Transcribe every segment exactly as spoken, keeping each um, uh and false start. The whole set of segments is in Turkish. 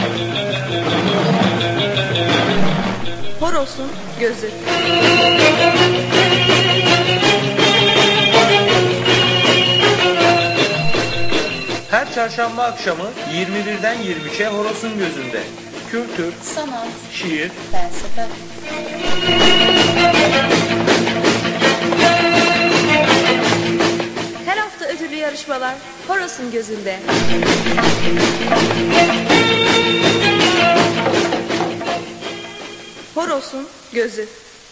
Horoz'un gözü. Her çarşamba akşamı yirmi birden yirmi üçe Horoz'un gözünde. Kültür, sanat, şiir, felsefe. Her hafta ödüllü yarışmalar Horoz'un gözünde. Horoz'un gözü.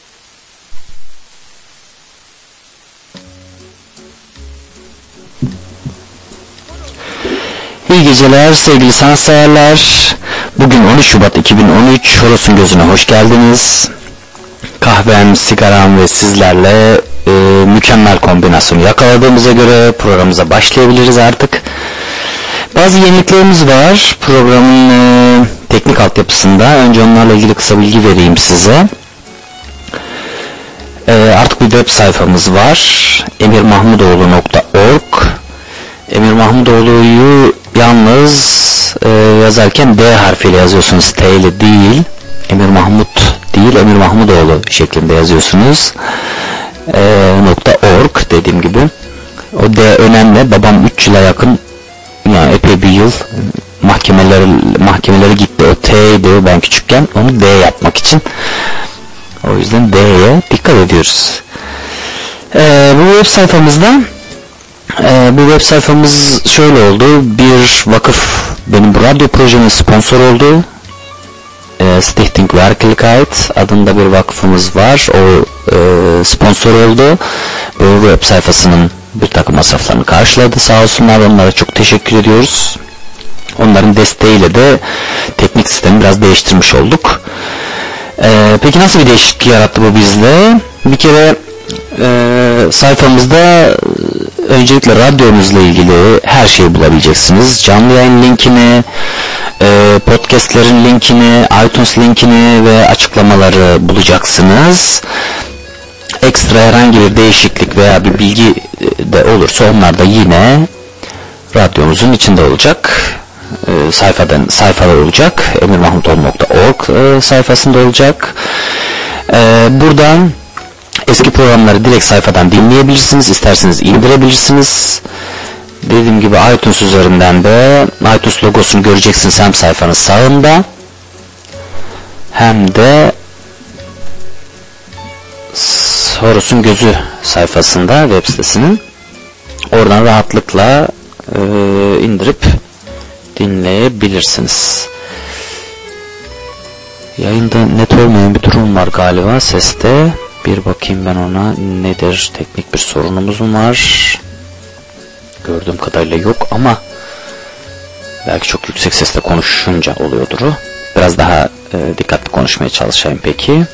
İyi geceler sevgili sanatseverler. Bugün on üç Şubat iki bin on üç. Horoz'un gözüne hoş geldiniz. Kahvem, sigaram ve sizlerle e, mükemmel kombinasyonu yakaladığımıza göre programımıza başlayabiliriz artık. Bazı yeniliklerimiz var programın e, teknik altyapısında. Önce onlarla ilgili kısa bilgi vereyim size. E, artık bir web sayfamız var. emir mahmudoğlu nokta org. Emir Mahmudoğlu'yu yalnız e, yazarken D harfiyle yazıyorsunuz, T ile değil. Emir Mahmut değil, Emir Mahmudoğlu şeklinde yazıyorsunuz. E, .org dediğim gibi. O D önemli. Babam üç yıla yakın, yani epey bir yıl mahkemelere, mahkemelere gitti. O T'ydi ben küçükken. Onu D yapmak için. O yüzden D'ye dikkat ediyoruz. E, bu web sayfamızda Ee, bu web sayfamız şöyle oldu. Bir vakıf benim bu radyo projemin sponsor oldu. Ee, Stichting Werkelijkheid adında bir vakfımız var. O e, sponsor oldu. Bu web sayfasının bir takım masraflarını karşıladı. Sağ olsunlar. Onlara çok teşekkür ediyoruz. Onların desteğiyle de teknik sistemi biraz değiştirmiş olduk. Ee, peki nasıl bir değişiklik yarattı bu bizde? Bir kere e, sayfamızda öncelikle radyomuzla ilgili her şeyi bulabileceksiniz. Canlı yayın linkini, e, podcastlerin linkini, iTunes linkini ve açıklamaları bulacaksınız. Ekstra herhangi bir değişiklik veya bir bilgi de olursa onlar da yine radyomuzun içinde olacak. E, sayfadan sayfada olacak. emir mahmudoğlu nokta org e, sayfasında olacak. E, buradan eski programları direkt sayfadan dinleyebilirsiniz. İsterseniz indirebilirsiniz. Dediğim gibi iTunes üzerinden de iTunes logosunu göreceksiniz hem sayfanın sağında hem de Horoz'un gözü sayfasında web sitesinin. Oradan rahatlıkla e, indirip dinleyebilirsiniz. Yayında net olmayan bir durum var galiba seste. Bir bakayım ben ona, nedir, teknik bir sorunumuz mu var? Gördüğüm kadarıyla yok ama belki çok yüksek sesle konuşunca oluyordur o. Biraz daha e, dikkatli konuşmaya çalışayım peki.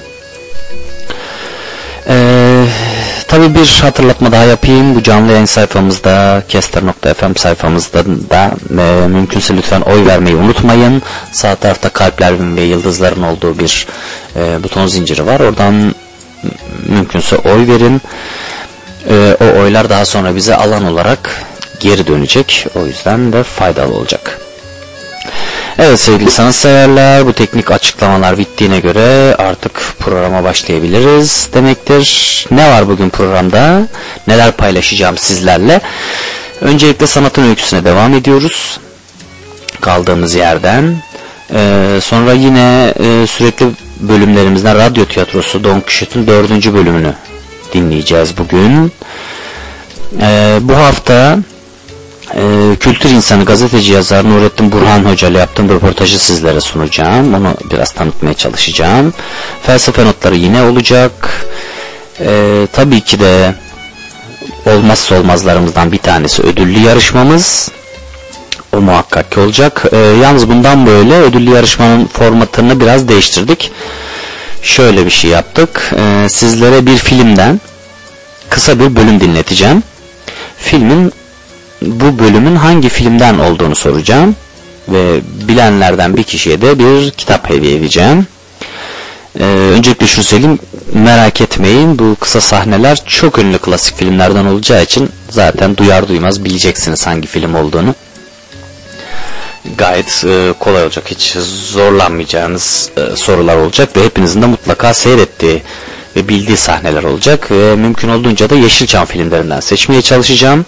Ee, tabii bir hatırlatma daha yapayım. Bu canlı yayın sayfamızda, kester nokta f m sayfamızda da e, mümkünse lütfen oy vermeyi unutmayın. Sağ tarafta kalpler ve yıldızların olduğu bir e, buton zinciri var. Oradan mümkünse oy verin. Ee, o oylar daha sonra bize alan olarak geri dönecek. O yüzden de faydalı olacak. Evet sevgili sanatseverler, bu teknik açıklamalar bittiğine göre artık programa başlayabiliriz demektir. Ne var bugün programda? Neler paylaşacağım sizlerle? Öncelikle sanatın öyküsüne devam ediyoruz. Kaldığımız yerden. Ee, sonra yine e, sürekli bölümlerimizden radyo tiyatrosu Don Quixote'un dördüncü bölümünü dinleyeceğiz bugün. Ee, bu hafta e, kültür insanı, gazeteci, yazar Nurettin Burhan Hoca ile yaptığım röportajı sizlere sunacağım. Onu biraz tanıtmaya çalışacağım. Felsefe notları yine olacak. Ee, tabii ki de olmazsa olmazlarımızdan bir tanesi ödüllü yarışmamız. O muhakkak ki olacak. Ee, yalnız bundan böyle ödüllü yarışmanın formatını biraz değiştirdik. Şöyle bir şey yaptık. Ee, sizlere bir filmden kısa bir bölüm dinleteceğim. Filmin, bu bölümün hangi filmden olduğunu soracağım. Ve bilenlerden bir kişiye de bir kitap hediye edeceğim. Ee, öncelikle şunu söyleyeyim. Merak etmeyin. Bu kısa sahneler çok ünlü klasik filmlerden olacağı için zaten duyar duymaz bileceksiniz hangi film olduğunu. gayet e, kolay olacak. Hiç zorlanmayacağınız e, sorular olacak ve hepinizin de mutlaka seyrettiği ve bildiği sahneler olacak. Ve mümkün olduğunca da Yeşilçam filmlerinden seçmeye çalışacağım.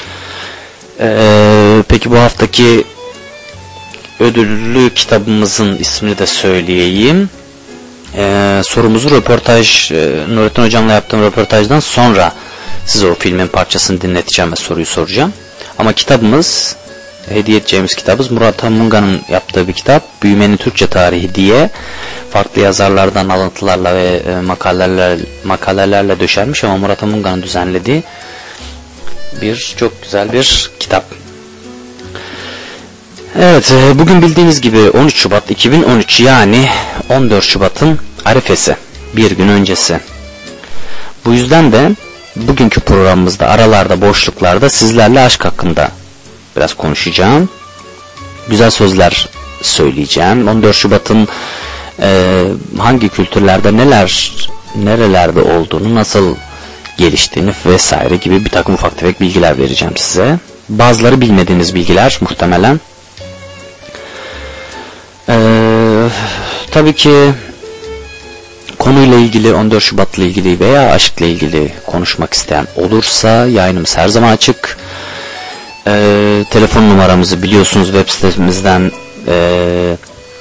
E, peki bu haftaki ödüllü kitabımızın ismini de söyleyeyim. E, sorumuzu röportaj, e, Nurettin Hocam'la yaptığım röportajdan sonra size o filmin parçasını dinleteceğim ve soruyu soracağım. Ama kitabımız, hediye edeceğimiz kitabımız Murat Munga'nın yaptığı bir kitap. Büyümenin Türkçe Tarihi diye farklı yazarlardan alıntılarla ve e, makalelerle, makalelerle döşenmiş ama Murat Munga'nın düzenlediği bir çok güzel bir kitap. Evet, e, bugün bildiğiniz gibi on üç Şubat iki bin on üç, yani on dört Şubat'ın arifesi, bir gün öncesi. Bu yüzden de bugünkü programımızda aralarda, boşluklarda sizlerle aşk hakkında biraz konuşacağım. Güzel sözler söyleyeceğim. on dört Şubat'ın e, hangi kültürlerde neler, nerelerde olduğunu, nasıl geliştiğini vesaire gibi bir takım ufak tefek bilgiler vereceğim size. Bazıları bilmediğiniz bilgiler muhtemelen. E, tabii ki konuyla ilgili, on dört Şubat'la ilgili veya aşkla ilgili konuşmak isteyen olursa yayınımız her zaman açık. Ee, telefon numaramızı biliyorsunuz, web sitemizden e,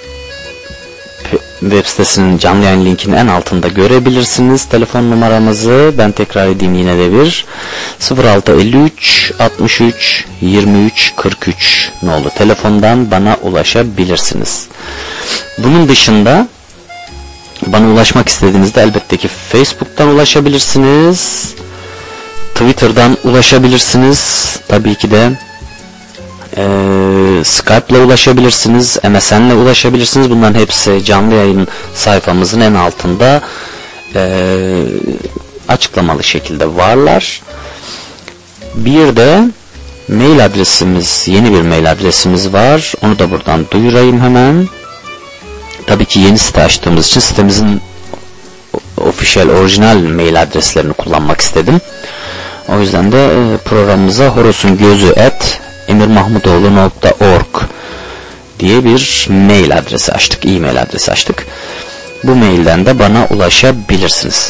web sitesinin canlı yayın linkini en altında görebilirsiniz. Telefon numaramızı ben tekrar edeyim yine de bir sıfır altı elli üç altmış üç yirmi üç kırk üç nolu telefondan bana ulaşabilirsiniz. Bunun dışında bana ulaşmak istediğinizde elbette ki Facebook'tan ulaşabilirsiniz, Twitter'dan ulaşabilirsiniz, tabii ki de e, Skype'la ulaşabilirsiniz, M S N'le ulaşabilirsiniz. Bunların hepsi canlı yayın sayfamızın en altında e, açıklamalı şekilde varlar. Bir de mail adresimiz, yeni bir mail adresimiz var. Onu da buradan duyurayım hemen. Tabii ki yeni site açtığımız için sitemizin official, orijinal mail adreslerini kullanmak istedim. O yüzden de programımıza horosungözü at emirmahmudoğlu nokta org diye bir mail adresi açtık, e-mail adresi açtık. Bu mailden de bana ulaşabilirsiniz.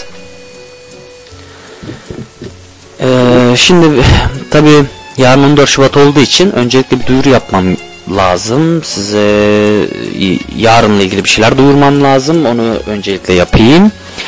Ee, şimdi tabii yarın on dört Şubat olduğu için öncelikle bir duyuru yapmam lazım. Size yarınla ilgili bir şeyler duyurmam lazım. Onu öncelikle yapayım.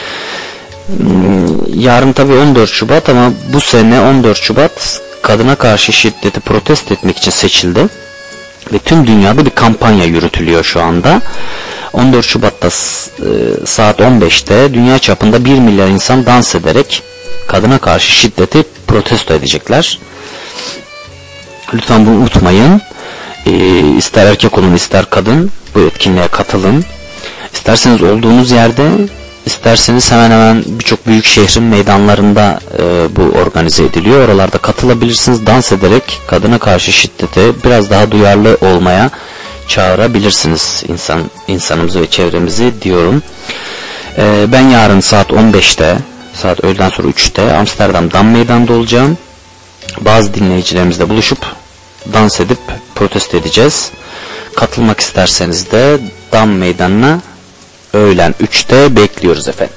Yarın tabii on dört Şubat ama bu sene on dört Şubat kadına karşı şiddeti protesto etmek için seçildi. Ve tüm dünyada bir kampanya yürütülüyor şu anda. on dört Şubat'ta saat on beşte dünya çapında bir milyar insan dans ederek kadına karşı şiddeti protesto edecekler. Lütfen bunu unutmayın. Ee, ister erkek olun ister kadın bu etkinliğe katılın. İsterseniz olduğunuz yerde, isterseniz hemen hemen birçok büyük şehrin meydanlarında e, bu organize ediliyor. Oralarda katılabilirsiniz. Dans ederek kadına karşı şiddete biraz daha duyarlı olmaya çağırabilirsiniz insan insanımızı ve çevremizi diyorum. E, ben yarın saat on beşte, saat öğleden sonra üçte Amsterdam Dam Meydanı'nda olacağım. Bazı dinleyicilerimizle buluşup dans edip protesto edeceğiz. Katılmak isterseniz de Dam Meydanı'na öğlen üçte bekliyoruz efendim.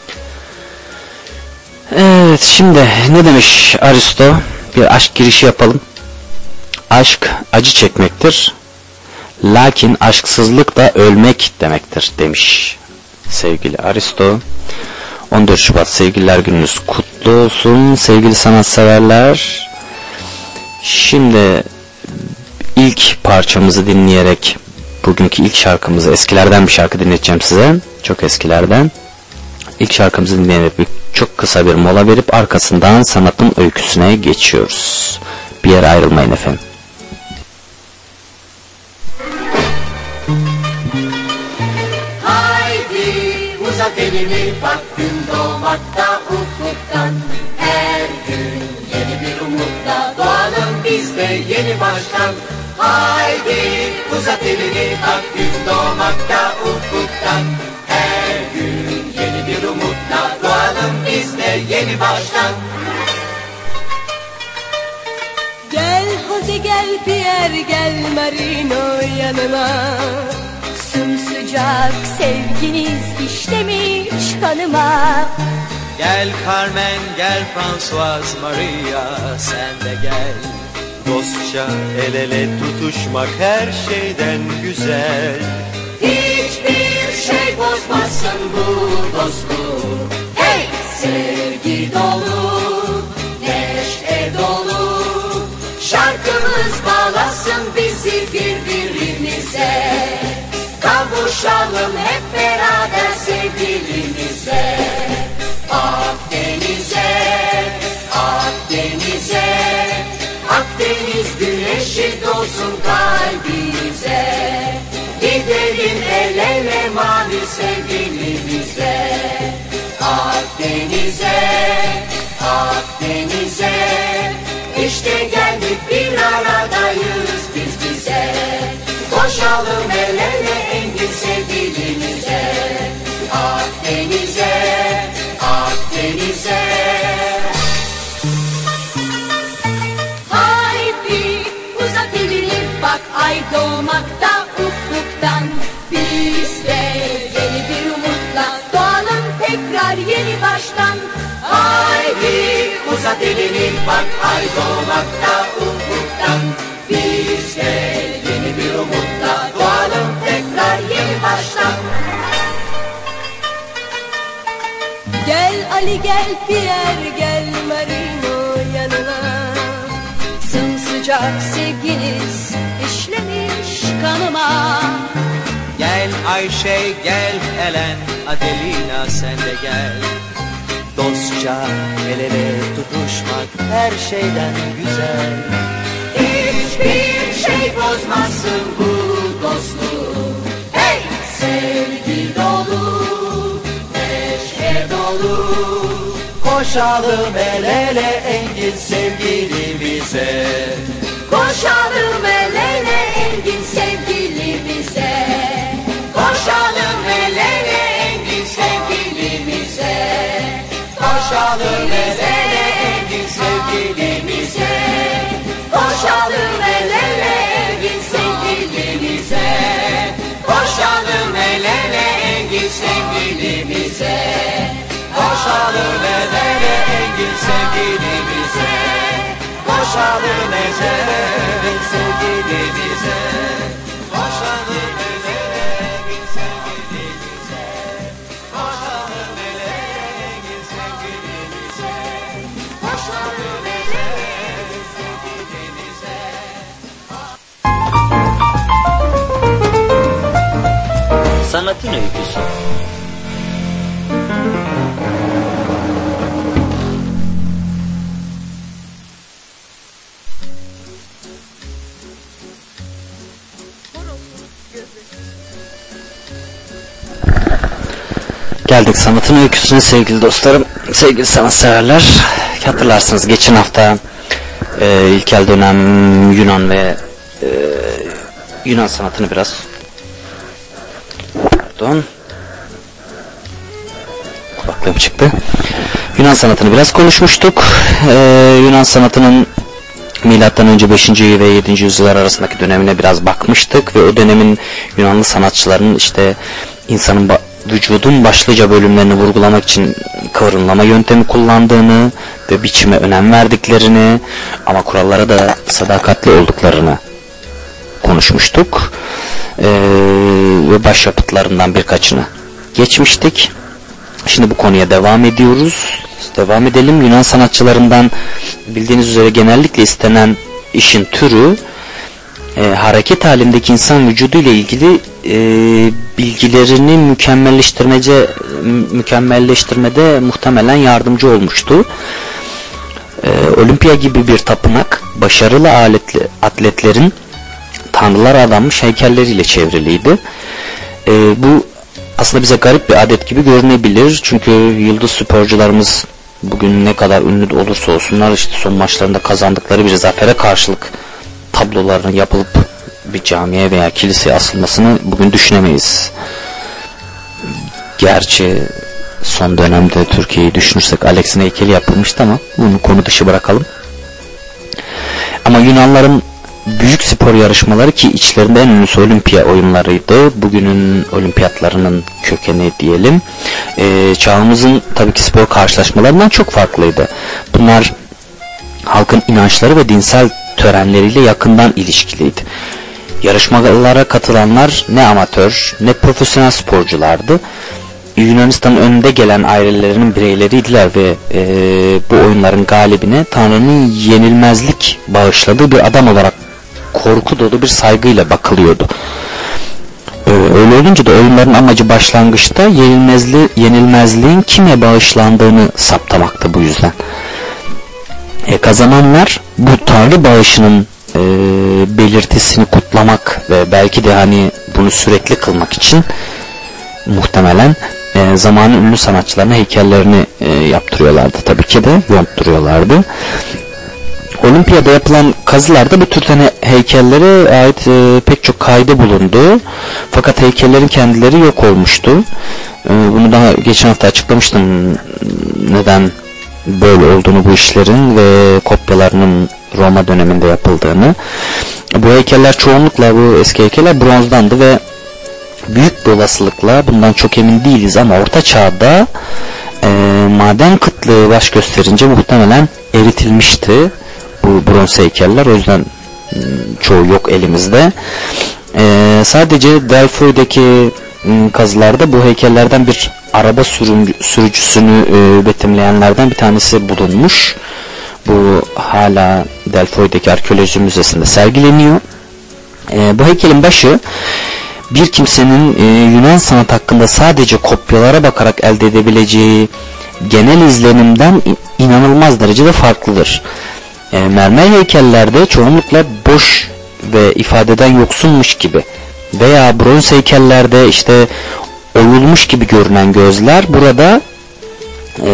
Evet, şimdi ne demiş Aristo? Bir aşk girişi yapalım. Aşk acı çekmektir. Lakin aşksızlık da ölmek demektir demiş sevgili Aristo. on dört Şubat Sevgililer Gününüz kutlu olsun sevgili sanatseverler. Şimdi ilk parçamızı dinleyerek, bugünkü ilk şarkımızı, eskilerden bir şarkı dinleteceğim size. Çok eskilerden. İlk şarkımızı dinleyerek çok kısa bir mola verip arkasından sanatın öyküsüne geçiyoruz. Bir yere ayrılmayın efendim. Haydi uzat elini, bak gün doğmakta ufuktan. Her gün yeni bir umutla doğalım biz de yeni baştan. Haydi uzat elini, bak gün doğmakta ufuktan. Her gün yeni bir umutla doğalım biz de yeni baştan. Gel Hadi gel Pierre gel Marino yanıma. Sımsıcak sevginiz işlemiş kanıma. Gel Carmen, gel Françoise Maria, sen de gel. Dostça el ele tutuşmak her şeyden güzel. Hiçbir şey bozmasın bu dostluğu. Hey! Sevgi dolu, neşe dolu. Şarkımız bağlasın bizi birbirimize. Kavuşalım hep beraber sevgilimize. Akdeniz'e, Akdeniz'e, Akdeniz güneşi doğsun kalbimize. Gidelim el ele mavi sevgilimize. Akdeniz'e, Akdeniz'e, işte geldik bir aradayız biz bize. Koşalım el ele engin sevgilimize. Akdeniz'e, Akdeniz'e. Haydi uzat elini bak ay doğmakta ufuktan. Biz de yeni bir umutla doğalım tekrar yeni baştan. Haydi uzat elini bak ay doğmakta ufuktan. Biz de yeni bir umutla doğalım tekrar yeni baştan. Gel Ali gel Pierre gel Marino yanıma. Sımsıcak sevginiz işlemiş kanıma. Gel Ayşe, gel Helen, Adelina sen de gel. Dostça el ele tutuşmak her şeyden güzel. Hiçbir şey bozmasın bu dostluğu. Hey! Sevgi dolu, neşe dolu. Koşalım el ele engin sevgilimize. Koşalım el ele engin sevgilimize. Koşalım el ele engin sevgilimize. Koşalım el ele engin sevgilimize. Koşalım el ele engin sevgilimize. Koşalım el ele engin sevgilimize. Koşalım el ele engin sevgilimize. Koşalım el ele engin sevgilimize. Koşalım el ele engin sevgilimize. Koşalım el ele engin sevgilimize. Koşalım el ele engin sevgilimize. Sanatın öyküsü. Geldik sanatın öyküsüne sevgili dostlarım, sevgili sanatseverler. Hatırlarsınız geçen hafta e, ilkel dönem Yunan ve e, Yunan sanatını biraz pardon kulaklığım çıktı. Yunan sanatını biraz konuşmuştuk. E, Yunan sanatının milattan önce beşinci ve yedinci yüzyıllar arasındaki dönemine biraz bakmıştık ve o dönemin Yunanlı sanatçılarının işte insanın ba- vücudun başlıca bölümlerini vurgulamak için kıvrımlama yöntemi kullandığını ve biçime önem verdiklerini ama kurallara da sadakatli olduklarını konuşmuştuk. Ee, ve başyapıtlarından birkaçını geçmiştik. Şimdi bu konuya devam ediyoruz. Devam edelim. Yunan sanatçılarından bildiğiniz üzere genellikle istenen işin türü e, hareket halindeki insan vücudu ile ilgili e, bilgilerini mükemmelleştirmece mükemmelleştirmede muhtemelen yardımcı olmuştu. E, Olimpiya gibi bir tapınak başarılı aletli, atletlerin tanrılara adanmış heykelleriyle çevriliydi. E, bu aslında bize garip bir adet gibi görünebilir. Çünkü yıldız sporcularımız bugün ne kadar ünlü olursa olsunlar işte son maçlarında kazandıkları bir zafere karşılık tablolarının yapılıp bir camiye veya kiliseye asılmasını bugün düşünemeyiz. Gerçi son dönemde Türkiye'yi düşünürsek Alex'in heykeli yapılmıştı ama bunu konu dışı bırakalım. Ama Yunanların büyük spor yarışmaları ki içlerinde en ünlüsü olimpiya oyunlarıydı. Bugünün olimpiyatlarının kökeni diyelim. E, çağımızın tabii ki spor karşılaşmalarından çok farklıydı. Bunlar halkın inançları ve dinsel törenleriyle yakından ilişkiliydi. Yarışmalara katılanlar ne amatör ne profesyonel sporculardı. Yunanistan'ın önünde gelen ailelerinin bireyleriydiler ve e, bu oyunların galibine Tanrı'nın yenilmezlik bağışladığı bir adam olarak korku dolu bir saygıyla bakılıyordu. E, öyle olunca da oyunların amacı başlangıçta yenilmezli, yenilmezliğin kime bağışlandığını saptamaktı bu yüzden. E, kazananlar bu Tanrı bağışının e, belirtisini kutlamak ve belki de hani bunu sürekli kılmak için muhtemelen e, zamanın ünlü sanatçılarına heykellerini e, yaptırıyorlardı. Tabii ki de yontturuyorlardı. Olimpiyada yapılan kazılarda bu türden heykellere ait e, pek çok kaydı bulundu. Fakat heykellerin kendileri yok olmuştu. E, bunu daha geçen hafta açıklamıştım. Neden böyle olduğunu bu işlerin ve kopyalarının Roma döneminde yapıldığını. Bu heykeller çoğunlukla bu eski heykeller bronzdandı ve büyük bir olasılıkla bundan çok emin değiliz ama Orta Çağ'da e, maden kıtlığı baş gösterince muhtemelen eritilmişti bu bronz heykeller. O yüzden m, çoğu yok elimizde. E, sadece Delphi'deki m, kazılarda bu heykellerden bir araba sürüm, sürücüsünü e, betimleyenlerden bir tanesi bulunmuş. Bu hala Delphi'deki arkeoloji müzesinde sergileniyor. E, bu heykelin başı bir kimsenin e, Yunan sanat hakkında sadece kopyalara bakarak elde edebileceği genel izlenimden inanılmaz derecede farklıdır. E, mermer heykellerde çoğunlukla boş ve ifadeden yoksunmuş gibi veya bronz heykellerde işte oyulmuş gibi görünen gözler burada e,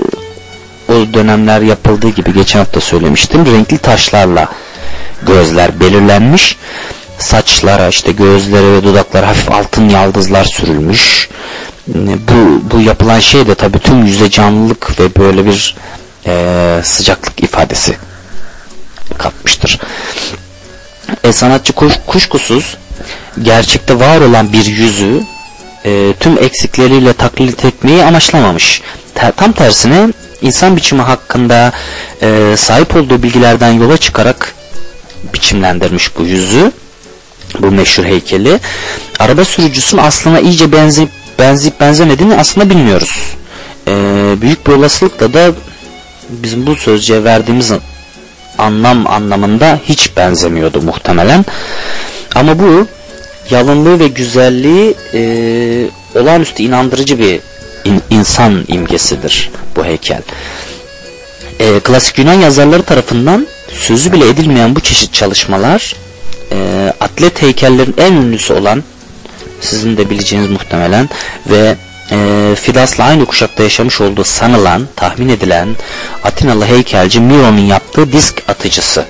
o dönemler yapıldığı gibi geçen hafta söylemiştim, renkli taşlarla gözler belirlenmiş. Saçlara, işte gözlere ve dudaklara hafif altın yaldızlar sürülmüş. Bu, bu yapılan şey de tabii tüm yüze canlılık ve böyle bir e, sıcaklık ifadesi katmıştır. E, sanatçı kuş, kuşkusuz gerçekte var olan bir yüzü e, tüm eksikleriyle taklit etmeyi amaçlamamış. Ter, tam tersine insan biçimi hakkında e, sahip olduğu bilgilerden yola çıkarak biçimlendirmiş bu yüzü. Bu meşhur heykeli. Araba sürücüsünün aslına iyice benzeyip, benzeyip benzemediğini aslında bilmiyoruz. Ee, büyük bir olasılıkla da bizim bu sözcüğe verdiğimiz anlam anlamında hiç benzemiyordu muhtemelen. Ama bu yalınlığı ve güzelliği e, olağanüstü inandırıcı bir in, insan imgesidir bu heykel. E, klasik Yunan yazarları tarafından sözü bile edilmeyen bu çeşit çalışmalar E, atlet heykellerin en ünlüsü olan, sizin de bileceğiniz muhtemelen ve e, Fidas'la aynı kuşakta yaşamış olduğu sanılan, tahmin edilen Atinalı heykelci Miro'nun yaptığı disk atıcısı,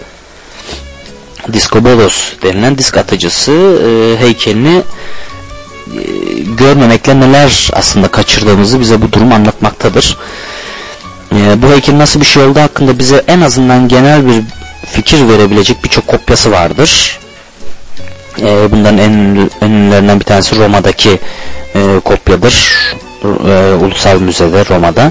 Diskobolos denilen disk atıcısı e, heykelini e, görmemekle neler aslında kaçırdığımızı bize bu durum anlatmaktadır. E, bu heykelin nasıl bir şey olduğu hakkında bize en azından genel bir fikir verebilecek birçok kopyası vardır. E, bunların en, ünlü, en ünlülerinden bir tanesi Roma'daki e, kopyadır. E, Ulusal Müze'de Roma'da.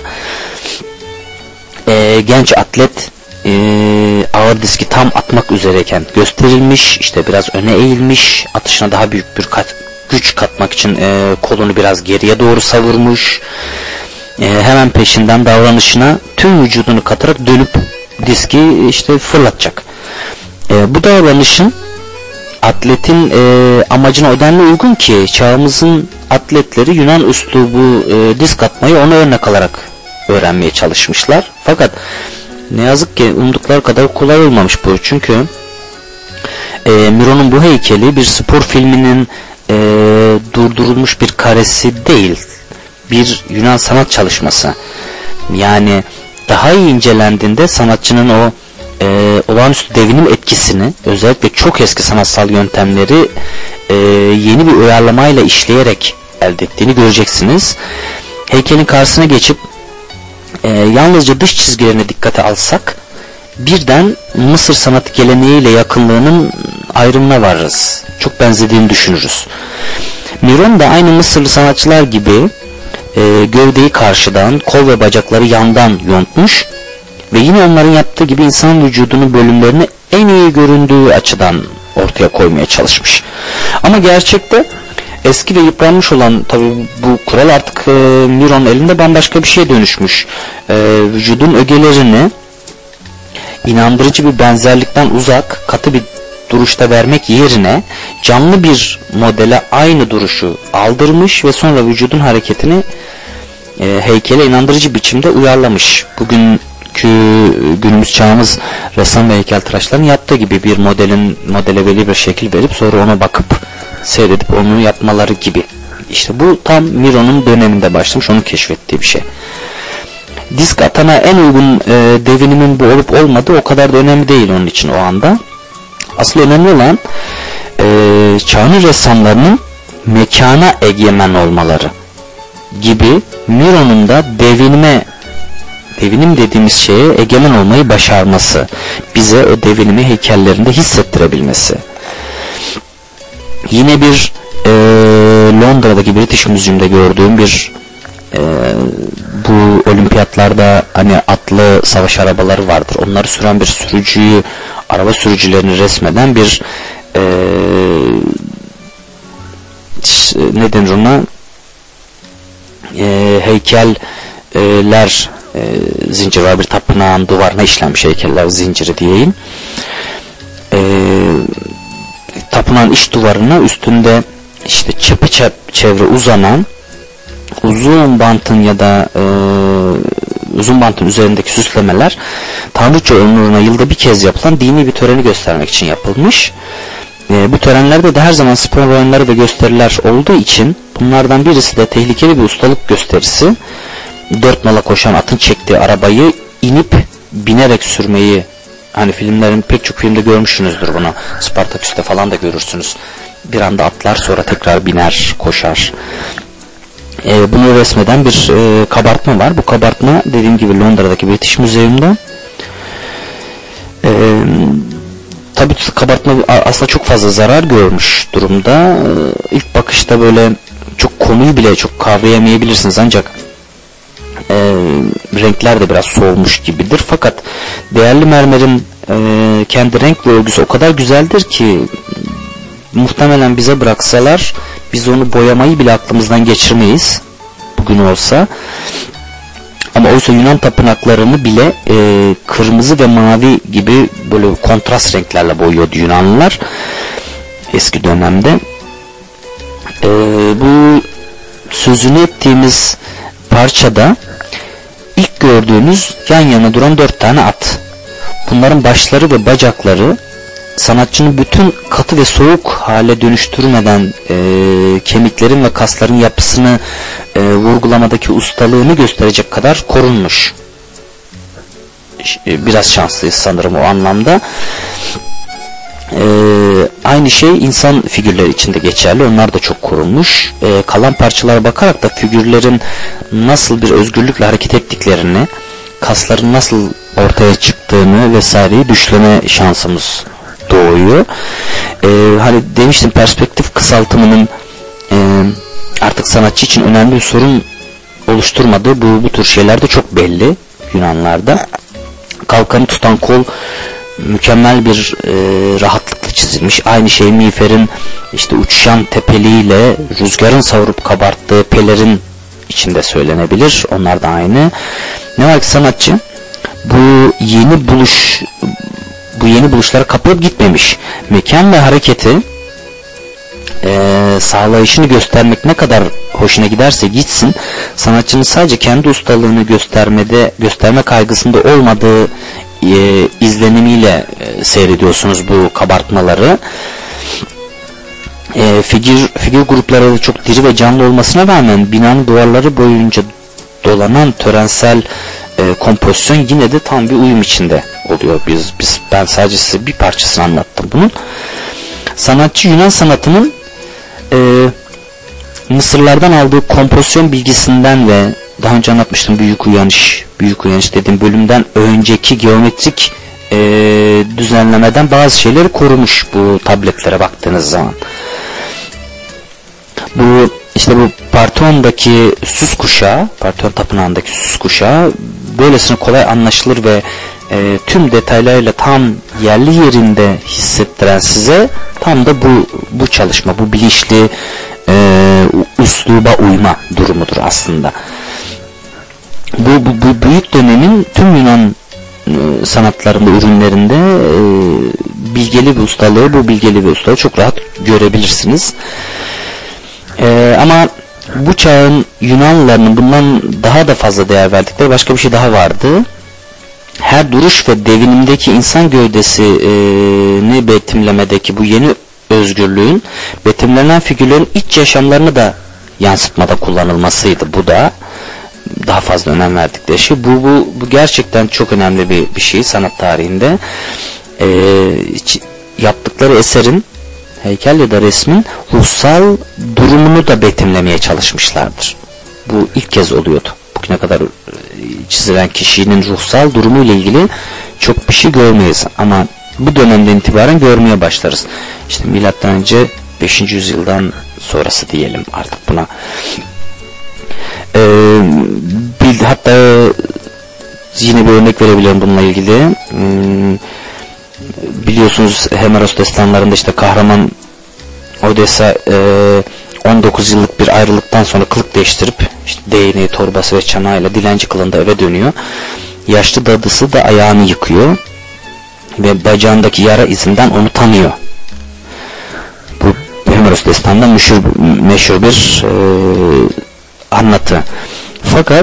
E, genç atlet e, ağır diski tam atmak üzereyken gösterilmiş. İşte biraz öne eğilmiş. Atışına daha büyük bir kat, güç katmak için e, kolunu biraz geriye doğru savurmuş. E, hemen peşinden davranışına tüm vücudunu katarak dönüp diski işte fırlatacak. E, bu davranışın atletin e, amacına o denli uygun ki çağımızın atletleri Yunan üslubu e, disk atmayı ona örnek alarak öğrenmeye çalışmışlar. Fakat ne yazık ki umdukları kadar kolay olmamış bu. Çünkü e, Miro'nun bu heykeli bir spor filminin e, durdurulmuş bir karesi değil. Bir Yunan sanat çalışması. Yani daha iyi incelendiğinde sanatçının o e, olağanüstü devinim etkisini, özellikle çok eski sanatsal yöntemleri e, yeni bir uyarlamayla işleyerek elde ettiğini göreceksiniz. Heykelin karşısına geçip e, yalnızca dış çizgilerine dikkate alsak birden Mısır sanat geleneğiyle yakınlığının ayrımına varırız. Çok benzediğini düşünürüz. Miron da aynı Mısırlı sanatçılar gibi e, gövdeyi karşıdan, kol ve bacakları yandan yontmuş ve yine onların yaptığı gibi insan vücudunun bölümlerini en iyi göründüğü açıdan ortaya koymaya çalışmış. Ama gerçekte eski ve yıpranmış olan, tabi bu kural artık e, Miron elinde bambaşka bir şeye dönüşmüş. E, vücudun ögelerini inandırıcı bir benzerlikten uzak, katı bir duruşta vermek yerine canlı bir modele aynı duruşu aldırmış ve sonra vücudun hareketini e, heykele inandırıcı biçimde uyarlamış. Bugünkü günümüz çağımız ressam ve heykeltıraşların yaptığı gibi bir modelin modele belli bir şekil verip sonra ona bakıp seyredip onu yapmaları gibi. İşte bu tam Miron'un döneminde başlamış, onu keşfettiği bir şey. Disk atana en uygun e, devinimin bu olup olmadığı o kadar da önemli değil onun için o anda. Asıl önemli olan e, çağın ressamlarının mekana egemen olmaları gibi Miron'un da devinime, devinim dediğimiz şeye egemen olmayı başarması, bize o devinimi heykellerinde hissettirebilmesi. Yine bir e, Londra'daki British Museum'da gördüğüm bir e, bu olimpiyatlarda hani atlı savaş arabaları vardır. Onları süren bir sürücüyü, araba sürücülerini resmeden bir e, ne denir ona, e, heykeller e, zinciri var. Bir tapınağın duvarına işlenmiş heykeller zinciri diyeyim. E, tapınağın iç duvarına üstünde işte çepeçevre uzanan uzun bantın ya da e, uzun bantın üzerindeki süslemeler tanrıça onuruna yılda bir kez yapılan dini bir töreni göstermek için yapılmış. E, bu törenlerde de her zaman spor oyunları ve gösteriler olduğu için bunlardan birisi de tehlikeli bir ustalık gösterisi. Dört nala koşan atın çektiği arabayı inip binerek sürmeyi, hani filmlerin pek çok filmde görmüşsünüzdür bunu. Spartaküs'te falan da görürsünüz. Bir anda atlar, sonra tekrar biner, koşar. E, bunu resmeden bir e, kabartma var. Bu kabartma dediğim gibi Londra'daki British Museum'da. E, Tabii kabartma aslında çok fazla zarar görmüş durumda. E, ilk bakışta böyle çok konuyu bile çok kavrayamayabilirsiniz, ancak e, renkler de biraz solmuş gibidir. Fakat değerli mermerin e, kendi renk ve örgüsü o kadar güzeldir ki muhtemelen bize bıraksalar biz onu boyamayı bile aklımızdan geçirmeyiz bugün olsa. Ama oysa Yunan tapınaklarını bile e, kırmızı ve mavi gibi böyle kontrast renklerle boyuyordu Yunanlılar eski dönemde. E, bu sözünü ettiğimiz parçada ilk gördüğünüz yan yana duran dört tane at. Bunların başları ve bacakları sanatçının bütün katı ve soğuk hale dönüştürmeden e, kemiklerin ve kasların yapısını e, vurgulamadaki ustalığını gösterecek kadar korunmuş. E, biraz şanslıyız sanırım o anlamda. E, aynı şey insan figürleri için de geçerli. Onlar da çok korunmuş. E, kalan parçalara bakarak da figürlerin nasıl bir özgürlükle hareket ettiklerini, kasların nasıl ortaya çıktığını vesaireyi düşleme şansımız doğuyor. Ee, hani demiştim, perspektif kısaltımının e, artık sanatçı için önemli bir sorun oluşturmadığı bu, bu tür şeyler de çok belli Yunanlarda. Kalkanı tutan kol mükemmel bir e, rahatlıkla çizilmiş. Aynı şey miğferin işte uçuşan tepeliğiyle rüzgarın savurup kabarttığı pelerin içinde söylenebilir. Onlar da aynı. Ne var ki sanatçı bu yeni buluş bu yeni buluşlara kapılıp gitmemiş. Mekan ve hareketi e, sağlayışını göstermek ne kadar hoşuna giderse gitsin, sanatçının sadece kendi ustalığını göstermede gösterme kaygısında olmadığı e, izlenimiyle e, seyrediyorsunuz bu kabartmaları. E, figür figür grupları da çok diri ve canlı olmasına rağmen binanın duvarları boyunca dolanan törensel e, kompozisyon yine de tam bir uyum içinde oluyor. Biz, biz ben sadece size bir parçasını anlattım bunun. Sanatçı Yunan sanatının e, Mısırlardan aldığı kompozisyon bilgisinden ve daha önce anlatmıştım Büyük Uyanış, Büyük Uyanış dediğim bölümden önceki geometrik e, düzenlemeden bazı şeyleri korumuş bu tabletlere baktığınız zaman. Bu işte bu Partheon'daki süs kuşağı, Partheon tapınağındaki süs kuşağı böylesine kolay anlaşılır ve e, tüm detaylarıyla tam yerli yerinde hissettiren size tam da bu bu çalışma, bu bilinçli e, üsluba uyma durumudur aslında. Bu, bu, bu büyük dönemin tüm Yunan e, sanatlarında, ürünlerinde e, bilgeli bir ustalığı, bu bilgeli bir ustalığı çok rahat görebilirsiniz. E, ama bu çağın Yunanlılarının bundan daha da fazla değer verdikleri başka bir şey daha vardı. Her duruş ve devinimdeki insan gövdesini betimlemedeki bu yeni özgürlüğün betimlenen figürlerin iç yaşamlarını da yansıtmada kullanılmasıydı. Bu da daha fazla önem verdikleri şey. Bu, bu, bu gerçekten çok önemli bir, bir şey sanat tarihinde. Ee, yaptıkları eserin, heykel ya da resmin ruhsal durumunu da betimlemeye çalışmışlardır. Bu ilk kez oluyordu. Bugüne kadar çizilen kişinin ruhsal durumuyla ilgili çok bir şey görmeyiz. Ama bu dönemden itibaren görmeye başlarız. İşte milattan önce beşinci yüzyıldan sonrası diyelim artık buna. Ee, bir, hatta yine bir örnek verebilirim bununla ilgili. Hmm, biliyorsunuz Homeros destanlarında işte kahraman Odessa e, on dokuz yıllık bir ayrılıktan sonra kılık değiştirip işte değneği, torbası ve çanağıyla dilenci kılığında eve dönüyor. Yaşlı dadısı da ayağını yıkıyor ve bacağındaki yara izinden onu tanıyor. Bu Homeros destanında meşhur, meşhur bir e, anlatı. Fakat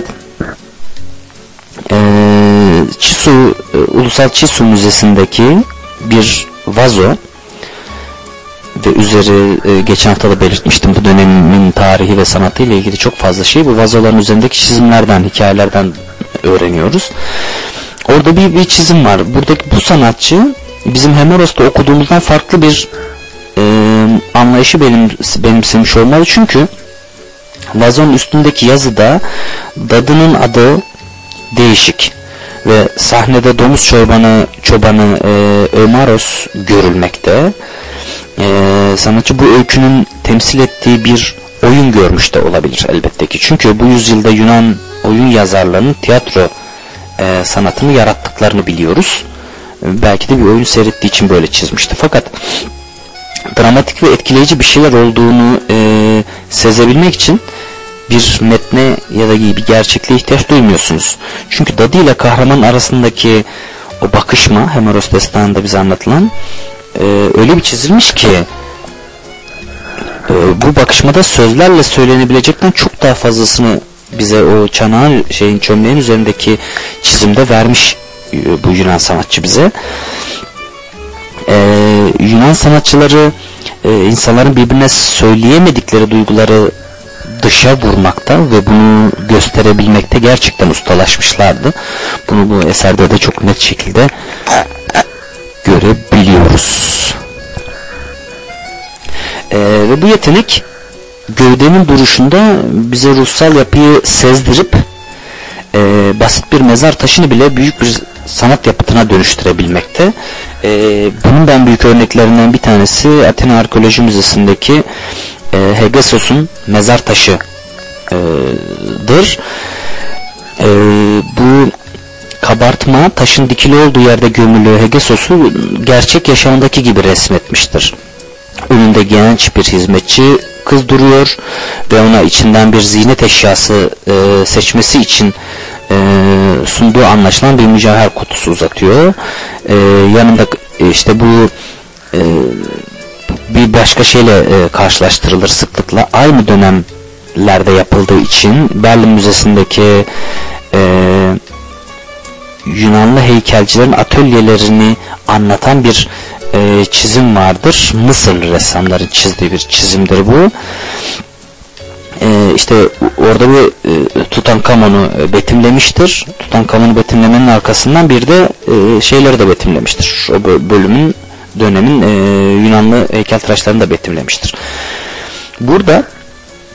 e, Chisu, e, Ulusal Chisu Müzesi'ndeki bir vazo ve üzeri e, geçen hafta da belirtmiştim, bu dönemin tarihi ve sanatı ile ilgili çok fazla şey bu vazoların üzerindeki çizimlerden, hikayelerden öğreniyoruz. Orada bir, bir çizim var. Buradaki bu sanatçı bizim Homeros'ta okuduğumuzdan farklı bir e, anlayışı benim, benimsemiş olmalı. Çünkü vazonun üstündeki yazıda dadının adı değişik ve sahnede domuz çobanı çobanı e, Ömaros görülmekte. E, sanatçı bu öykünün temsil ettiği bir oyun görmüş de olabilir elbette ki. Çünkü bu yüzyılda Yunan oyun yazarlarının tiyatro e, sanatını yarattıklarını biliyoruz. E, belki de bir oyun seyrettiği için böyle çizmişti. Fakat dramatik ve etkileyici bir şeyler olduğunu e, sezebilmek için bir metne ya da bir gerçekliğe ihtiyaç duymuyorsunuz. Çünkü dadı ile kahraman arasındaki o bakışma Homeros destanında bize anlatılan e, öyle bir çizilmiş ki e, bu bakışmada sözlerle söylenebilecekten çok daha fazlasını bize o çanağın şeyin çömleğin üzerindeki çizimde vermiş e, bu Yunan sanatçı bize. E, Yunan sanatçıları e, insanların birbirine söyleyemedikleri duyguları dışa vurmakta ve bunu gösterebilmekte gerçekten ustalaşmışlardı. Bunu bu eserde de çok net şekilde görebiliyoruz. Ee, ve bu yetenek gövdenin duruşunda bize ruhsal yapıyı sezdirip e, basit bir mezar taşını bile büyük bir sanat yapıtına dönüştürebilmekte. E, bunun en büyük örneklerinden bir tanesi Athena Arkeoloji Müzesi'ndeki e, Hegesos'un mezar taşıdır. E, bu kabartma taşın dikili olduğu yerde gömülü Hegesos'u gerçek yaşamındaki gibi resmetmiştir. Önünde genç bir hizmetçi kız duruyor ve ona içinden bir ziynet eşyası e, seçmesi için e, sunduğu anlaşılan bir mücevher kutusu uzatıyor. E, yanında işte bu e, bir başka şeyle e, karşılaştırılır sıklıkla. Aynı dönemlerde yapıldığı için Berlin Müzesi'ndeki e, Yunanlı heykelcilerin atölyelerini anlatan bir e, çizim vardır. Mısırlı ressamların çizdiği bir çizimdir bu. E, işte orada bir e, Tutankamon'u betimlemiştir. Tutankamon'u betimlemenin arkasından bir de e, şeyleri de betimlemiştir. O bölümün dönemin e, Yunanlı heykeltıraşlarını da betimlemiştir. Burada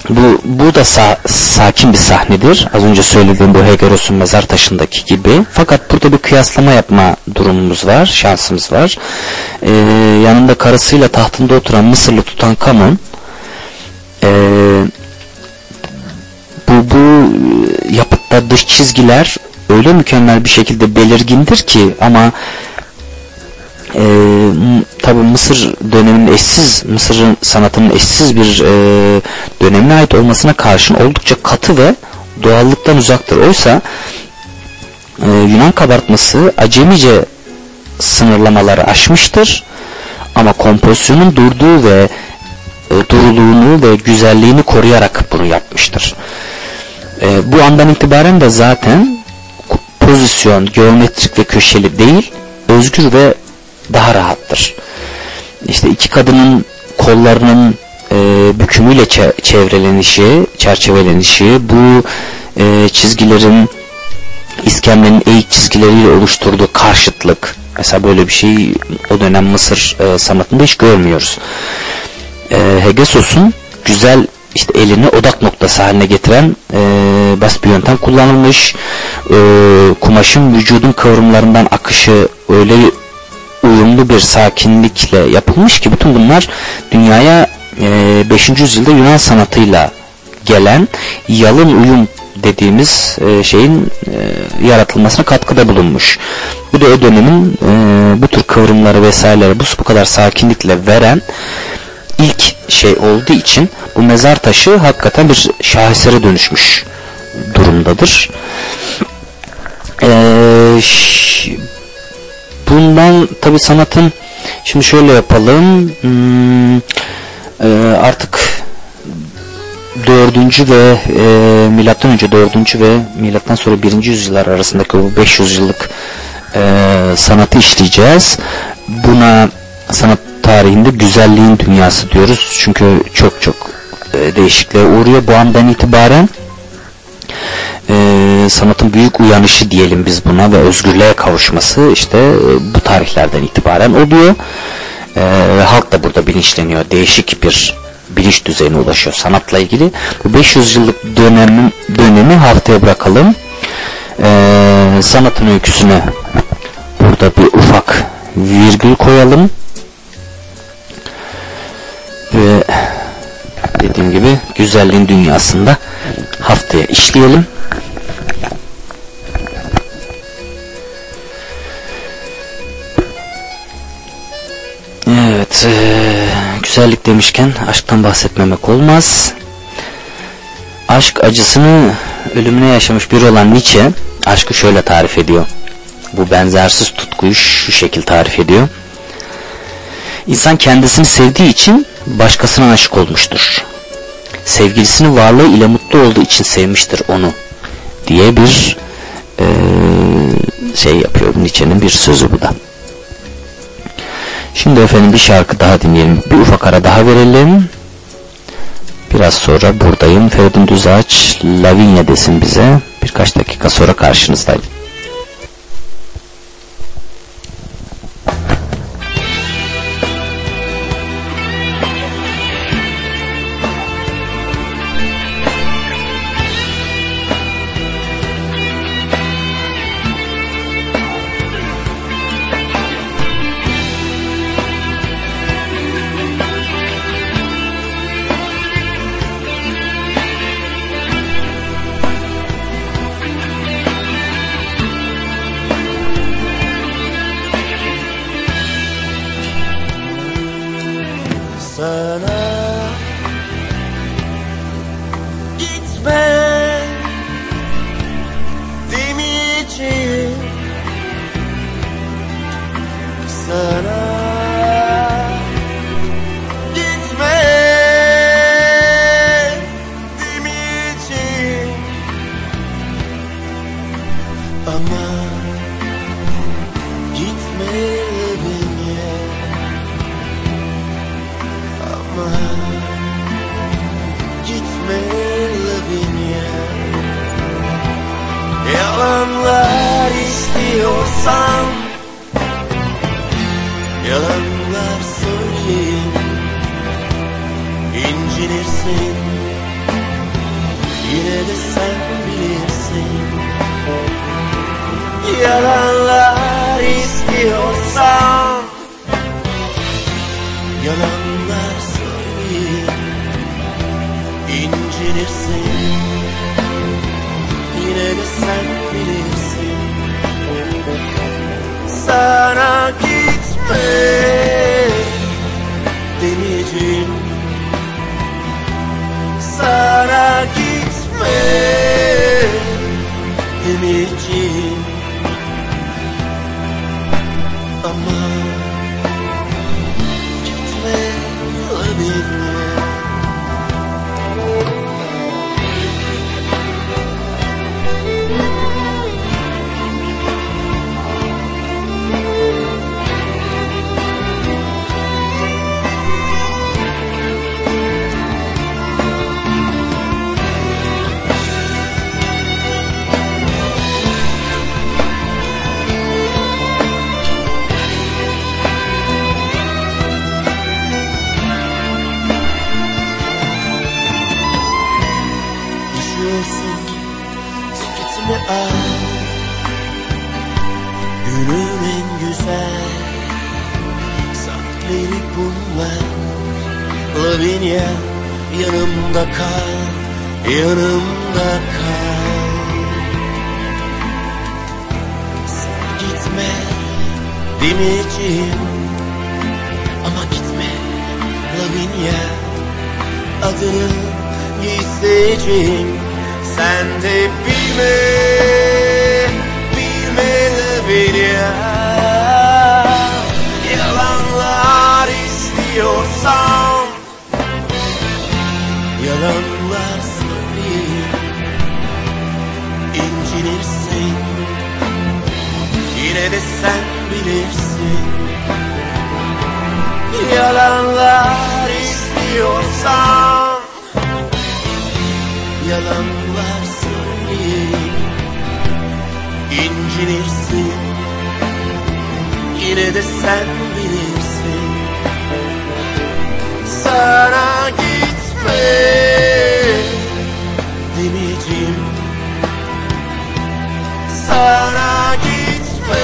Bu, bu da sa- sakin bir sahnedir. Az önce söylediğim bu Hegeros'un mezar taşındaki gibi. Fakat burada bir kıyaslama yapma durumumuz var, şansımız var. Ee, yanında karısıyla tahtında oturan Mısırlı Tutankamon, ee, bu, bu yapıtta dış çizgiler öyle mükemmel bir şekilde belirgindir ki, ama e, tabi Mısır döneminin eşsiz, Mısır'ın sanatının eşsiz bir e, dönemine ait olmasına karşın oldukça katı ve doğallıktan uzaktır. Oysa e, Yunan kabartması acemice sınırlamaları aşmıştır, ama kompozisyonun durduğu ve e, duruluğunu ve güzelliğini koruyarak bunu yapmıştır. E, bu andan itibaren de zaten pozisyon geometrik ve köşeli değil, özgür ve daha rahattır. İşte iki kadının kollarının e, bükümüyle çe- çevrelenişi, çerçevelenişi, bu e, çizgilerin iskemlenin eğik çizgileriyle oluşturduğu karşıtlık, mesela böyle bir şey o dönem Mısır e, sanatında hiç görmüyoruz. E, Hegesos'un güzel işte elini odak noktası haline getiren e, basit bir yöntem kullanılmış. E, kumaşın vücudun kıvrımlarından akışı öyle uyumlu bir sakinlikle yapılmış ki, bütün bunlar dünyaya e, beşinci yüzyılda Yunan sanatıyla gelen yalın uyum dediğimiz e, şeyin e, yaratılmasına katkıda bulunmuş. Bu da o dönemin e, bu tür kıvrımları vesaireleri bu, bu kadar sakinlikle veren ilk şey olduğu için bu mezar taşı hakikaten bir şahesere dönüşmüş durumdadır. Eee Bundan tabi sanatın, şimdi şöyle yapalım, hmm, e, artık dördüncü ve e, milattan önce dördüncü ve milattan sonra birinci yüzyıllar arasındaki bu beş yüz yıllık e, sanatı işleyeceğiz. Buna sanat tarihinde güzelliğin dünyası diyoruz, çünkü çok çok e, değişikliğe uğruyor. Bu andan itibaren Ee, sanatın büyük uyanışı diyelim biz buna ve özgürlüğe kavuşması işte e, bu tarihlerden itibaren oluyor. Ee, ve halk da burada bilinçleniyor. Değişik bir bilinç düzeyine ulaşıyor sanatla ilgili. Bu beş yüz yıllık dönemin, dönemi haftaya bırakalım. Ee, sanatın öyküsüne burada bir ufak virgül koyalım. Ve dediğim gibi güzelliğin dünyasında haftaya işleyelim. Evet, e, güzellik demişken aşktan bahsetmemek olmaz. Aşk acısını ölümüne yaşamış biri olan Nietzsche aşkı şöyle tarif ediyor. Bu benzersiz tutkuyu şu şekil tarif ediyor. İnsan kendisini sevdiği için başkasına aşık olmuştur. Sevgilisinin varlığı ile mutlu olduğu için sevmiştir onu diye bir e, şey yapıyor. Nietzsche'nin bir sözü bu da. Şimdi efendim bir şarkı daha dinleyelim. Bir ufak ara daha verelim. Biraz sonra buradayım. Feridun Düzağaç Lavinia desin bize. Birkaç dakika sonra karşınızdayım. Yalanlar istiyorsan yalanlar söyleyeyim, incinirsin Yine de sen bilirsin. Yalanlar istiyorsan yalanlar söyleyip incinirsin. Yine de sen bilirsin. Sana gitme demeyeceğim. Sana gitme demeyeceğim. Ama gitme benimle. Al günün en güzel saatleri bunlar. Lavinia yanımda kal, yanımda kal. Sen gitme demeyeceğim ama gitme Lavinia, adını gizleyeceğim. Sen de bilme, bilme Lavinia. Yalanlar istiyorsan yalanlar söyleyip incinirsin. Yine de sen bilirsin. Yalanlar istiyorsan yalanlar söyleyip incinirsin. Yine de sen bilirsin. Sana gitme demeyeceğim. Sana gitme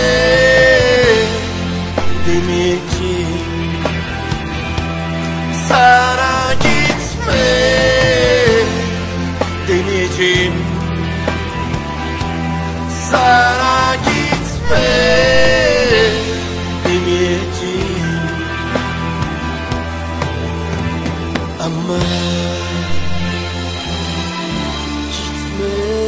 demeyeceğim. Sana gitme demeyeceğim. Sana gitme demeyeceğim. Ama gitme.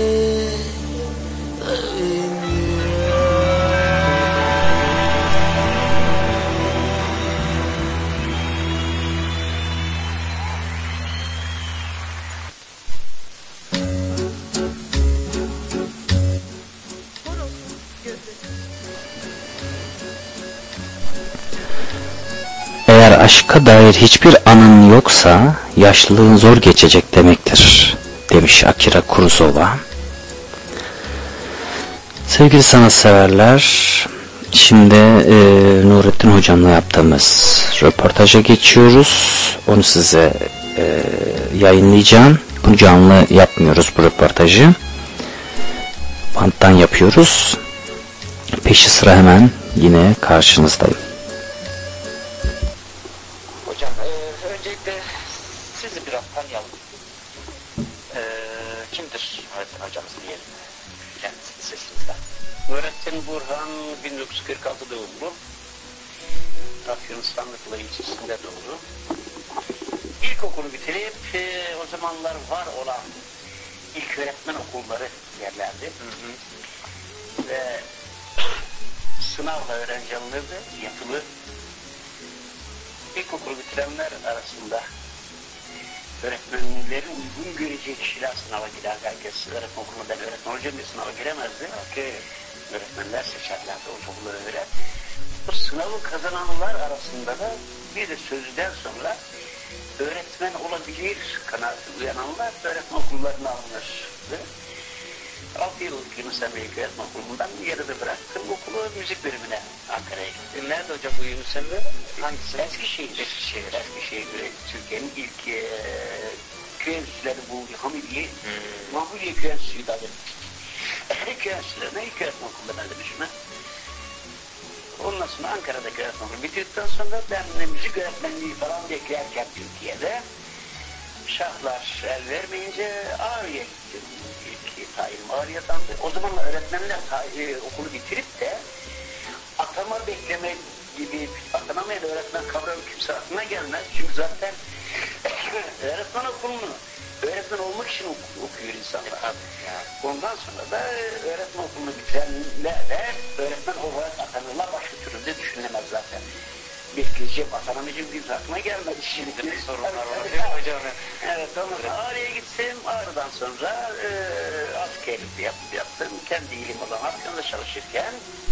Eğer aşka dair hiçbir anın yoksa yaşlılığın zor geçecek demektir, demiş Akira Kurosawa. Sevgili sanatseverler, şimdi e, Nurettin Hocam'la yaptığımız röportaja geçiyoruz. Onu size e, yayınlayacağım. Bunu canlı yapmıyoruz, bu röportajı. Banttan yapıyoruz. Peşi sıra hemen yine karşınızdayım. Hocam e, öncelikle sizi biraz tanıyalım. E, kimdir Nurettin hocamız diyelim. Kendisini sesinizden. Nurettin Burhan bin dokuz yüz kırk altı doğumlu. Afyon Sandıklı ilçesinde doğdu. İlkokulu bitirip e, o zamanlar var olan ilk öğretmen okulları yerlerdi. Hı hı. Ve sınavla öğrenci alınırdı, yatılı. İlkokulu bitirenler arasında öğretmenlerin uygun göreceği kişiler sınava gider. Herkes öğretmen okuluna ben öğretmen hocam diye sınava giremezdi. Okay. Öğretmenler seçerlerdi ortaokulu öyle. Bu sınavı kazananlar arasında da bir de sözlüden sonra öğretmen olabilir kanaati uyananlar öğretmen okullarına alınırdı. altı yıllık Yunus Emre İlk Öğretmen Okulu'ndan yarıda bıraktım okulu müzik bölümüne Ankara'ya gittim. E, nerede hocam bu Yunus Emre? Hangisi? Eskişehir. Eskişehir. Eskişehir Türkiye'nin ilk e, köy köy enstitüleri bu Hamidiye, Mahmudiye köy enstitüsüydü adı. Köy enstitülerine ilk öğretmen okuluna vermişim. Ondan sonra Ankara'daki öğretmen okulu bitirdikten sonra ben müzik öğretmenliği falan beklerken Türkiye'de şartlar el vermeyince Ağrı'ya gittim. İlk tayinim Ağrı'ya tanıdı. O zaman öğretmenler e, okulu bitirip de atama bekleme gibi atanamayan öğretmen kavramı kimse aklına gelmez. Çünkü zaten öğretmen okulunu öğretmen olmak için ok- okuyor insanlar. Ondan sonra da öğretmen okulunu bitirenler de öğretmen olarak atanırlar. Başka türlü de düşünülemez zaten. Bekleyeceğim, atanamayacağım bir aklına gelmedi şimdi. Bir sorunlar var değil mi hocam? Evet, ondan Ağrı'ya gittim. Ağrı'dan sonra e, askerlik yaptım, yaptım. Kendi ilim olan hakkında çalışırken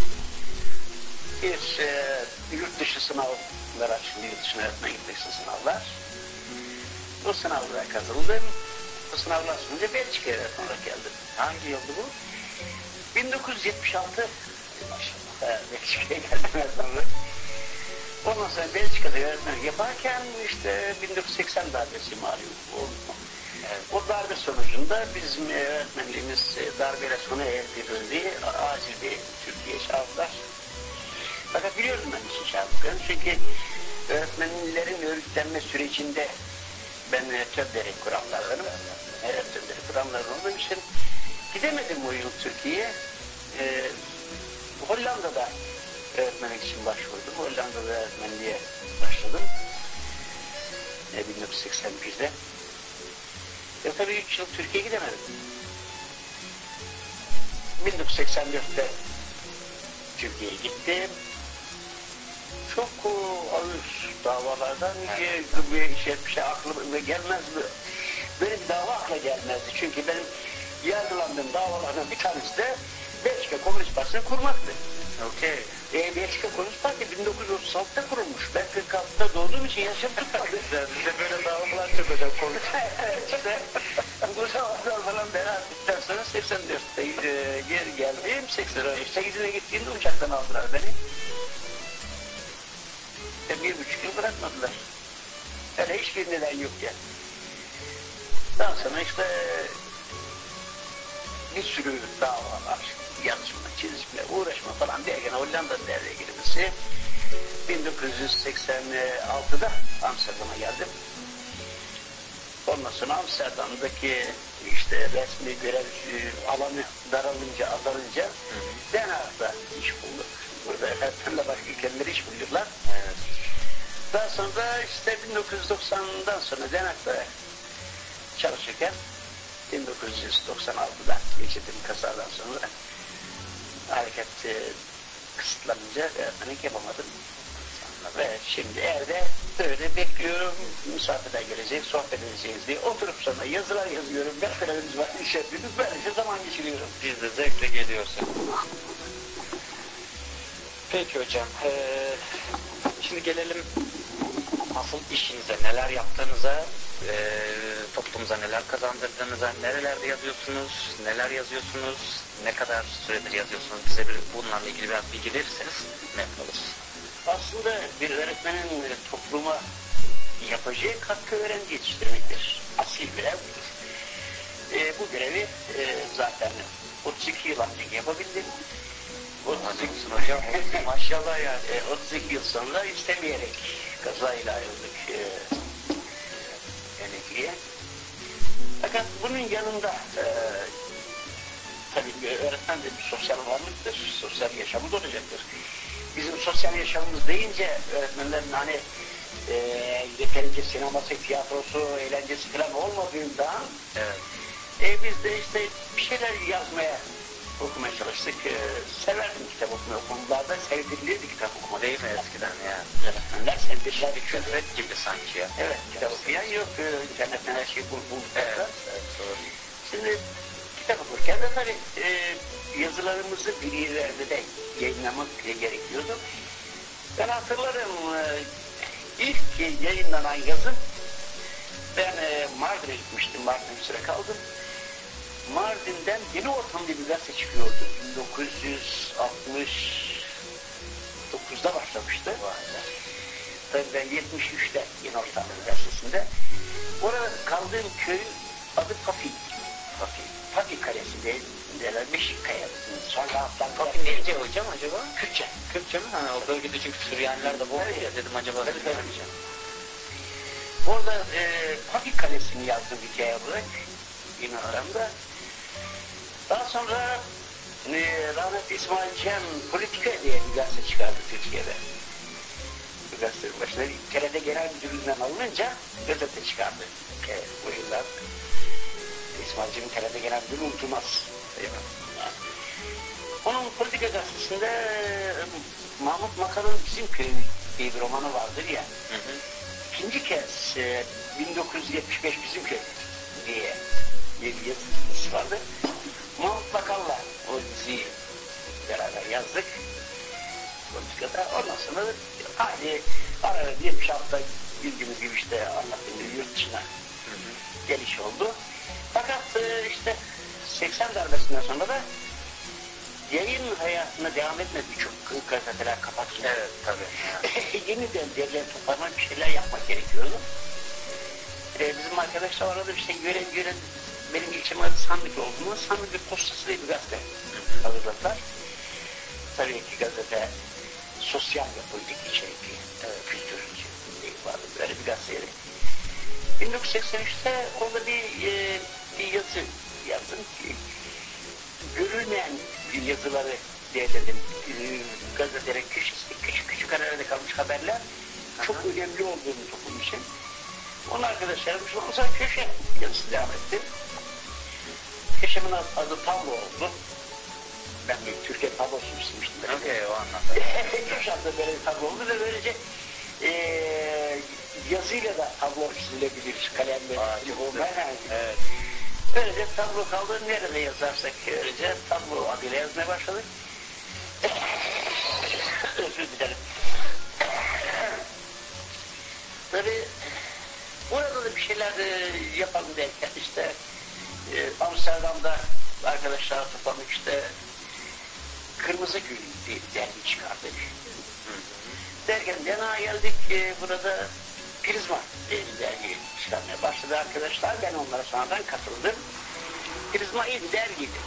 bir e, yurt dışı sınavlar açıldı. Yurt dışına öğretmen gitmek için sınavlar. Bu sınavlara katıldım. Bu sınavlar sonucu Belçika'ya öğretmen olarak geldim. Hangi yıldı bu? bin dokuz yüz yetmiş altı maşallah Belçika'ya geldim öğretmen olarak. Ondan sonra Belçika'da öğretmen yaparken işte bin dokuz yüz seksen darbesi malum oldu. Evet. O darbe sonucunda bizim öğretmenliğimiz darbeyle sona erdirildi. Acil bir Türkiye'ye çağırdılar. Fakat biliyordum ben için çağırdıklarını. Çünkü öğretmenlerin örgütlenme sürecinde ben töbleri kuranlardanım. Evet, töbleri kuranlardan olduğum için gidemedim o yıl Türkiye'ye. Ee, Hollanda'da öğretmenlik için başvurdum. Hollanda'da öğretmenliğe başladım. E, bin dokuz yüz seksen birde. E, tabii üç yıl Türkiye'ye gidemedim. bin dokuz yüz seksen dörtte Türkiye'ye gittim. Çok o, ağır davalardan evet. bir şey, bir şey aklıma gelmez mi? Böyle bir dava akla gelmezdi. Çünkü benim yargılandığım davalardan bir tanesi de Belçika Komünist Partisi'ni kurmaktı. Okey. E, Belçika Komünist Parti bin dokuz yüz otuz altıda kurulmuş. Ben kırk altıda doğduğum için yaşım tutmadı. Bizde böyle davalar çok hocam komünist. İşte bu zamanlar falan beraber bittikten sonra seksen dörtte e, geri geldim. seksen sekizine gittiğimde uçaktan aldılar beni. E, bir buçuk yıl bırakmadılar. Öyle hiçbir neden yok yani. Daha sonra işte bir sürü davalar, yazışma, çizişme, uğraşma falan derken Hollanda'nın devreye girmesi bin dokuz yüz seksen altıda Amsterdam'a geldim. Ondan sonra Amsterdam'daki işte resmi görev alanı daralınca, azalınca Den Haag'da iş bulduk. Burada öğretmenle başka ülkeler iş buluyorlar. Evet. Daha sonra işte bin dokuz yüz doksandan sonra Den Haag'da çalışırken bin dokuz yüz doksan altıda geçirdiğim kazadan sonra hareket e, kısıtlanınca öğretmenlik yapamadım. Ve şimdi evde böyle bekliyorum, misafirler gelecek, sohbet edeceğiz diye oturup sonra yazılar yazıyorum, gazetelerimiz var, iş yapıyoruz, böylece zaman geçiriyorum. Biz de zevkle geliyorsun. Peki hocam, ee, şimdi gelelim asıl işinize, neler yaptığınıza, e, toplumuza neler kazandırdığınıza, nerelerde yazıyorsunuz, neler yazıyorsunuz, ne kadar süredir yazıyorsunuz, bize bir, bunlarla ilgili biraz bilgi verirseniz memnun oluruz. Aslında bir öğretmenin topluma yapacağı katkı öğrenci yetiştirmektir. Asil görev budur. E, bu görevi e, zaten otuz iki yıl önce yapabildim. otuz iki hocam, maşallah yani. E, otuz iki yıl sonra istemeyerek kazayla ayrıldık e, emekliye. Fakat bunun yanında e, tabii öğretmen de bir sosyal varlıktır, sosyal yaşamı da olacaktır. Bizim sosyal yaşamımız deyince öğretmenlerin hani e, yeterince sineması, tiyatrosu, eğlencesi falan olmadığından evet. e, biz de işte bir şeyler yazmaya, okumaya çalıştık. E, severdim kitap okumayı. Okullarda sevdirilirdi kitap okumak. Değil mi eskiden ya? Öğretmenler sevdirirlerdi. Bir külfet gibi sanki ya. Evet, kitap okuyan yok. E, internetten her şeyi bul, bul. Evet, evet, doğru. Şimdi kitap okurken de tabii e, yazılarımızı bir yerlerde de yayınlamak gerekiyordu. Ben hatırlarım e, ilk yayınlanan yazım ben e, Mardin'e gitmiştim. Mardin'e bir süre kaldım. Mardin'den Yeni Ortam diye bir gazete çıkıyordu. bin dokuz yüz altmış dokuzda başlamıştı. Tabii ben yetmiş üçte Yeni Orta Üniversitesi'nde. Orada kaldığım köyün adı Pafi. Pafi. Pafi Kalesi de derler Beşikkaya. Sonra alttan Pafi neyce hocam acaba? Kürtçe. Kürtçe mi? Ha, o bölgede çünkü Süryaniler de bu Evet. ya dedim acaba. Tabii, tabii. Orada e, Pafi Kalesi'ni yazdım hikaye olarak Yeni Ortam'da. Daha sonra e, rahmetli İsmail Cem Politika diye bir gazete çıkardı Türkiye'de. Bu gazetenin başına T R T Genel Müdürlüğü'nden alınınca gazete çıkardı. E, bu yıllar İsmail Cem'in T R T Genel Müdürlüğü unutulmaz. Değil mi? Yani. Onun Politika gazetesinde e, Mahmut Makar'ın Bizim Köy diye bir romanı vardır ya. Hı hı. İkinci kez e, bin dokuz yüz yetmiş beş Bizim Köy diye bir yazısı vardı. Mahmut Bakal'la o diziyi beraber yazdık. Politikada. Ondan sonra hadi ara yetmiş hafta bildiğimiz gibi işte anlattığım gibi yurt dışına geliş oldu. Fakat e, işte seksen darbesinden sonra da yayın hayatına devam etmedi. Birçok gazeteler kapatıldı. Evet tabii. Yeniden derleyen toparlanan bir şeyler yapmak gerekiyordu. Ee, bizim arkadaşlar arada işte görev görev benim ilçem adı Sandık olduğunu Sandık postası diye bir gazete hazırladılar. Tabii ki gazete sosyal ve politik içerikli, e, kültür içerikli vardı. Böyle bir gazeteydi. bin dokuz yüz seksen üçte orada bir, e, bir yazı yazdım ki görülmeyen yazıları derledim. E, gazetelerin köşesinde küçük küçük arada kalmış haberler çok önemli olduğunu toplum için. Onun arkadaşlarım ondan sonra köşe yazısı devam etti. Köşemin adı tablo oldu. Ben bir Türkiye tablosu istemiştim. Okey o anlamda. Köşe adlı böyle bir tablo oldu ve böylece e, yazıyla da tablo çizilebilir kalemle. Aa, çok güzel. Evet. Böylece tablo kaldı. Nerede yazarsak öylece tablo adıyla yazmaya başladık. Özür dilerim. Tabii burada da bir şeyler e, yapalım derken işte e, Amsterdam'da arkadaşlar toplandık işte Kırmızı Gül diye dergi çıkardık. Derken yana geldik e, burada Prizma diye bir dergi çıkarmaya başladı arkadaşlar. Ben onlara sonradan katıldım. Prizma iyi bir dergiydi.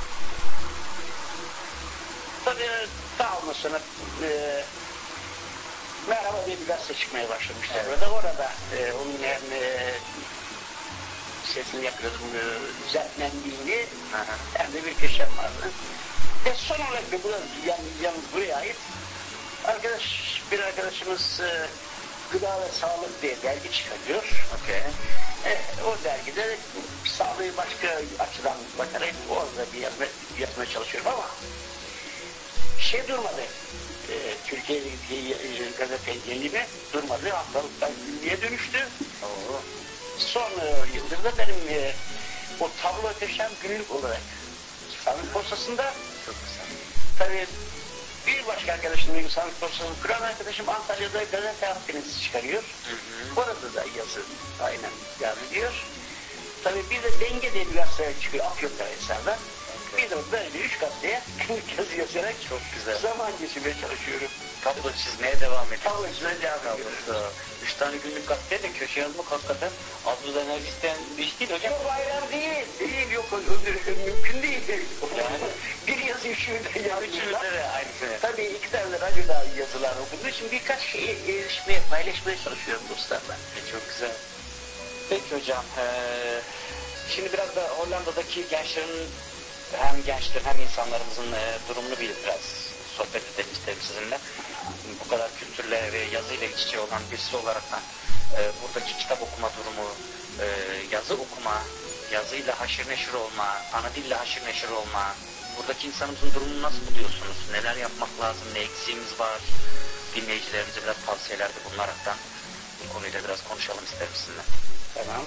Tabii daha ondan sonra e, Merhaba diye bir gazete çıkmaya başlamıştı. Evet. Burada orada e, onun hem e, sesini yapıyordum, e, düzeltmenliğini hem de bir köşem vardı. Ve son olarak da burası, yalnız, yalnız buraya ait arkadaş, bir arkadaşımız e, Gıda ve Sağlık diye dergi çıkarıyor. Okay. E, o dergide sağlığı başka açıdan bakarak orada bir yazma, yazmaya çalışıyorum ama şey durmadı. E, Türkiye'deki e, gazete yayını durmadı. Haftalıktan günlüğe dönüştü. Oo. Son e, yıldır da benim e, o tablo köşem günlük olarak Sandık Postası'nda tabii bir başka arkadaşım benim Sandık Postası'nın kuran arkadaşım Antalya'da gazete haftenizi çıkarıyor. Hı hı. Orada da yazı aynen devam ediyor. Tabii bir de Denge diye bir gazete çıkıyor Afyon'da Eser'den. Bir de böyle üç gazeteye günlük yazı yazarak çok güzel zaman geçirmeye çalışıyorum. Tablo çizmeye devam ediyor. Tablo çizmeye devam ediyor. Üç tane günlük gazeteye de köşe yazmak hakikaten az da enerjisten bir iş değil hocam. Yok bayram değil. Değil yok mümkün değil. Yani. Bir yazı üçüncü yazı. Üçüncü de aynısı. Tabii iki tane de radyoda yazılar okunduğu için birkaç şeyi erişmeye, paylaşmaya çalışıyorum dostlarla. E, çok güzel. Peki hocam. Ee, şimdi biraz da Hollanda'daki gençlerin hem gençlerin hem insanlarımızın e, durumunu bir biraz sohbet edelim isterim sizinle. Bu kadar kültürle ve yazıyla iç içe olan birisi olaraktan e, buradaki kitap okuma durumu, e, yazı okuma, yazıyla haşır neşir olma, ana dille haşır neşir olma, buradaki insanımızın durumunu nasıl buluyorsunuz? Neler yapmak lazım? Ne eksiğimiz var? Dinleyicilerimize biraz tavsiyelerde bulunaraktan bu konuyla biraz konuşalım isterim sizinle. Tamam.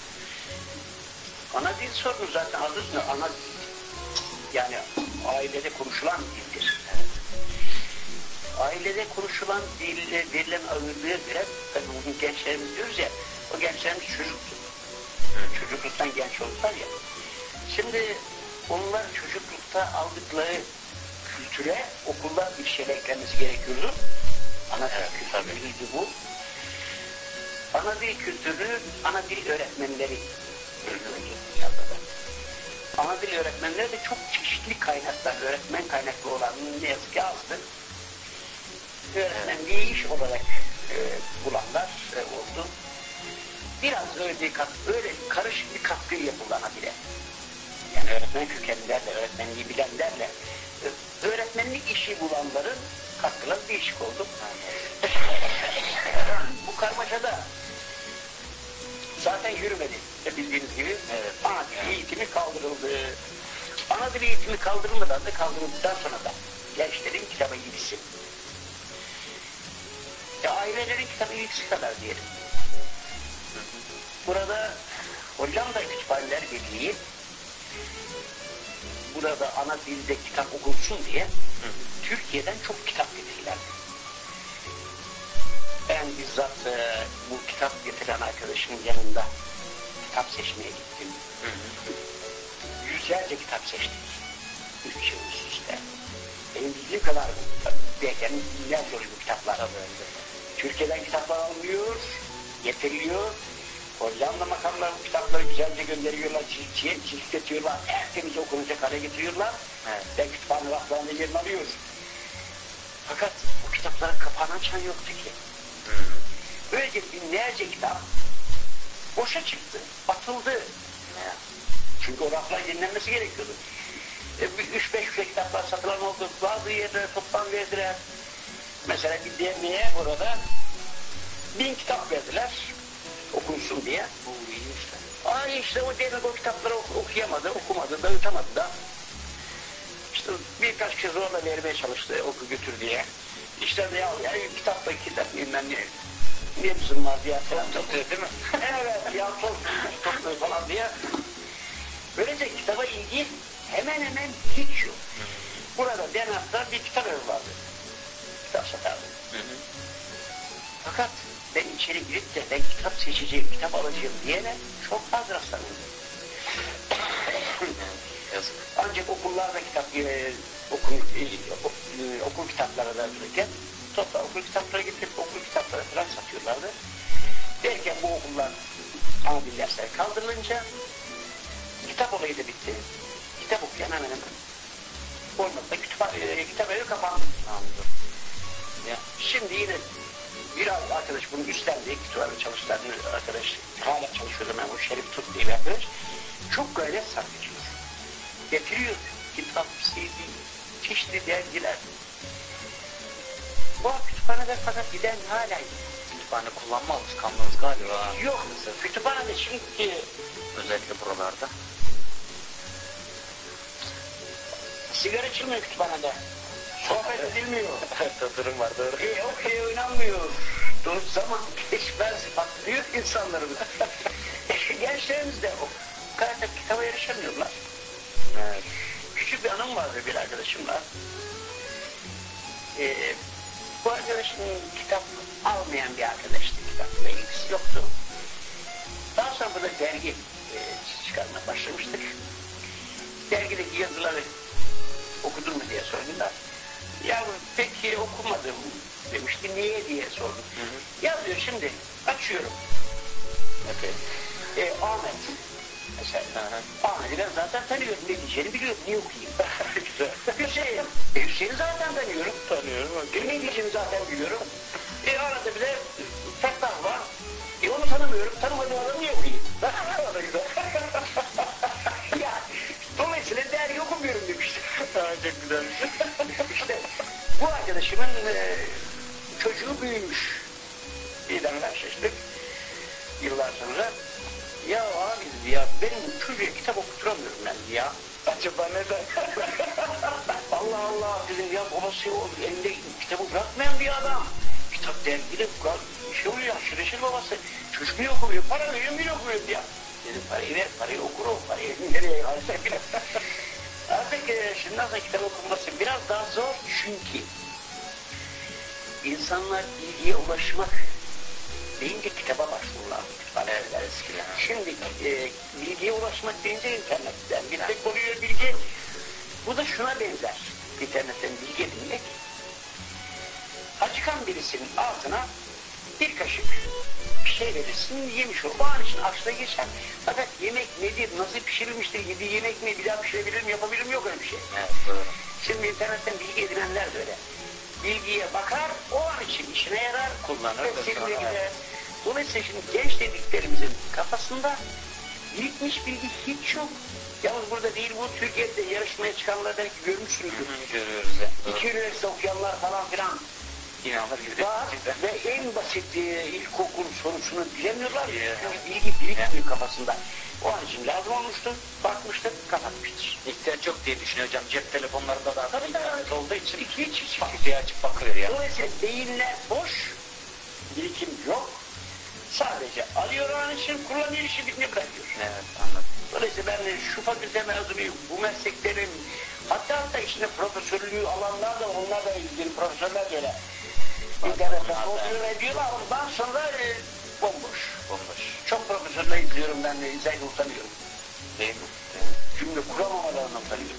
Ana dil sorunu zaten adı üstünde ana yani ailede konuşulan dildir. Evet. Ailede konuşulan dille verilen ağırlığı göre tabii bugün gençlerimiz diyoruz ya o gençlerimiz çocuktu. Evet. Çocukluktan genç oldular ya. Şimdi onlar çocuklukta aldıkları kültüre okulda bir şeyler eklenmesi gerekiyordu. Ana dil Evet, tabii. kültürüydü bu. Ana dil kültürü, ana dil öğretmenleri yazdı. Ana dil öğretmenleri de çok çeşitli kaynaklar, öğretmen kaynaklı olan ne yazık ki azdı. Öğretmenliği iş olarak e, bulanlar e, oldu. Biraz öyle, kat, öyle karışık bir katkı yapıldı ana dile. Yani öğretmen kökenlerle, öğretmenliği bilenlerle, ö- öğretmenlik işi bulanların katkıları değişik oldu. Bu karmaşada zaten yürümedi. Bildiğiniz gibi evet. Ana dil eğitimi kaldırıldı. Ana dil eğitimi kaldırılmadan da kaldırıldıktan sonra da gençlerin kitaba ilgisi. Ya ailelerin kitaba ilgisi kadar diyelim. Burada Hollanda Kütüphaneler Birliği burada ana dilde kitap okunsun diye hı. Türkiye'den çok kitap getirirler. Ben bizzat e, bu kitap getiren arkadaşımın yanında kitap seçmeye gittim. Hı hı. Yüzlerce kitap seçtik. Üç yıl üst üste. Benim bildiğim kadar derken binlerce oluyor bu kitaplar. Tabii. Türkiye'den kitaplar alınıyor, getiriliyor. Hollanda makamları bu kitapları güzelce gönderiyorlar, çiftçiye çizletiyorlar, tertemiz okunacak hale getiriyorlar. Evet. Ve kütüphane raflarında yerini alıyor. Fakat bu kitapların kapağını açan yoktu ki. Hmm. Böylece binlerce kitap boşa çıktı, atıldı. Evet. Çünkü o raflar yenilenmesi gerekiyordu. E, üç beş kitaplar satılan oldu, bazı yerlere toplam verdiler. Mesela bir derneğe burada bin kitap verdiler. Okunsun diye. Bu iyi işte. Ay işte o dernek o kitapları ok okuyamadı, okumadı, dağıtamadı da. İşte birkaç kez zorla vermeye çalıştı, oku götür diye. İşte de ya, ya kitapta kitap bilmem ne, ne bizim var diye falan tutuyor değil mi? Evet ya topluyor falan diye. Böylece kitaba ilgi hemen hemen hiç yok. Burada Denaz'da bir kitap evi vardı. Kitap satardı. Hı hı. Fakat ben içeri girip de ben kitap seçeceğim, kitap alacağım diyene çok az rastlanıyorum. Ancak okullarda kitap, e, okul, e, e, okul kitapları da dururken topla okul kitapları getirip okul kitapları falan satıyorlardı. Derken bu okullar ana dil dersleri kaldırılınca kitap olayı da bitti. Kitap okuyan hemen hemen olmadı. Kütüphane, e, kitap evi kapandı. Ya, şimdi yine bir arkadaş bunu üstlendi, kütüphane çalıştıran arkadaş, hala çalışıyordu ben bu Şerif Tut diye bir arkadaş. Çok gayret sarf ediyor. Getiriyor kitap, C D, çeşitli dergiler. Bu kütüphanede fakat giden hala kütüphane kullanma alışkanlığınız galiba. Yok, kütüphanede şimdi özellikle buralarda. Sigara içilmiyor kütüphanede. Sohbet edilmiyor. Durum var doğru. E, okey oynanmıyor. Doğru zaman geçmez. Patlıyor insanlarımız. Gençlerimiz de o kadar kitaba yarışamıyorlar. Evet. Küçük bir anım vardı bir arkadaşımla. Ee, bu arkadaşın kitap almayan bir arkadaştı. Kitapla ilgisi yoktu. Daha sonra burada dergi e, çıkarmaya başlamıştık. Dergideki yazıları okudun mu diye sordular. Ya peki okumadım demişti. Niye diye sordum. Hı hı. Yazıyor şimdi. Açıyorum. Okay. E, Ahmet. Mesela. Ahmet'i ben zaten tanıyorum. Ne diyeceğini biliyorum. Niye okuyayım? Güzel. Hüseyin. E, Hüseyin'i zaten tanıyorum. Tanıyorum. Okay. E, ne diyeceğimi zaten biliyorum. E, arada bir de Fettah var. E, onu tanımıyorum. Tanımadığım adamı niye okuyayım? O da güzel. Ya, dolayısıyla dergi okumuyorum demişti. Çok güzelmiş. İşte bu arkadaşımın e, çocuğu büyümüş. Birden karşılaştık. Yıllar sonra. Ya abi ya benim çocuğa kitap okuturamıyorum ben ya. Acaba neden? Allah Allah dedim ya babası o elinde kitabı bırakmayan bir adam. Kitap dergide şey oluyor aşırı neşir babası. Çocuk niye okumuyor? Para veriyor mu okumuyor ya. Dedim parayı ver parayı okur o parayı nereye alırsak. Artık e, şimdiden sonra kitap okunması biraz daha zor çünkü insanlar bilgiye ulaşmak deyince kitaba başvururlar. Evet, eskiden. Şimdi e, bilgiye ulaşmak deyince internetten bir tek oluyor bilgi. Bu da şuna benzer. İnternetten bilgi edinmek. acıkan birisinin ağzına bir kaşık bir şey verirsin, yemiş olur. O an için aklına geçer. Fakat yemek nedir, nasıl pişirilmiştir, yediği yemek mi, bir daha pişirebilir mi, yapabilir mi, yok öyle bir şey. Evet, doğru. Şimdi internetten bilgi edinenler de öyle. Bilgiye bakar, o an için işine yarar, Kullanır ve ve seninle sonra- gider. Dolayısıyla şimdi genç dediklerimizin kafasında birikmiş bilgi hiç yok. Yalnız burada değil, bu Türkiye'de yarışmaya çıkanlar belki görmüşsünüzdür. Hı, görüyoruz ya. Doğru. İki üniversite okuyanlar falan filan İnanılır gibi. var Gerçekten. ve en basit e, ilkokul sorusunu bilemiyorlar. Ya. Çünkü bilgi birikmiyor kafasında. O an için lazım olmuştu, bakmıştır, kapatmıştır. İhtiyaç yok diye düşünüyor hocam. Cep telefonlarında da Tabii internet tabii. olduğu için Hiç, hiç, hiç. fakülteye açıp bakıyor ya. Dolayısıyla beyinler boş, birikim yok. Sadece alıyor o an için, kullanıyor, işi bitmiyor, bırakıyor. Evet, anladım. Dolayısıyla ben de şu fakülte mezunuyum, bu mesleklerin, hatta hatta içinde profesörlüğü alanlar da, onlar da ilgili profesörler de öyle. İnternetten oluyor ve diyorlar, ondan sonra e, bomboş. Bomboş. Çok profesörler izliyorum ben de, izlerken utanıyorum. Değil mi? Değil mi? Cümle kuramamalarına utanıyorum.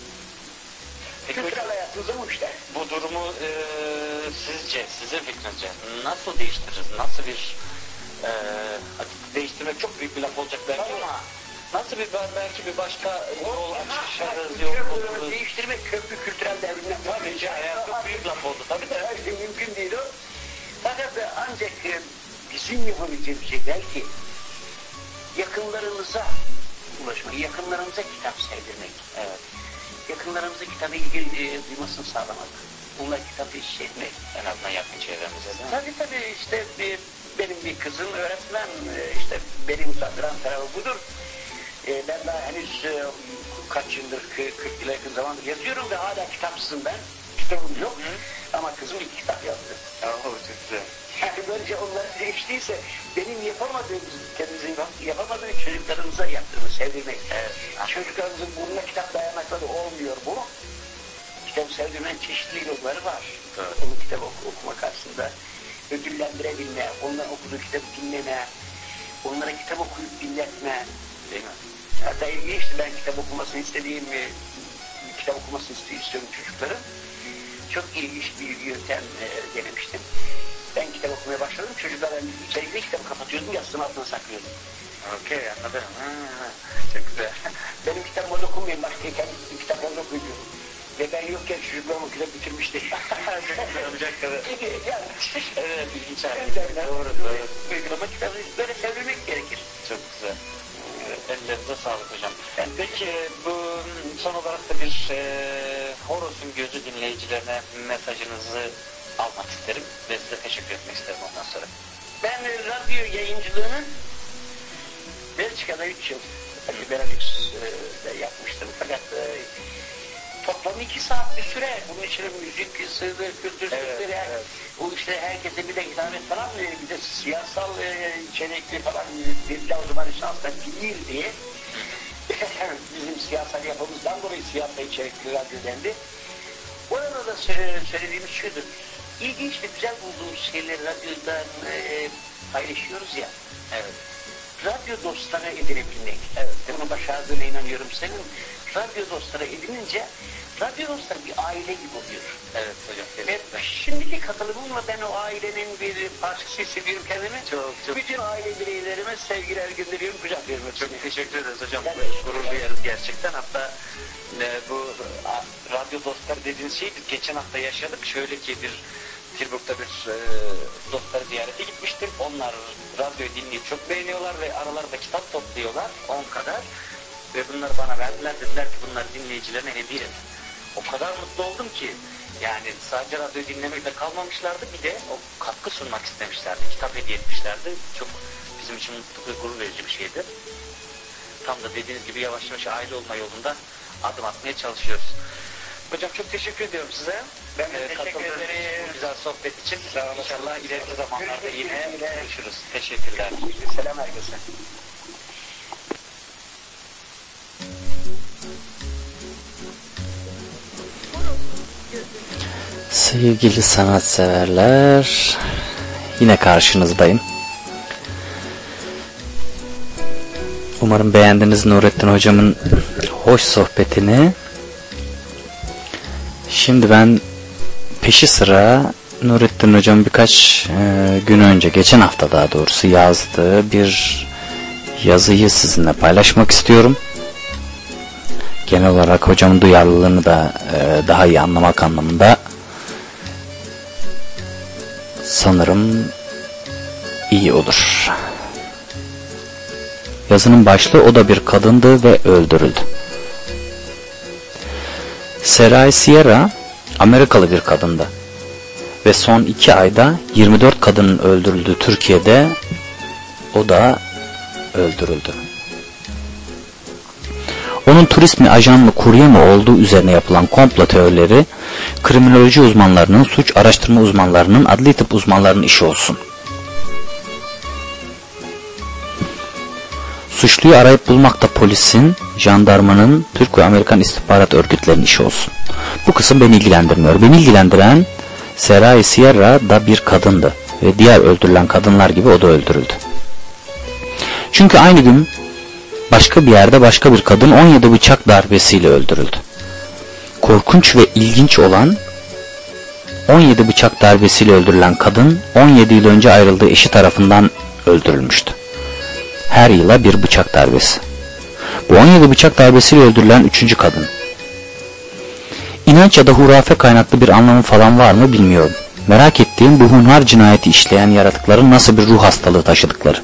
Peki Kültürel hocam, hayatımızda bu işte. bu durumu e, sizce, sizin fikrinizce nasıl değiştiririz? Nasıl bir e, hadi değiştirmek çok büyük bir laf olacak belki Tabii. ama nasıl bir belki bir başka yol açışarız, Kültürel yol olarak buluruz? değiştirmek köklü kültürel devrimler. Tabii ki hayat çok büyük laf oldu tabii de. Her şey mümkün değil o. Fakat ancak e, bizim yapabileceğimiz şey belki yakınlarımıza ulaşmak, yakınlarımıza kitap sevdirmek. Evet. Yakınlarımıza kitaba ilgi e, duymasını sağlamak. Bunlar kitabı işletmek. En azından yakın çevremize değil mi? Tabii tabii işte bir, benim bir kızım öğretmen, e, işte beni utandıran tarafı budur. E, ben daha henüz e, kaç yıldır, kırk yıla yakın zamandır yazıyorum ve hala kitapsızım ben. Kitabım yok. Hı. Ama kızım iki kitap yazdı. Oh, çok güzel. Yani böylece onları değiştiyse benim yapamadığım, kendimizin yapamadığım çocuklarımıza yaptığını sevdirmek. Evet. Çocuklarımızın burnuna kitap dayanmakla da olmuyor bu. Kitap sevdirmenin çeşitli yolları var. Evet. Onu kitap oku, okuma karşısında ödüllendirebilme, onların okuduğu kitabı dinleme, onlara kitap okuyup dinletme. Değil mi? Hatta ilginçti, ben kitap okumasını istediğim, e, kitap okumasını istiyorum çocukların. Çok ilginç bir yöntem e, denemiştim. Ben kitap okumaya başladım, çocuklar ben içeride kitabı kapatıyordum, yastığın altına saklıyordum. Okey, anladım. Ha, çok güzel. Benim kitabıma dokunmayın, başkayken kitaplarını okuyordum. Ve ben yokken çocuklarım o kitabı bitirmişti. Çok güzel olacak kadar. Yani, Evet, ilginç abi. Evet, Doğru, doğru. uygulama kitabı böyle sevdirmek gerekir. Çok güzel. Ellerinize sağlık hocam. Peki bu son olarak da bir e, Horos'un Gözü dinleyicilerine mesajınızı almak isterim ve size teşekkür etmek isterim ondan sonra. Ben e, radyo yayıncılığını Belçika'da üç yıl Benelüks'de yapmıştım. Fakat e, toplam iki saat bir süre. Bunun içine müzik sığdı, kültür Evet, sığdı. evet. Bu işte herkese bir de hizmet falan e, bir de siyasal e, içerikli falan dediler o zaman işte aslında değil diye. Bizim siyasal yapımızdan dolayı siyasal içerikli radyo dendi. Orada da söyle, söylediğimiz şudur. İlginç ve güzel bulduğumuz şeyleri radyodan e, paylaşıyoruz ya. Evet. Radyo dostları edinebilmek. Evet. Bunu başardığına inanıyorum senin. Radyo dostları edinince radyo dostları bir aile gibi oluyor. Evet hocam. Ve şimdiki katılımımla ben o ailenin bir parçası hissediyorum kendimi. Çok, çok. Bütün aile bireylerime sevgiler gönderiyorum, kucaklıyorum. Çok teşekkür ederiz hocam. Ben Gurur duyarız gerçekten. Hatta e, bu a, radyo dostlar dediğiniz şeyi biz geçen hafta yaşadık. Şöyle ki bir Tilburg'da bir e, dostları ziyarete gitmiştim. Onlar radyoyu dinleyip çok beğeniyorlar ve aralarında kitap topluyorlar. on kadar. Ve bunları bana verdiler. Dediler ki bunlar dinleyicilerine hediye edin. O kadar mutlu oldum ki yani sadece radyoyu dinlemekle kalmamışlardı, bir de o katkı sunmak istemişlerdi. Kitap hediye etmişlerdi. Çok bizim için mutlu ve gurur verici bir şeydi. Tam da dediğiniz gibi yavaş yavaş aile olma yolunda adım atmaya çalışıyoruz. Hocam çok teşekkür ediyorum size. Ben de Ee, teşekkür katıldığınız ederim. bu güzel sohbet için. İnşallah ileriki zamanlarda Görüşmek yine üzere. görüşürüz. Teşekkürler. Selam herkese. Sevgili sanatseverler, yine karşınızdayım. Umarım beğendiniz Nurettin hocamın hoş sohbetini. Şimdi ben peşi sıra Nurettin Hocam birkaç e, gün önce, geçen hafta daha doğrusu yazdığı bir yazıyı sizinle paylaşmak istiyorum. Genel olarak hocamın duyarlılığını da e, daha iyi anlamak anlamında sanırım iyi olur. Yazının başlığı "O da bir kadındı ve öldürüldü." Seray Sierra Amerikalı bir kadındı ve son iki ayda yirmi dört kadının öldürüldüğü Türkiye'de o da öldürüldü. Onun turist mi, ajan mı, kurye mi olduğu üzerine yapılan komplo teorileri kriminoloji uzmanlarının, suç araştırma uzmanlarının, adli tıp uzmanlarının işi olsun. Suçluyu arayıp bulmak da polisin, jandarmanın, Türk ve Amerikan istihbarat örgütlerinin işi olsun. Bu kısım beni ilgilendirmiyor. Beni ilgilendiren Seray Sierra da bir kadındı ve diğer öldürülen kadınlar gibi o da öldürüldü. Çünkü aynı gün başka bir yerde başka bir kadın on yedi bıçak darbesiyle öldürüldü. Korkunç ve ilginç olan, on yedi bıçak darbesiyle öldürülen kadın on yedi yıl önce ayrıldığı eşi tarafından öldürülmüştü. Her yıla bir bıçak darbesi. Bu on yedi bıçak darbesiyle öldürülen üçüncü kadın. İnanç ya da hurafe kaynaklı bir anlamı falan var mı bilmiyorum. Merak ettiğim bu hunhar cinayeti işleyen yaratıkların nasıl bir ruh hastalığı taşıdıkları.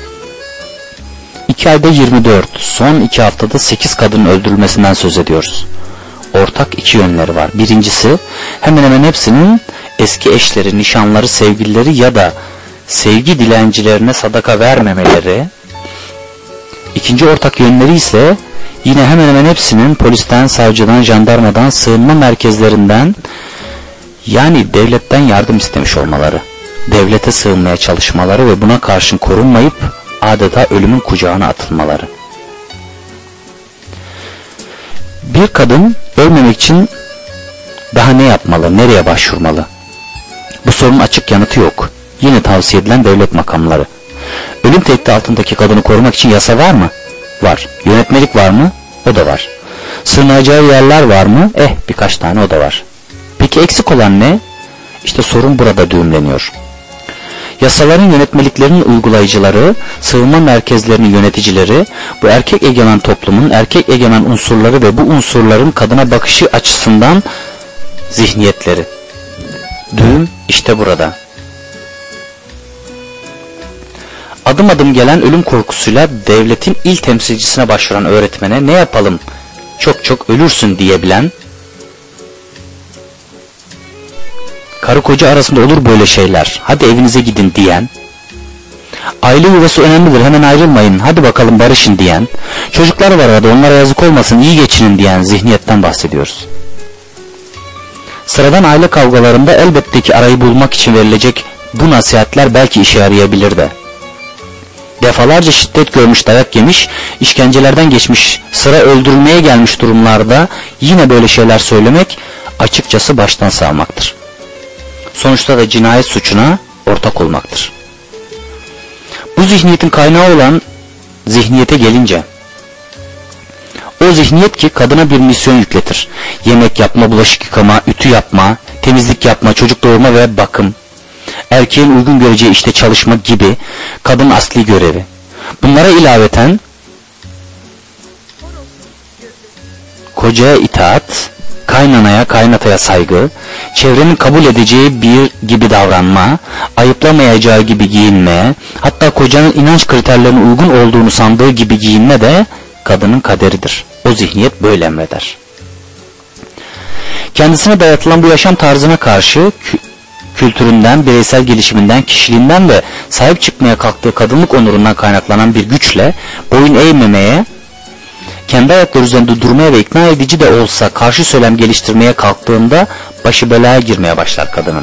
iki ayda yirmi dört, son iki haftada sekiz kadının öldürülmesinden söz ediyoruz. Ortak iki yönleri var. Birincisi, hemen hemen hepsinin eski eşleri, nişanları, sevgilileri ya da sevgi dilencilerine sadaka vermemeleri. İkinci ortak yönleri ise yine hemen hemen hepsinin polisten, savcıdan, jandarmadan, sığınma merkezlerinden, yani devletten yardım istemiş olmaları, devlete sığınmaya çalışmaları ve buna karşın korunmayıp adeta ölümün kucağına atılmaları. Bir kadın ölmemek için daha ne yapmalı, nereye başvurmalı? Bu sorunun açık yanıtı yok. Yine tavsiye edilen devlet makamları. Ölüm tehdidi altındaki kadını korumak için yasa var mı? Var. Yönetmelik var mı? O da var. Sığınacağı yerler var mı? Eh, birkaç tane o da var. Peki eksik olan ne? İşte sorun burada düğümleniyor. Yasaların, yönetmeliklerinin uygulayıcıları, sığınma merkezlerinin yöneticileri, bu erkek egemen toplumun erkek egemen unsurları ve bu unsurların kadına bakışı açısından zihniyetleri. Düğüm işte burada. Adım adım gelen ölüm korkusuyla devletin il temsilcisine başvuran öğretmene ne yapalım, çok çok ölürsün diyebilen, karı koca arasında olur böyle şeyler, hadi evinize gidin diyen, aile yuvası önemlidir, hemen ayrılmayın, hadi bakalım barışın diyen, çocuklar var arada, onlara yazık olmasın, iyi geçinin diyen zihniyetten bahsediyoruz. Sıradan aile kavgalarında elbette ki arayı bulmak için verilecek bu nasihatler belki işe yarayabilir de. Defalarca şiddet görmüş, dayak yemiş, işkencelerden geçmiş, sıra öldürülmeye gelmiş durumlarda yine böyle şeyler söylemek açıkçası baştan sağmaktır. Sonuçta da cinayet suçuna ortak olmaktır. Bu zihniyetin kaynağı olan zihniyete gelince, o zihniyet ki kadına bir misyon yükletir. Yemek yapma, bulaşık yıkama, ütü yapma, temizlik yapma, çocuk doğurma ve bakım, erkeğin uygun göreceği işte çalışma gibi kadın asli görevi. Bunlara ilaveten kocaya itaat, kaynanaya, kaynataya saygı, çevrenin kabul edeceği bir gibi davranma, ayıplamayacağı gibi giyinme, hatta kocanın inanç kriterlerine uygun olduğunu sandığı gibi giyinme de kadının kaderidir. O zihniyet böyle emreder. Kendisine dayatılan bu yaşam tarzına karşı kültüründen, bireysel gelişiminden, kişiliğinden ve sahip çıkmaya kalktığı kadınlık onurundan kaynaklanan bir güçle boyun eğmemeye, kendi ayakları üzerinde durmaya ve ikna edici de olsa karşı söylem geliştirmeye kalktığında başı belaya girmeye başlar kadının.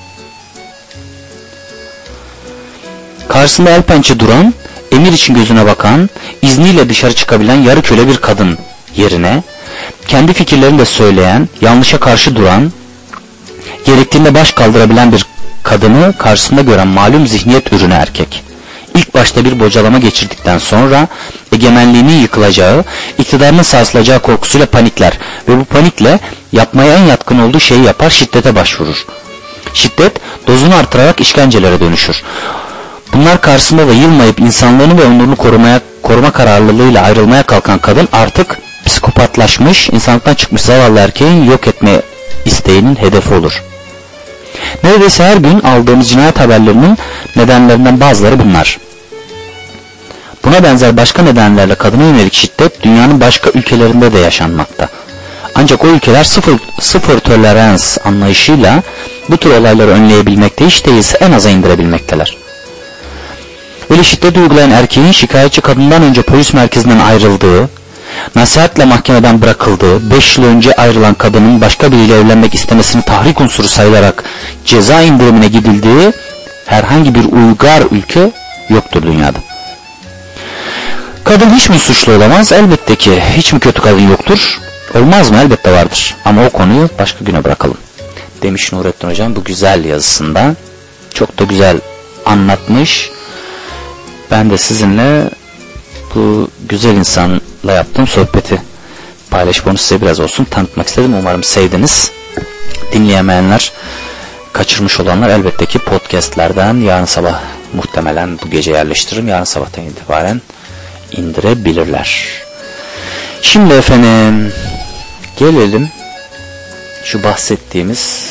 Karşısında el pençe duran, emir için gözüne bakan, izniyle dışarı çıkabilen yarı köle bir kadın yerine, kendi fikirlerini de söyleyen, yanlışa karşı duran, gerektiğinde baş kaldırabilen bir kadını karşısında gören malum zihniyet ürünü erkek. İlk başta bir bocalama geçirdikten sonra egemenliğinin yıkılacağı, iktidarının sarsılacağı korkusuyla panikler ve bu panikle yapmaya en yatkın olduğu şeyi yapar, şiddete başvurur. Şiddet dozunu artırarak işkencelere dönüşür. Bunlar karşısında da yılmayıp insanlığını ve onurunu korumaya, koruma kararlılığıyla ayrılmaya kalkan kadın artık psikopatlaşmış, insanlıktan çıkmış zavallı erkeğin yok etme isteğinin hedefi olur. Neredeyse her gün aldığımız cinayet haberlerinin nedenlerinden bazıları bunlar. Buna benzer başka nedenlerle kadına yönelik şiddet dünyanın başka ülkelerinde de yaşanmakta. Ancak o ülkeler sıfır, sıfır tolerans anlayışıyla bu tür olayları önleyebilmekte, hiç değilse en aza indirebilmekteler. Öyle şiddet uygulayan erkeğin şikayetçi kadından önce polis merkezinden ayrıldığı, nasihatle mahkemeden bırakıldığı, beş yıl önce ayrılan kadının başka biriyle evlenmek istemesini tahrik unsuru sayılarak ceza indirimine gidildiği herhangi bir uygar ülke yoktur dünyada. Kadın hiç mi suçlu olamaz? Elbette ki. Hiç mi kötü kadın yoktur? Olmaz mı? Elbette vardır. Ama o konuyu başka güne bırakalım demiş Nurettin Hocam bu güzel yazısında. Çok da güzel anlatmış. Ben de sizinle bu güzel insanla yaptığım sohbeti paylaşıp onu size biraz olsun tanıtmak istedim. Umarım sevdiniz. Dinleyemeyenler, kaçırmış olanlar elbette ki podcastlerden yarın sabah muhtemelen bu gece yerleştiririm. Yarın sabahtan itibaren indirebilirler. Şimdi efendim gelelim şu bahsettiğimiz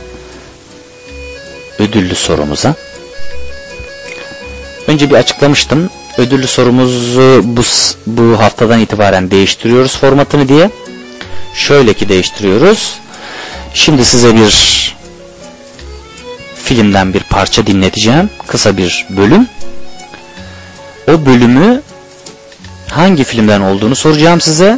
ödüllü sorumuza. Önce bir açıklamıştım. Ödüllü sorumuzu bu, bu haftadan itibaren değiştiriyoruz formatını diye. Şöyle ki değiştiriyoruz. Şimdi size bir filmden bir parça dinleteceğim. Kısa bir bölüm. O bölümü hangi filmden olduğunu soracağım size.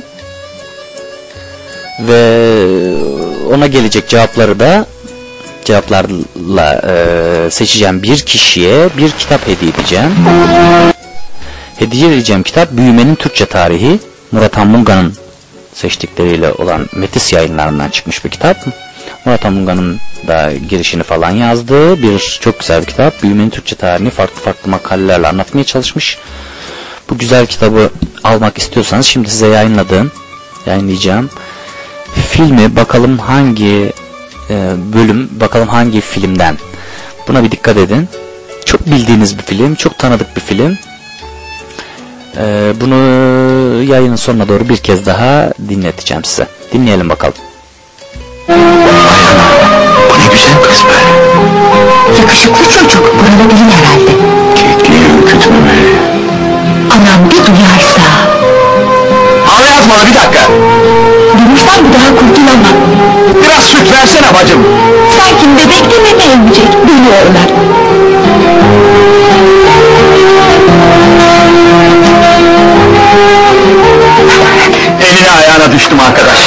Ve ona gelecek cevapları da cevaplarla e, seçeceğim bir kişiye bir kitap hediye edeceğim. Hediye edeceğim kitap Büyümenin Türkçe Tarihi. Murat Anmunga'nın seçtikleriyle olan Metis yayınlarından çıkmış bir kitap. Murat Anmunga'nın da girişini falan yazdığı bir çok güzel bir kitap. Büyümenin Türkçe Tarihini farklı farklı makalelerle anlatmaya çalışmış. Bu güzel kitabı almak istiyorsanız şimdi size yayınladığım, yayınlayacağım filmi bakalım hangi e, bölüm, bakalım hangi filmden. Buna bir dikkat edin. Çok bildiğiniz bir film, çok tanıdık bir film. E, bunu yayının sonuna doğru bir kez daha dinleteceğim size. Dinleyelim bakalım. Bu ne güzel kız böyle. Yakışıklı çocuk, buralı değil herhalde. Kekliği ürkütmemeli. Anam bir duyarsa. Ağla yazmalı bir dakika. Durursan bir daha kurtulamam. Biraz süt versene bacım. Sanki bebek de meme emecek, dönüyorlar. Eline ayağına düştüm arkadaş.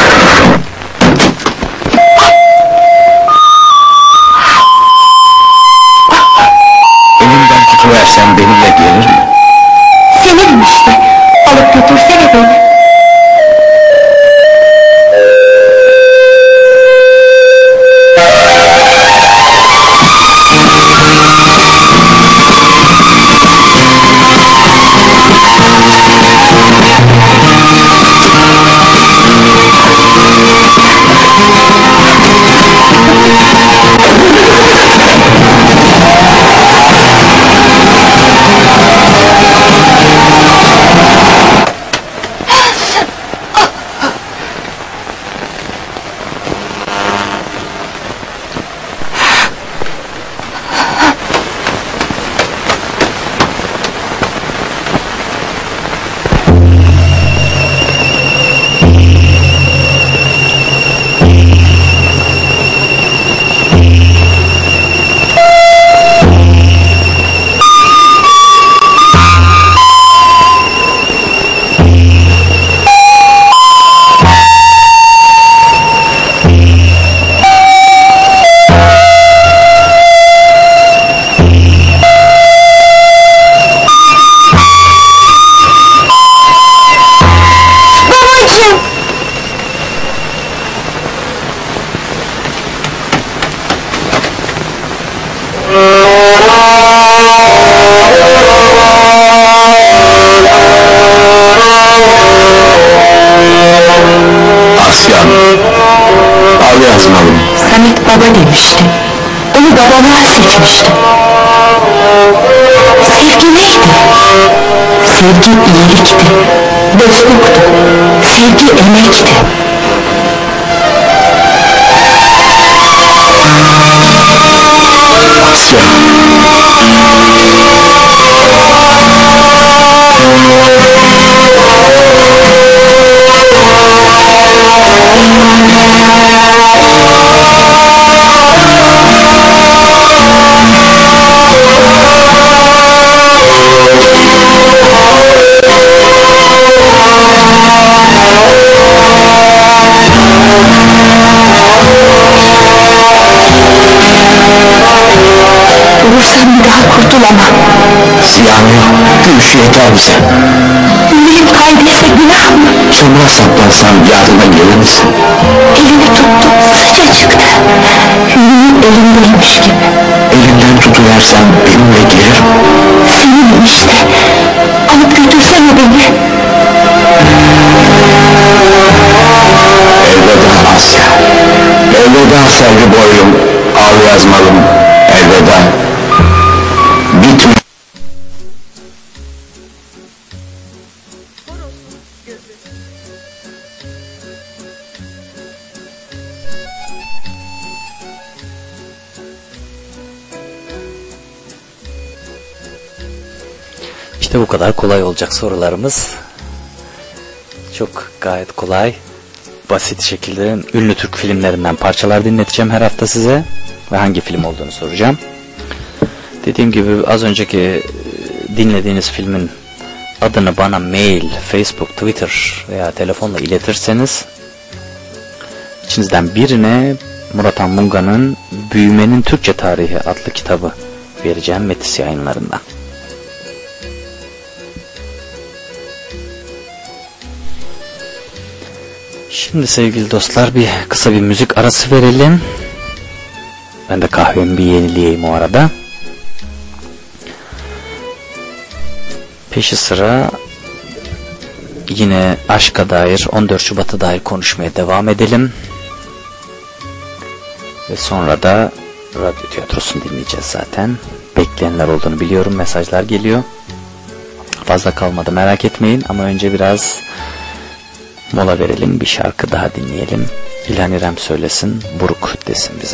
Elimden tutuversen benimle gelir mi? Senin işte. Alıp götürsene beni. Asyan, al yazmalım. Samet baba demişti. babalığa seçmiştim. Sevgi neydi? Sevgi iyilikti, dostluktu, sevgi emekti. Asya. Vursam bir daha kurtulamam. Ziyanı yok, gülüşü yeter bize. Yüreğim kaydıysa günah mı? Çamura saplansam yardıma gelir misin? Elini tuttum, sıcacıktı. Yüreğim elimdeymiş gibi. Elimden tutuversem benimle gelirim. Senin işte. Alıp götürsene beni. Elveda Asya. Elveda sevgi boylum, al yazmalım. Elveda. Bitmiş. Horosun gözü. İşte bu kadar kolay olacak sorularımız. Çok gayet kolay, basit şekilde ünlü Türk filmlerinden parçalar dinleteceğim her hafta size ve hangi film olduğunu soracağım. Dediğim gibi az önceki dinlediğiniz filmin adını bana mail, Facebook, Twitter veya telefonla iletirseniz içinizden birine Murat Han Munga'nın Büyümenin Türkçe Tarihi adlı kitabı vereceğim Metis Yayınları'ndan. Şimdi sevgili dostlar bir kısa bir müzik arası verelim. Ben de kahvemi bir yenileyeyim o arada. Peşi sıra yine aşka dair, on dört Şubat'a dair konuşmaya devam edelim. Ve sonra da radyo tiyatrosunu dinleyeceğiz zaten. Bekleyenler olduğunu biliyorum, mesajlar geliyor. Fazla kalmadı merak etmeyin ama önce biraz mola verelim, bir şarkı daha dinleyelim. İlhan İrem söylesin, buruk desin bize.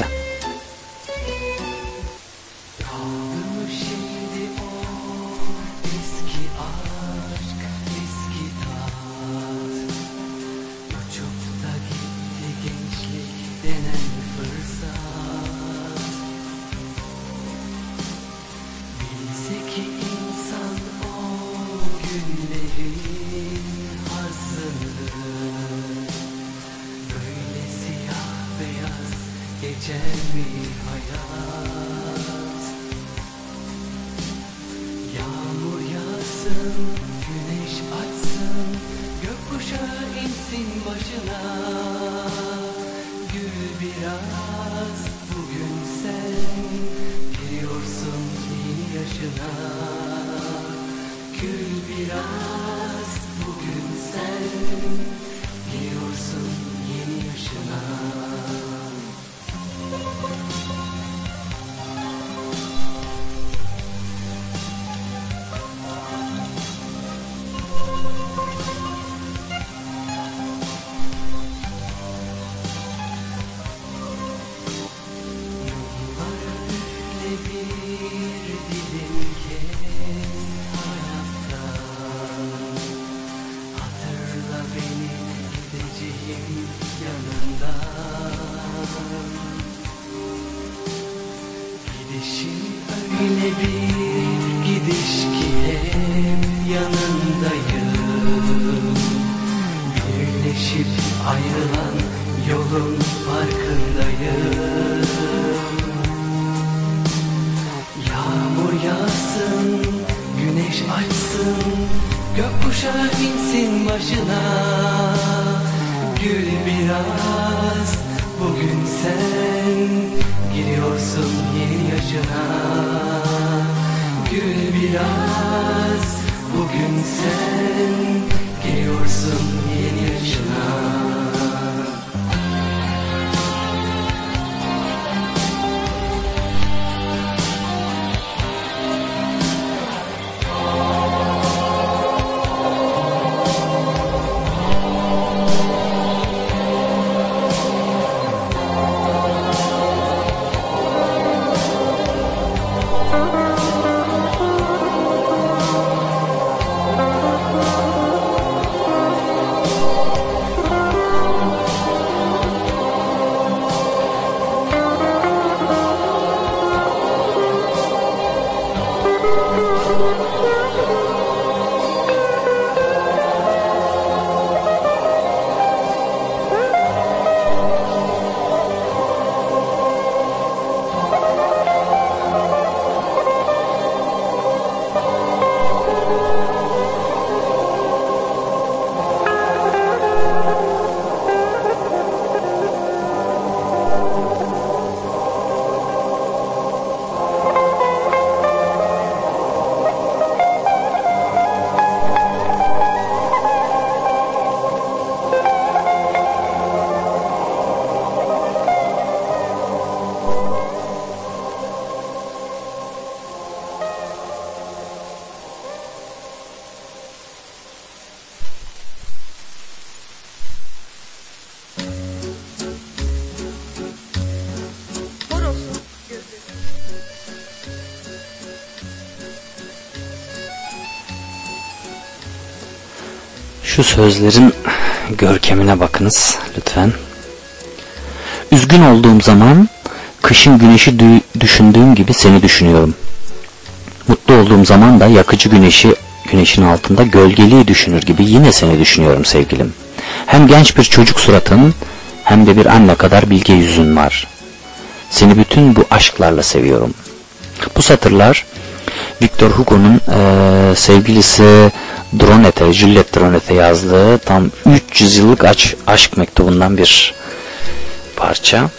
Şu sözlerin görkemine bakınız lütfen. Üzgün olduğum zaman kışın güneşi dü- düşündüğüm gibi seni düşünüyorum. Mutlu olduğum zaman da yakıcı güneşi güneşin altında gölgeliği düşünür gibi yine seni düşünüyorum sevgilim. Hem genç bir çocuk suratın hem de bir anne kadar bilge yüzün var. Seni bütün bu aşklarla seviyorum. Bu satırlar Victor Hugo'nun e, sevgilisi Dronete, Juliette Dronete yazdığı tam üç yüz yıllık aç, aşk mektubundan bir parça.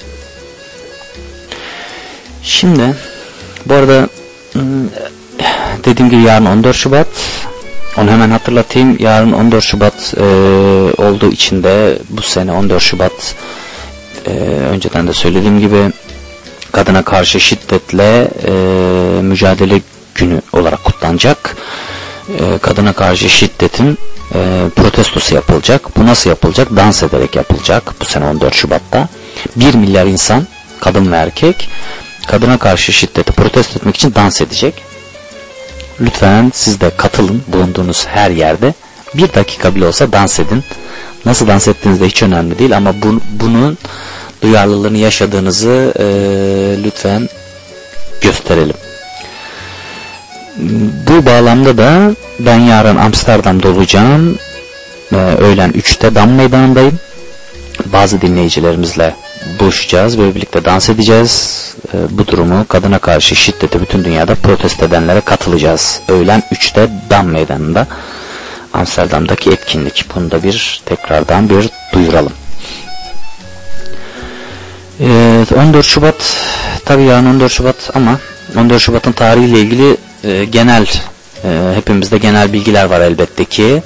Şimdi bu arada dediğim gibi yarın on dört Şubat. Onu hemen hatırlatayım. Yarın on dört Şubat e, olduğu için de bu sene on dört Şubat e, önceden de söylediğim gibi kadına karşı şiddetle e, mücadele günü olarak kutlanacak. E, kadına karşı şiddetin e, protestosu yapılacak. Bu nasıl yapılacak? Dans ederek yapılacak bu sene on dört Şubat'ta. bir milyar insan, kadın ve erkek, kadına karşı şiddeti protesto etmek için dans edecek. Lütfen siz de katılın, bulunduğunuz her yerde bir dakika bile olsa dans edin. Nasıl dans ettiğiniz de hiç önemli değil ama bu, bunun duyarlılığını yaşadığınızı e, lütfen gösterelim. Bu bağlamda da ben yarın Amsterdam'da olacağım. E, öğlen üçte Dam Meydanı'ndayım. Bazı dinleyicilerimizle buluşacağız ve birlikte dans edeceğiz. E, bu durumu, kadına karşı şiddeti bütün dünyada protesto edenlere katılacağız. Öğlen üçte Dam Meydanı'nda Amsterdam'daki etkinlik. Bunu da bir tekrardan bir duyuralım. E, on dört Şubat tabii yarın on dört Şubat ama on dört Şubat'ın tarihiyle ilgili e, genel e, hepimizde genel bilgiler var elbette ki.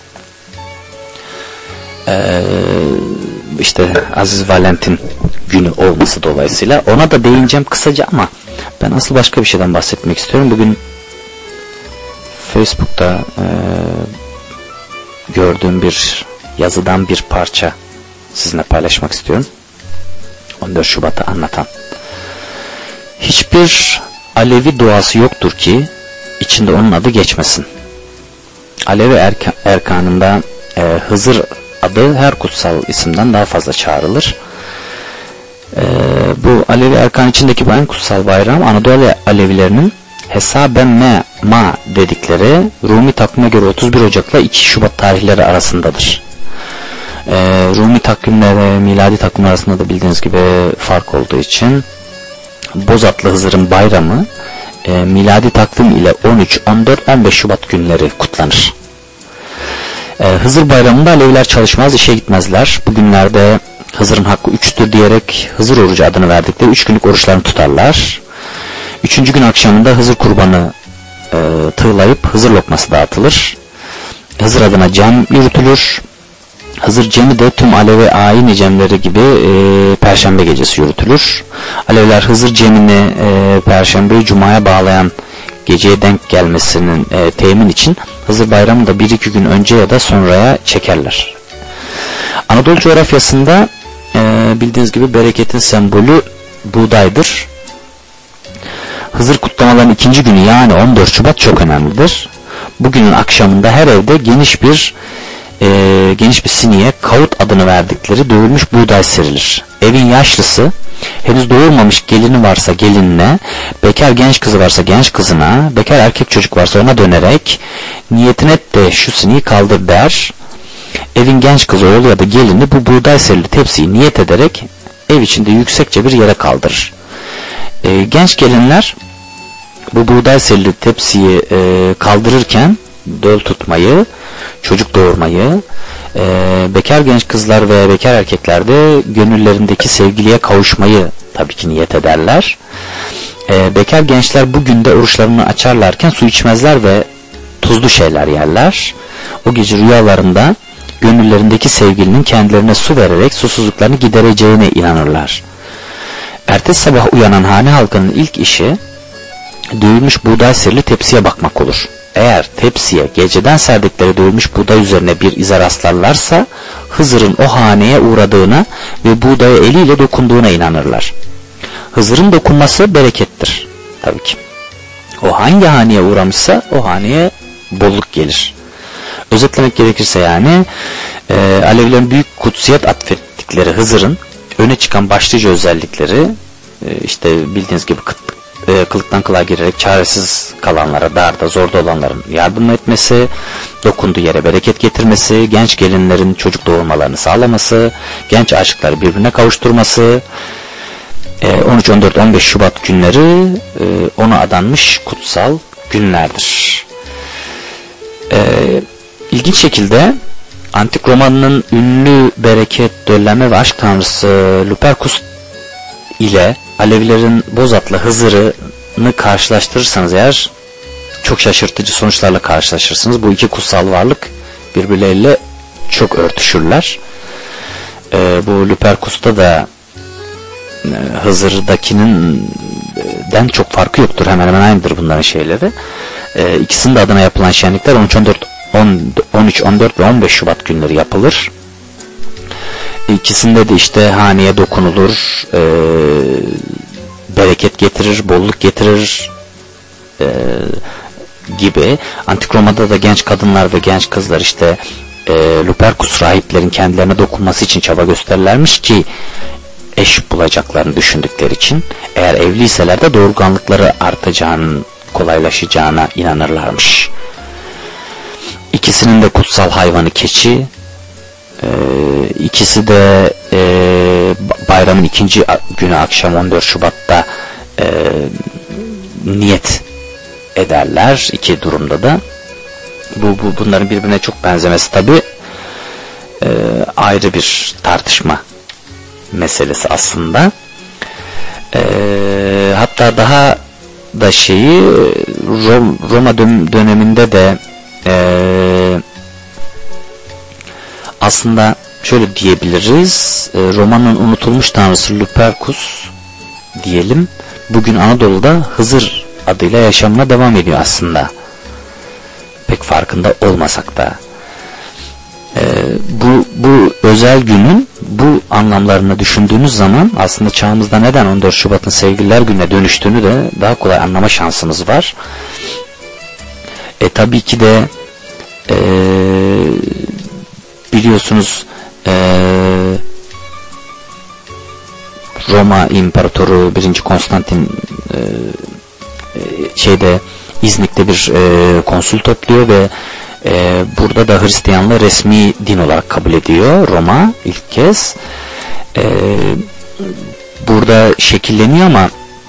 Eee işte Aziz Valentin günü olması dolayısıyla ona da değineceğim kısaca ama ben asıl başka bir şeyden bahsetmek istiyorum. Bugün Facebook'ta e, gördüğüm bir yazıdan bir parça sizinle paylaşmak istiyorum. on dört Şubat'ı anlatan. Hiçbir Alevi duası yoktur ki içinde onun adı geçmesin. Alevi erka, erkanında e, Hızır adı her kutsal isimden daha fazla çağrılır. Ee, bu Alevi Erkan içindeki bu en kutsal bayram Anadolu Alevilerinin Hesaben me ma dedikleri Rumi takvime göre otuz bir Ocak'la iki Şubat tarihleri arasındadır. Ee, Rumi takvimle ve miladi takvim arasında da bildiğiniz gibi fark olduğu için Bozatlı Hızır'ın bayramı e, miladi takvim ile on üç, on dört, on beş Şubat günleri kutlanır. Ee, Hızır bayramında Aleviler çalışmaz, işe gitmezler. Bugünlerde Hızır'ın hakkı üçtür diyerek Hızır orucu adını verdikleri üç günlük oruçlarını tutarlar. Üçüncü gün akşamında Hızır kurbanı e, tığlayıp Hızır lokması dağıtılır. Hızır adına cem yürütülür. Hızır cemi de tüm Alevi ayin cemleri gibi e, Perşembe gecesi yürütülür. Aleviler Hızır cemini e, Perşembeyi Cuma'ya bağlayan geceye denk gelmesinin e, temin için Hızır bayramını da bir iki gün önce ya da sonraya çekerler. Anadolu coğrafyasında e, bildiğiniz gibi bereketin sembolü buğdaydır. Hızır kutlamaların ikinci günü yani on dört Şubat çok önemlidir. Bugünün akşamında her evde geniş bir e, geniş bir siniye kavut adını verdikleri dövülmüş buğday serilir. Evin yaşlısı henüz doğurmamış gelini varsa gelinine, bekar genç kızı varsa genç kızına, bekar erkek çocuk varsa ona dönerek niyetine et de şu siniyi kaldır der. Evin genç kızı oğlu ya da gelini bu buğday serili tepsiyi niyet ederek ev içinde yüksekçe bir yere kaldırır. E, genç gelinler bu buğday serili tepsiyi e, kaldırırken döl tutmayı, çocuk doğurmayı, e, bekar genç kızlar ve bekar erkekler de gönüllerindeki sevgiliye kavuşmayı tabii ki niyet ederler. E, bekar gençler bugün de oruçlarını açarlarken su içmezler ve tuzlu şeyler yerler. O gece rüyalarında gönüllerindeki sevgilinin kendilerine su vererek susuzluklarını gidereceğine inanırlar. Ertesi sabah uyanan hane halkının ilk işi dövülmüş buğday serili tepsiye bakmak olur. Eğer tepsiye geceden serdikleri dövülmüş buğday üzerine bir ize rastlarlarsa Hızır'ın o haneye uğradığına ve buğdaya eliyle dokunduğuna inanırlar. Hızır'ın dokunması berekettir. Tabii ki. O hangi haneye uğramışsa o haneye bolluk gelir. Özetlemek gerekirse yani e, Alevilerin büyük kutsiyet atfettikleri Hızır'ın öne çıkan başlıca özellikleri e, işte bildiğiniz gibi kıt, e, kılıktan kılığa girerek çaresiz kalanlara, darda, zorda olanların yardım etmesi, dokunduğu yere bereket getirmesi, genç gelinlerin çocuk doğurmalarını sağlaması, genç aşıkları birbirine kavuşturması, e, on üç on dört on beş Şubat günleri e, ona adanmış kutsal günlerdir. E, ilginç şekilde Antik Roma'nın ünlü bereket, döllenme ve aşk tanrısı Lupercus ile Alevilerin Bozatlı Hızır'ını karşılaştırırsanız eğer çok şaşırtıcı sonuçlarla karşılaşırsınız. Bu iki kutsal varlık birbirleriyle çok örtüşürler. Ee, bu Lupercus'ta da e, Hızır'dakinin den çok farkı yoktur. Hemen hemen aynıdır bunların şeyleri. Ee, ikisinin de adına yapılan şenlikler on üç on dört on üç on dört ve on beş Şubat günleri yapılır. İkisinde de işte haneye dokunulur, e, bereket getirir, bolluk getirir e, gibi. Antik Roma'da da genç kadınlar ve genç kızlar işte e, Lupercus rahiplerin kendilerine dokunması için çaba gösterirlermiş ki eş bulacaklarını düşündükleri için. Eğer evliyseler de doğurganlıkları artacağının, kolaylaşacağına inanırlarmış. İkisinin de kutsal hayvanı keçi. Ee, ikisi de e, bayramın ikinci günü akşam on dört Şubat'ta e, niyet ederler. İki durumda da. Bu, bu bunların birbirine çok benzemesi tabi e, ayrı bir tartışma meselesi aslında. E, hatta daha da şeyi Rom, Roma döneminde de Ee, aslında şöyle diyebiliriz, e, Roma'nın unutulmuş tanrısı Lupercus diyelim, bugün Anadolu'da Hızır adıyla yaşamına devam ediyor aslında, pek farkında olmasak da. Ee, bu, bu özel günün bu anlamlarını düşündüğünüz zaman aslında çağımızda neden on dört Şubat'ın Sevgililer Günü'ne dönüştüğünü de daha kolay anlama şansımız var. E tabii ki de e, biliyorsunuz e, Roma İmparatoru birinci Konstantin e, şeyde İznik'te bir e, konsül topluyor ve e, burada da Hristiyanlığı resmi din olarak kabul ediyor Roma ilk kez. E, burada şekilleniyor ama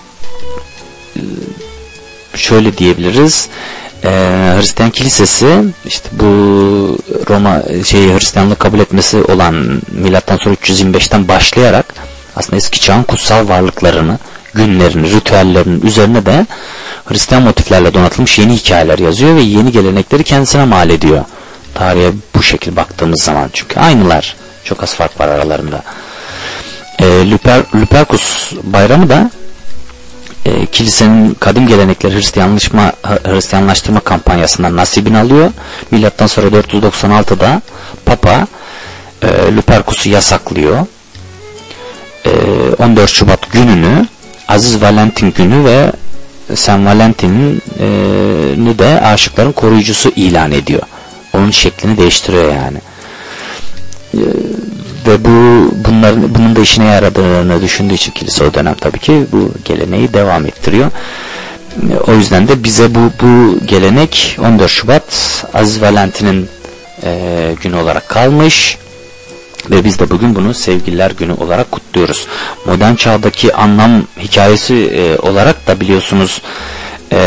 şöyle diyebiliriz. Ee, Hristiyan Kilisesi işte bu Roma şeyi Hristiyanlığı kabul etmesi olan milattan sonra üç yüz yirmi beşten başlayarak aslında eski çağın kutsal varlıklarını, günlerini, ritüellerinin üzerine de Hristiyan motiflerle donatılmış yeni hikayeler yazıyor ve yeni gelenekleri kendisine mal ediyor. Tarihe bu şekilde baktığımız zaman çünkü aynılar, çok az fark var aralarında. Ee, Luper, Lupercus bayramı da E, kilisenin kadim gelenekleri Hristiyanlaşma, Hristiyanlaştırma kampanyasından nasibini alıyor. Milattan sonra dört yüz doksan altıda Papa e, Lupercus'u yasaklıyor. E, on dört Şubat gününü Aziz Valentin günü ve Saint Valentin'i de aşıkların koruyucusu ilan ediyor. Onun şeklini değiştiriyor yani. E, Ve bu bunların bunun da işine yaradığını düşündüğü için kilise o dönem tabii ki bu geleneği devam ettiriyor. O yüzden de bize bu bu gelenek on dört Şubat Aziz Valentin'in e, günü olarak kalmış ve biz de bugün bunu Sevgililer Günü olarak kutluyoruz. Modern çağdaki anlam hikayesi e, olarak da biliyorsunuz e,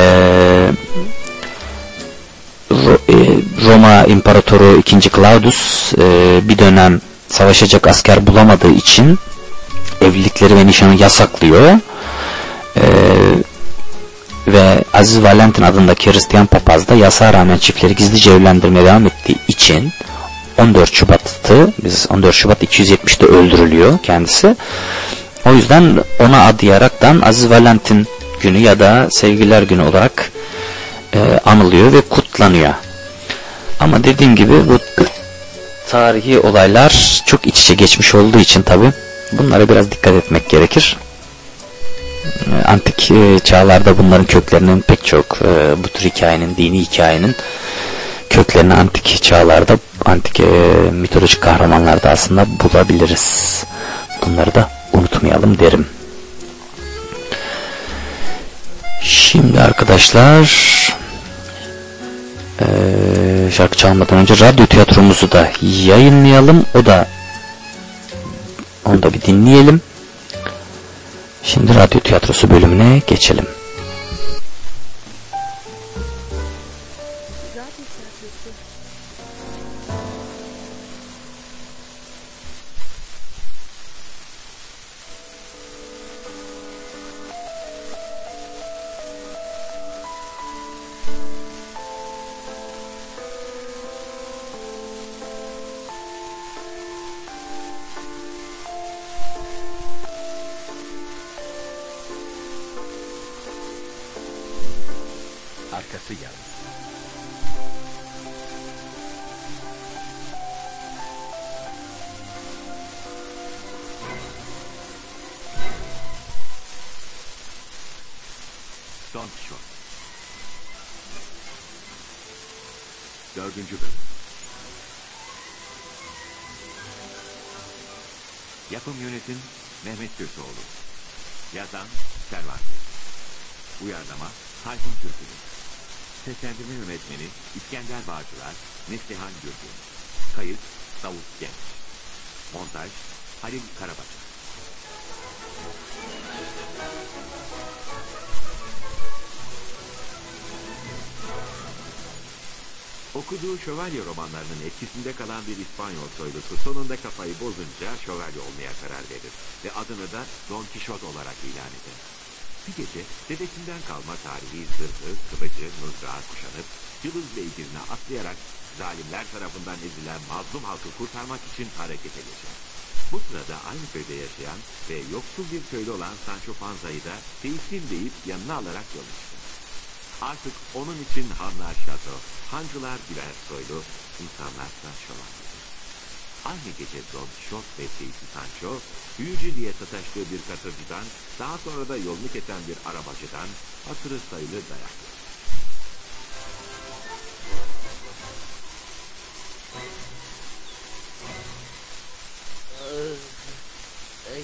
Roma İmparatoru ikinci Claudius e, bir dönem savaşacak asker bulamadığı için evlilikleri ve nişanı yasaklıyor. Ee, ve Aziz Valentin adındaki Hristiyan papaz da yasağa rağmen çiftleri gizlice evlendirmeye devam ettiği için on dört Şubat'tı. Biz on dört Şubat iki yüz yetmişte öldürülüyor kendisi. O yüzden ona adayaraktan Aziz Valentin günü ya da Sevgililer Günü olarak e, anılıyor ve kutlanıyor. Ama dediğim gibi bu tarihi olaylar çok iç içe geçmiş olduğu için tabi bunlara biraz dikkat etmek gerekir. Antik çağlarda bunların köklerinin pek çok bu tür hikayenin, dini hikayenin köklerini antik çağlarda, antik e, mitolojik kahramanlarda aslında bulabiliriz. Bunları da unutmayalım derim. Şimdi arkadaşlar, e, şarkı çalmadan önce radyo tiyatromuzu da yayınlayalım. O da onu da bir dinleyelim. Şimdi radyo tiyatrosu bölümüne geçelim. Arkası yarın. Don Quixote. Dördüncü bölüm. Yapım yönetim Mehmet Köseoğlu. Yazan Cervantes. Uyarlama Tayfun Türkülü. Seslendirme yönetmeni İskender Bağcılar, Neslihan Gürgün. Kayıt Davut Genç. Montaj Halil Karabaşar. Okuduğu şövalye romanlarının etkisinde kalan bir İspanyol soylusu sonunda kafayı bozunca şövalye olmaya karar verir ve adını da Don Quixote olarak ilan eder. Bir gece dedesinden kalma tarihi zırhı, kılıcı, mızrağı kuşanıp Yıldız Beygir'ine atlayarak zalimler tarafından ezilen mazlum halkı kurtarmak için harekete geçer. Bu sırada aynı köyde yaşayan ve yoksul bir köylü olan Sancho Panza'yı da teyzim deyip yanına alarak yola çıkar. Artık onun için hanlar şato, hancılar birer soylu, insanlar da şövalyedir. Aynı gece Don Quixote ve teyzi Sancho, büyücü diye sataştığı bir katırcıdan, daha sonra da yolunu kesen bir arabacıdan hatırı sayılı dayak yer. Ay,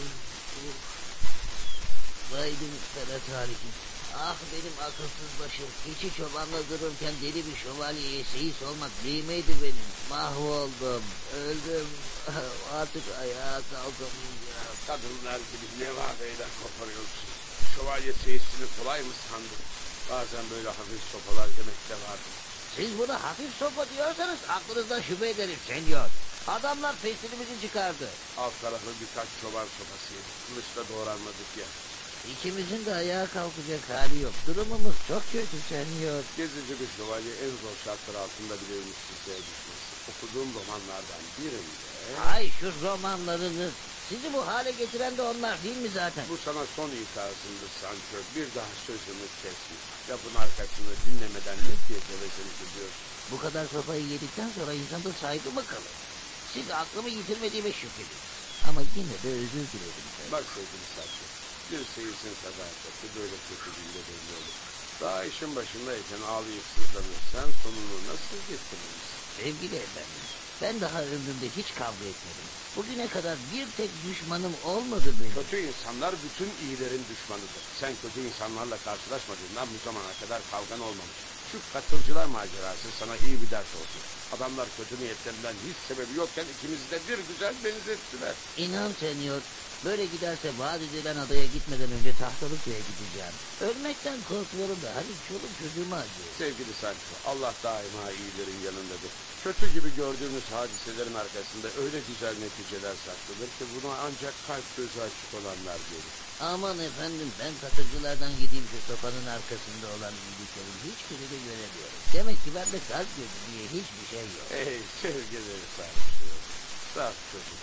vaydım sana tarihim. Ah benim akılsız başım. Keçi çobanla dururken deli bir şövalyeye seyis olmak değmeydi benim. Mahvoldum, öldüm. Artık ayağa kalkamayacağım. Kadınlar gibi nevadeyden koparıyorsun. Şövalye seyisini kolay mı sandın? Bazen böyle hafif sopalar yemekte vardı. Siz buna hafif sopa diyorsanız aklınızdan şüphe ederim senyor. Adamlar pestilimizi çıkardı. Alt tarafı birkaç çoban sopasıydı. Kılıçla doğranmadık ya. İkimizin de ayağa kalkacak hali yok. Durumumuz çok kötü senyor. Gezici bir şövalye en zor şartlar altında bile ümitsizliğe düşmesi. Okuduğum romanlardan birinde... Ay şu romanlarınız. Sizi bu hale getiren de onlar değil mi zaten? Bu sana son ikazımdır Sancho. Bir daha sözümü kesme. Lafın arkasını dinlemeden ne diye gevezeni gidiyorsun? Bu kadar sopayı yedikten sonra insanda saygı mı kalır? Siz aklımı yitirmediğime şüpheli. Ama yine de özür dilerim. Bak sevgili Sancho. Bir seyisin sadakati böyle kötü günde belli olur. Daha işin başındayken ağlayıp sızlanırsan sonunu nasıl getirirsin? Sevgili efendim, ben daha ömrümde hiç kavga etmedim. Bugüne kadar bir tek düşmanım olmadı benim. Kötü insanlar bütün iyilerin düşmanıdır. Sen kötü insanlarla karşılaşmadığından bu zamana kadar kavgan olmamış. Şu katılcılar macerası sana iyi bir ders olsun. Adamlar kötü niyetlerinden hiç sebebi yokken ikimizi de bir güzel benzettiler. İnan senyor, böyle giderse vaat edilen adaya gitmeden önce Tahtalıköy'e gideceğim. Ölmekten korkuyorum da hadi çoluk çocuğuma acıyor. Sevgili Sancho, Allah daima iyilerin yanındadır. Kötü gibi gördüğümüz hadiselerin arkasında öyle güzel neticeler saklıdır ki buna ancak kalp gözü açık olanlar görür. Aman efendim, ben katırcılardan yediğim şu sopanın arkasında olan iyiliklerin hiçbirini göremiyorum. Demek ki bende kalp gözü diye hiçbir şey yok. Ey sevgili Sancho, saf çocuk.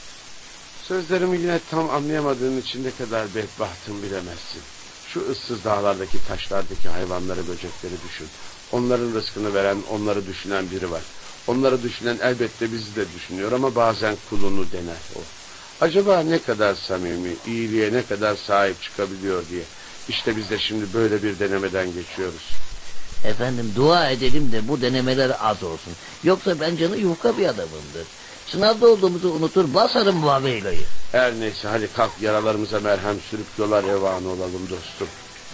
Sözlerimi yine tam anlayamadığın için ne kadar bedbahtım bilemezsin. Şu ıssız dağlardaki taşlardaki hayvanları, böcekleri düşün. Onların rızkını veren, onları düşünen biri var. Onları düşünen elbette bizi de düşünüyor ama bazen kulunu dener o. Acaba ne kadar samimi, iyiliğe ne kadar sahip çıkabiliyor diye. İşte biz de şimdi böyle bir denemeden geçiyoruz. Efendim dua edelim de bu denemeler az olsun. Yoksa ben canı yufka bir adamımdır. Sınavda olduğumuzu unutur basarım bu haveylayı. Her neyse hadi kalk, yaralarımıza merhem sürüp yola revan olalım dostum.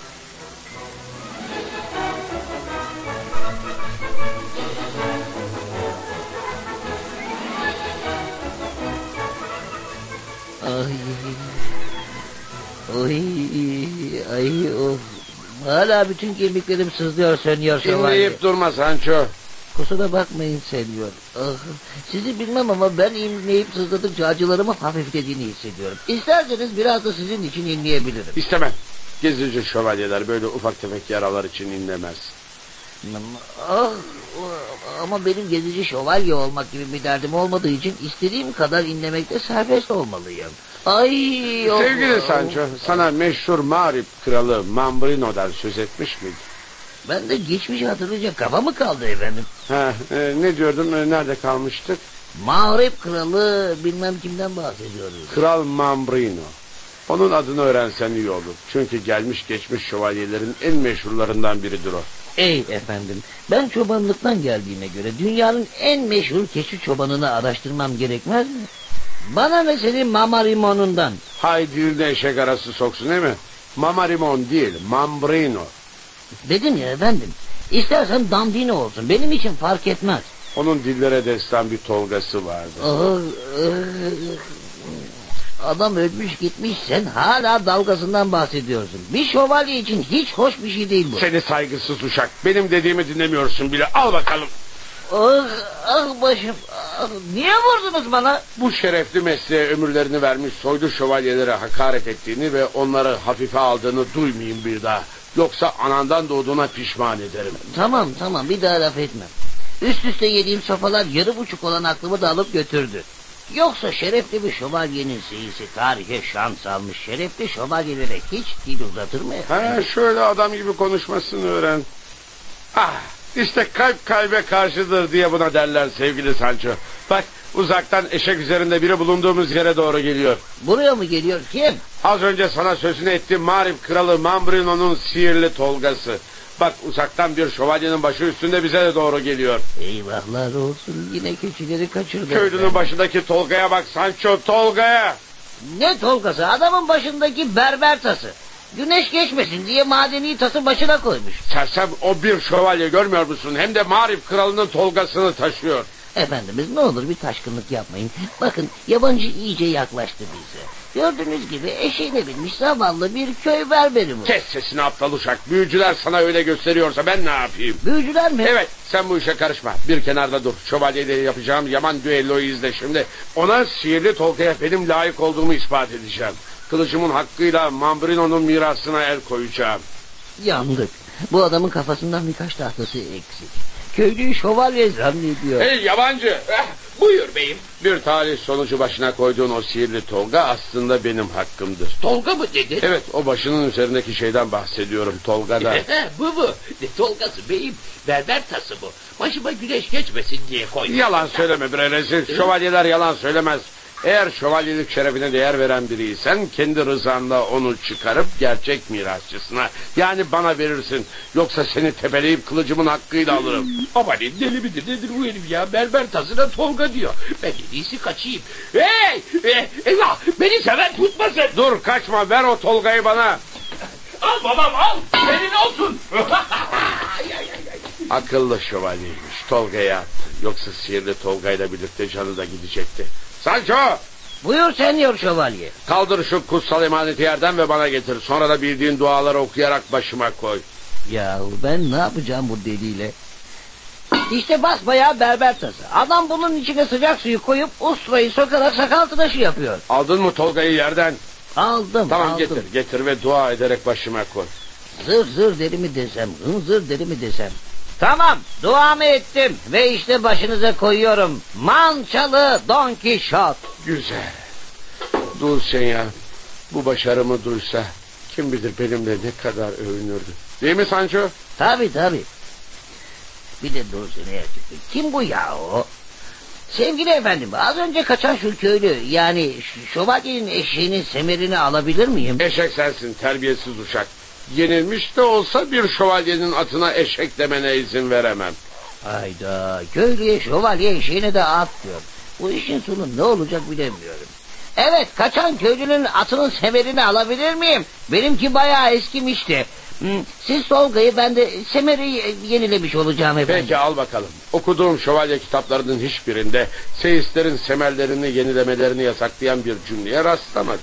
Ay. Oy. Ay of. Hala bütün kemiklerim sızlıyor Senyor Şövalye. İnleyip durma Sancho. Kusura bakmayın Senyor. Ah, sizi bilmem ama ben inleyip sızladıkça acılarımı hafiflediğini hissediyorum. İsterseniz biraz da sizin için inleyebilirim. İstemem. Gezici şövalyeler böyle ufak tefek yaralar için inlemez. Ah, ama benim gezici şövalye olmak gibi bir derdim olmadığı için istediğim kadar inlemekte serbest olmalıyım. Ay, Sevgili oh, Sancho, sana meşhur mağrip kralı Mambrino'dan söz etmiş miydim? Ben de geçmişi hatırlayacak kafa mı kaldı efendim? Ha, e, ne diyordum, e, nerede kalmıştık? Mağrip kralı bilmem kimden bahsediyoruz. Kral Mambrino. Onun adını öğrensen iyi olur. Çünkü gelmiş geçmiş şövalyelerin en meşhurlarından biridir o. Ey efendim, ben çobanlıktan geldiğime göre dünyanın en meşhur keçi çobanını araştırmam gerekmez mi? Bana ne senin Mamarimon'undan? Hay diline eşek arası soksun değil mi? Mamarimon değil, Mambrino. Dedim ya efendim, istersen Dandino olsun, benim için fark etmez. Onun dillere destan bir tolgası vardı. Oh, adam ölmüş gitmiş, sen hala dalgasından bahsediyorsun. Bir şövalye için hiç hoş bir şey değil bu. Seni saygısız uşak, benim dediğimi dinlemiyorsun bile, al bakalım. Ah, ah başım, ah, niye vurdunuz bana? Bu şerefli mesleğe ömürlerini vermiş soylu şövalyelere hakaret ettiğini ve onları hafife aldığını duymayayım bir daha. Yoksa anandan doğduğuna pişman ederim. Tamam tamam, bir daha laf etmem. Üst üste yediğim sopalar yarı buçuk olan aklımı da alıp götürdü. Yoksa şerefli bir şövalyenin seyisi tarihe şans almış şerefli şövalyelere hiç dil uzatır mı? Ha, şöyle adam gibi konuşmasını öğren. Ah, işte kalp kalbe karşıdır diye buna derler sevgili Sancho. Bak, uzaktan eşek üzerinde biri bulunduğumuz yere doğru geliyor. Buraya mı geliyor, kim? Az önce sana sözünü ettiğim mağrip kralı Mambrino'nun sihirli tolgası. Bak, uzaktan bir şövalyenin başı üstünde bize de doğru geliyor. Eyvahlar olsun, yine keçileri kaçırdı. Köylünün başındaki tolgaya bak Sancho, tolgaya. Ne tolgası? Adamın başındaki berber tası. Güneş geçmesin diye madeni tası başına koymuş. Sersem, o bir şövalye, görmüyor musun? Hem de mağrip kralının tolgasını taşıyor. Efendimiz ne olur bir taşkınlık yapmayın. Bakın, yabancı iyice yaklaştı bize. Gördüğünüz gibi eşeğine binmiş zavallı bir köy berberi bu. Kes sesini aptal uşak. Büyücüler sana öyle gösteriyorsa ben ne yapayım? Büyücüler mi? Evet, sen bu işe karışma. Bir kenarda dur. Şövalyeyle yapacağım yaman düelloyu izle şimdi. Ona sihirli tolgaya benim layık olduğumu ispat edeceğim. Kılıcımın hakkıyla Mambrino'nun mirasına el koyacağım. Yandık. Bu adamın kafasından birkaç tahtası eksik. Köylüyü şövalye zannediyor. Hey yabancı! Eh, buyur beyim. Bir talih sonucu başına koyduğun o sihirli tolga aslında benim hakkımdır. Tolga mı dedin? Evet, o başının üzerindeki şeyden bahsediyorum, tolgada. bu bu. Ne tolgası beyim? Berber tası bu. Başıma güneş geçmesin diye koydum. Yalan söyleme bre rezil. Şövalyeler yalan söylemez. Eğer şövalyelik şerefine değer veren biriysen kendi rızanla onu çıkarıp gerçek mirasçısına, yani bana verirsin. Yoksa seni tepeleyip kılıcımın hakkıyla alırım. Ama ne deli midir nedir bu herif ya? Berber tasına tolga diyor. Ben en iyisi kaçayım. Hey! Eh, eyvah! Beni seven tutmasın. Dur, kaçma, ver o tolgayı bana. Al babam al. Senin olsun. Akıllı şövalyeymiş, tolgaya attı. Yoksa sihirli tolgayla birlikte canı da gidecekti. Sancho! Buyur senyor şövalye. Kaldır şu kutsal emaneti yerden ve bana getir. Sonra da bildiğin duaları okuyarak başıma koy. Yahu ben ne yapacağım bu deliyle? İşte basbayağı berber tası. Adam bunun içine sıcak suyu koyup usturayı sokarak sakal tıraşı yapıyor. Aldın mı tolgayı yerden? Aldım. Tamam aldım. getir getir ve dua ederek başıma koy. Zır zır deli mi desem, hınzır deli mi desem. Tamam, duamı ettim ve işte başınıza koyuyorum. Mançalı Don Kişot. Güzel. Dulce'ya bu başarımı duysa kim bilir benimle ne kadar övünürdü. Değil mi Sancho? Tabii tabii. Bir de Dulce'ye çıktı. Kim bu ya o? Sevgili efendim, az önce kaçan şu köylü, yani şövalyenin eşeğinin semerini alabilir miyim? Eşek sensin, terbiyesiz uşak. Yenilmiş de olsa bir şövalyenin atına eşek demene izin veremem. Hayda, köylüye şövalye eşeğine de at diyor. Bu işin sonu ne olacak bilemiyorum. Evet, kaçan köylünün atının semerini alabilir miyim? Benimki bayağı eskimişti. Siz Tolga'yı, ben de semeri yenilemiş olacağım efendim. Peki al bakalım. Okuduğum şövalye kitaplarının hiçbirinde seyislerin semerlerini yenilemelerini yasaklayan bir cümleye rastlamadım.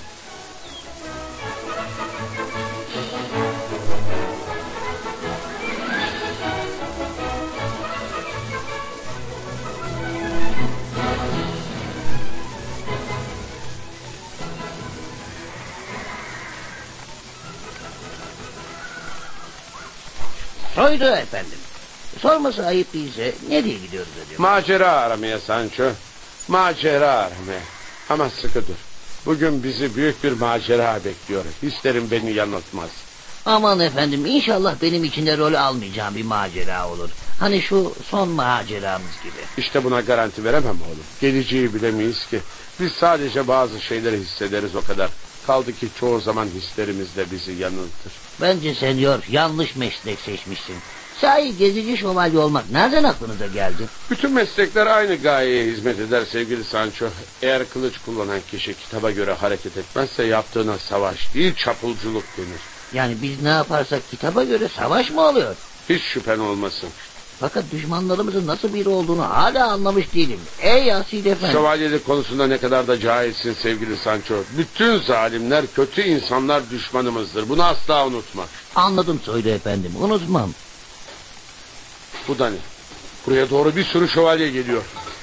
Soydu efendim. Sorması ayıp değilse nereye gidiyoruz acaba? Macera aramaya Sancho. Macera aramaya. Ama sıkı dur. Bugün bizi büyük bir macera bekliyor. Hislerim beni yanıltmaz. Aman efendim, inşallah benim içinde rol almayacağım bir macera olur. Hani şu son maceramız gibi. İşte buna garanti veremem oğlum. Geleceği bilemeyiz ki. Biz sadece bazı şeyleri hissederiz o kadar. Kaldı ki çoğu zaman hislerimiz de bizi yanıltır. Bence senyor yanlış meslek seçmişsin. Sahi gezici şövalye olmak nereden aklınıza geldi? Bütün meslekler aynı gayeye hizmet eder sevgili Sancho. Eğer kılıç kullanan kişi kitaba göre hareket etmezse yaptığına savaş değil çapulculuk denir. Yani biz ne yaparsak kitaba göre savaş mı oluyor? Hiç şüphen olmasın. Fakat düşmanlarımızın nasıl biri olduğunu hala anlamış değilim. Ey asil efendim. Şövalyelik konusunda ne kadar da cahilsin sevgili Sancho. Bütün zalimler, kötü insanlar düşmanımızdır. Bunu asla unutma. Anladım Soylu efendim, unutmam. Bu da ne? Buraya doğru bir sürü şövalye geliyor.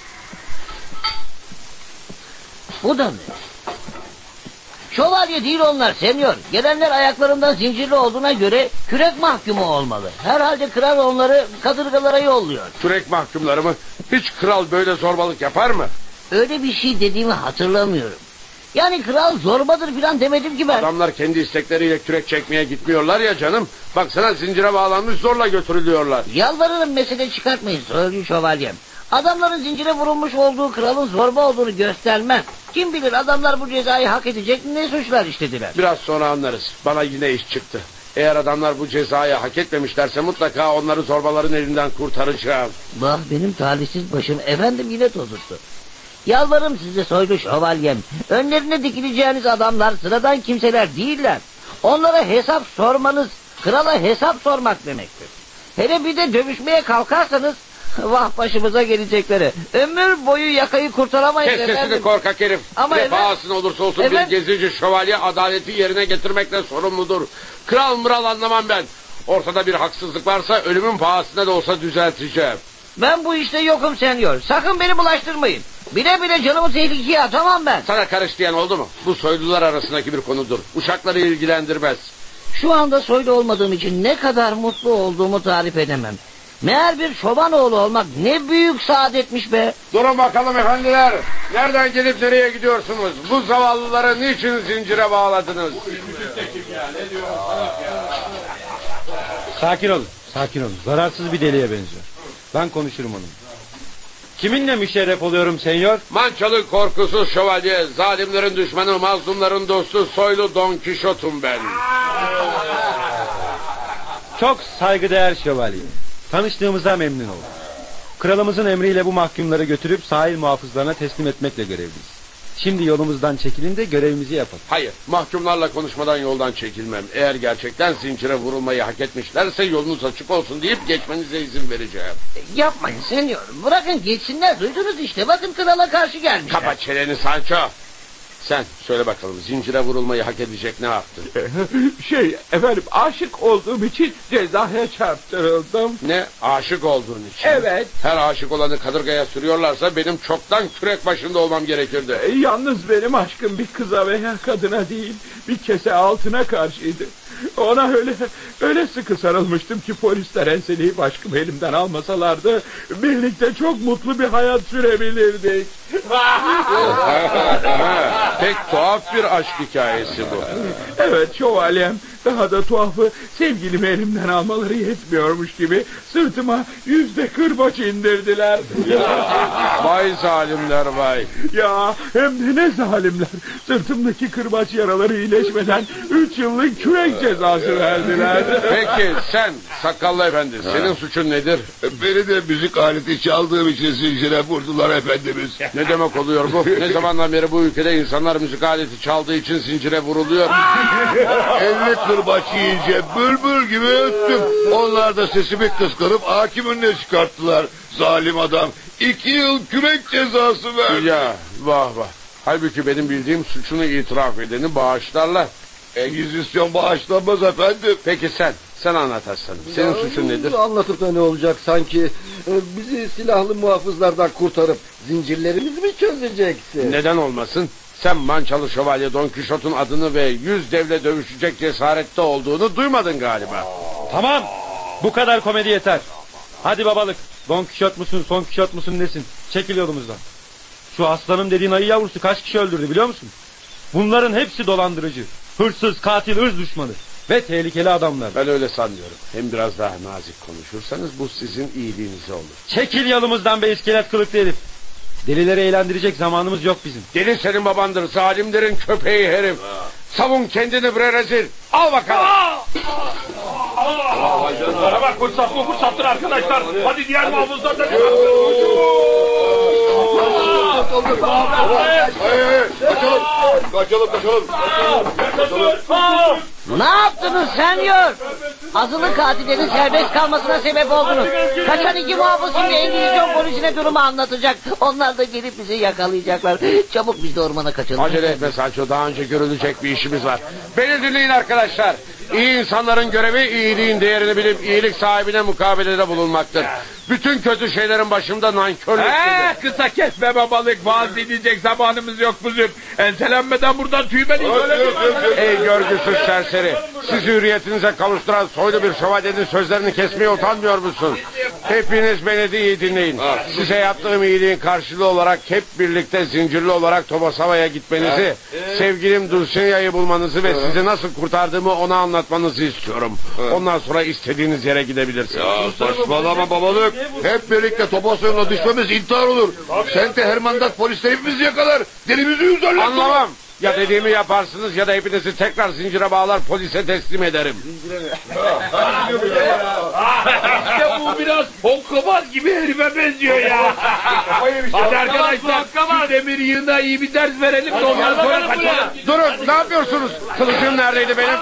Bu da ne? Şövalye değil onlar senyor. Gelenler ayaklarından zincirli olduğuna göre kürek mahkumu olmalı. Herhalde kral onları kadırgalara yolluyor. Kürek mahkumları mı? Hiç kral böyle zorbalık yapar mı? Öyle bir şey dediğimi hatırlamıyorum. Yani kral zorbadır filan demedim ki ben. Adamlar kendi istekleriyle kürek çekmeye gitmiyorlar ya canım. Baksana zincire bağlanmış zorla götürülüyorlar. Yalvarırım mesele çıkartmayın Soylu şövalyem. Adamların zincire vurulmuş olduğu kralın zorba olduğunu göstermez. Kim bilir adamlar bu cezayı hak edecek ne suçlar işlediler. Biraz sonra anlarız. Bana yine iş çıktı. Eğer adamlar bu cezayı hak etmemişlerse mutlaka onları zorbaların elinden kurtaracağım. Bak benim talihsiz başım efendim yine tozuttu. Yalvarırım size Soylu şövalyem. Önlerine dikileceğiniz adamlar sıradan kimseler değiller. Onlara hesap sormanız krala hesap sormak demektir. Hele bir de dövüşmeye kalkarsanız vah başımıza gelecekleri. Ömür boyu yakayı kurtaramayız Kes efendim. sesini korkak herif. Ama ne efendim, pahasına olursa olsun efendim, bir gezici şövalye adaleti yerine getirmekle sorumludur. Kral mıral anlamam ben. Ortada bir haksızlık varsa ölümün pahasına da olsa düzelteceğim. Ben bu işte yokum senyor. Sakın beni bulaştırmayın. Bile bile canımı tehlikeye atamam ben. Sana karış diyen oldu mu? Bu soylular arasındaki bir konudur. Uşakları ilgilendirmez. Şu anda soylu olmadığım için ne kadar mutlu olduğumu tarif edemem. Meğer bir çobanoğlu olmak ne büyük saadetmiş be. Durun bakalım efendiler. Nereden gelip nereye gidiyorsunuz? Bu zavallıları niçin zincire bağladınız? Sakin olun, sakin olun. Zararsız bir deliye benziyor. Ben konuşurum onunla. Kiminle müşerref oluyorum senyor? Mançalı korkusuz şövalye, zalimlerin düşmanı, mazlumların dostu, soylu Don Kişot'um ben. Çok saygıdeğer şövalye. Tanıştığımıza memnun oldum. Kralımızın emriyle bu mahkumları götürüp sahil muhafızlarına teslim etmekle görevliyiz. Şimdi yolumuzdan çekilin de görevimizi yapalım. Hayır, mahkumlarla konuşmadan yoldan çekilmem. Eğer gerçekten zincire vurulmayı hak etmişlerse yolunuz açık olsun deyip geçmenize izin vereceğim. Yapmayın senyor. Bırakın geçsinler. Duydunuz işte. Bakın krala karşı gelmişler. Kapa çeneni Sancho. Sen söyle bakalım zincire vurulmayı hak edecek ne yaptın? Şey efendim aşık olduğum için cezaya çarptırıldım. Ne aşık olduğun için? Evet. Her aşık olanı kadırgaya sürüyorlarsa benim çoktan kürek başında olmam gerekirdi. E, yalnız benim aşkım bir kıza veya kadına değil bir kese altına karşıydı. Ona öyle öyle sıkı sarılmıştım ki polisler enseleyip aşkımı elimden almasalardı birlikte çok mutlu bir hayat sürebilirdik. Pek tuhaf bir aşk hikayesi bu. Evet şövalyem. Daha da tuhafı sevgilimi elimden almaları yetmiyormuş gibi sırtıma yüzde kırbaç indirdiler. Vay zalimler vay. Ya hem de ne zalimler. Sırtımdaki kırbaç yaraları iyileşmeden üç yıllık kürek cezası verdiler. Peki sen sakallı efendi senin suçun nedir? Beni de müzik aleti çaldığım için zincire vurdular efendimiz. Ne demek oluyor bu? Ne zamandan beri bu ülkede insanlar müzik aleti çaldığı için zincire vuruluyor? elli kırbaç yiyince bülbül gibi öttüm. Onlar da sesimi kıskanıp hakim önüne çıkarttılar. Zalim adam. İki yıl kürek cezası verdi. Ya vah vah. Halbuki benim bildiğim suçunu itiraf edeni bağışlarlar. Engizisyon bağışlanmaz efendim. Peki sen, sen anlat aslanım. Senin ya, suçun nedir? Anlatıp da ne olacak sanki? Bizi silahlı muhafızlardan kurtarıp zincirlerimizi mi çözeceksin? Neden olmasın? Sen Mançalı Şövalye Don Kişot'un adını ve yüz devle dövüşecek cesarette olduğunu duymadın galiba. Tamam, bu kadar komedi yeter. Hadi babalık, Don Kişot musun, Son Kişot musun nesin? Çekil yolumuzdan. Şu aslanım dediğin ayı yavrusu kaç kişi öldürdü biliyor musun? Bunların hepsi dolandırıcı, hırsız, katil, ırz düşmanı ve tehlikeli adamlar. Ben öyle sanmıyorum. Hem biraz daha nazik konuşursanız bu sizin iyiliğinize olur. Çekil yolumuzdan be iskelet kılıklı herif. Delileri eğlendirecek zamanımız yok bizim. Deli senin babandır, zalimlerin köpeği herif. Savun kendini bre rezil. Al bakalım. Bana bak fırsat bu fırsattır arkadaşlar. Hadi diğer muhafızlar da. Kaçalım, kaçalım, kaçalım. Ne yaptınız senyor? Azılı katillerin serbest kalmasına sebep oldunuz. Kaçan iki muhafız şimdi Engizisyon polisine durumu anlatacak. Onlar da gelip bizi yakalayacaklar. Çabuk biz de ormana kaçalım. Acele etme Sancho, daha önce görülecek bir işimiz var. Beni dinleyin arkadaşlar. İyi insanların görevi iyiliğin değerini bilip iyilik sahibine mukabelede bulunmaktır. Bütün kötü şeylerin başında nankörlüktür. Eee kısa kesme babalık, vaaz dinleyecek zamanımız yok bizim. Enselenmeden buradan tüymeliyiz. Ey görgüsüz serseri, sizi hürriyetinize kavuşturan soylu bir şövalyenin sözlerini kesmeye utanmıyor musun? Hepiniz beni de iyi dinleyin. Size yaptığım iyiliğin karşılığı olarak hep birlikte zincirli olarak Tobasava'ya gitmenizi, sevgilim Dulcinea'yı bulmanızı ve sizi nasıl kurtardığımı ona anlatmanızı istiyorum. Ondan sonra istediğiniz yere gidebilirsiniz. Ya saçmalama babalık. Hep birlikte Tobasava'ya düşmemiz intihar olur. Sente Hermandat polisler hepimizi yakalar. Derimizi yüzerler. Anlamam. Ya dediğimi yaparsınız ya da hepinizi tekrar zincire bağlar polise teslim ederim. İşte bu biraz hokkabaz gibi herife benziyor ya. Hadi arkadaşlar şu demir yığına iyi bir ders verelim de ondan sonra kaçalım. Durun, ne yapıyorsunuz? Kılıcım neredeydi benim?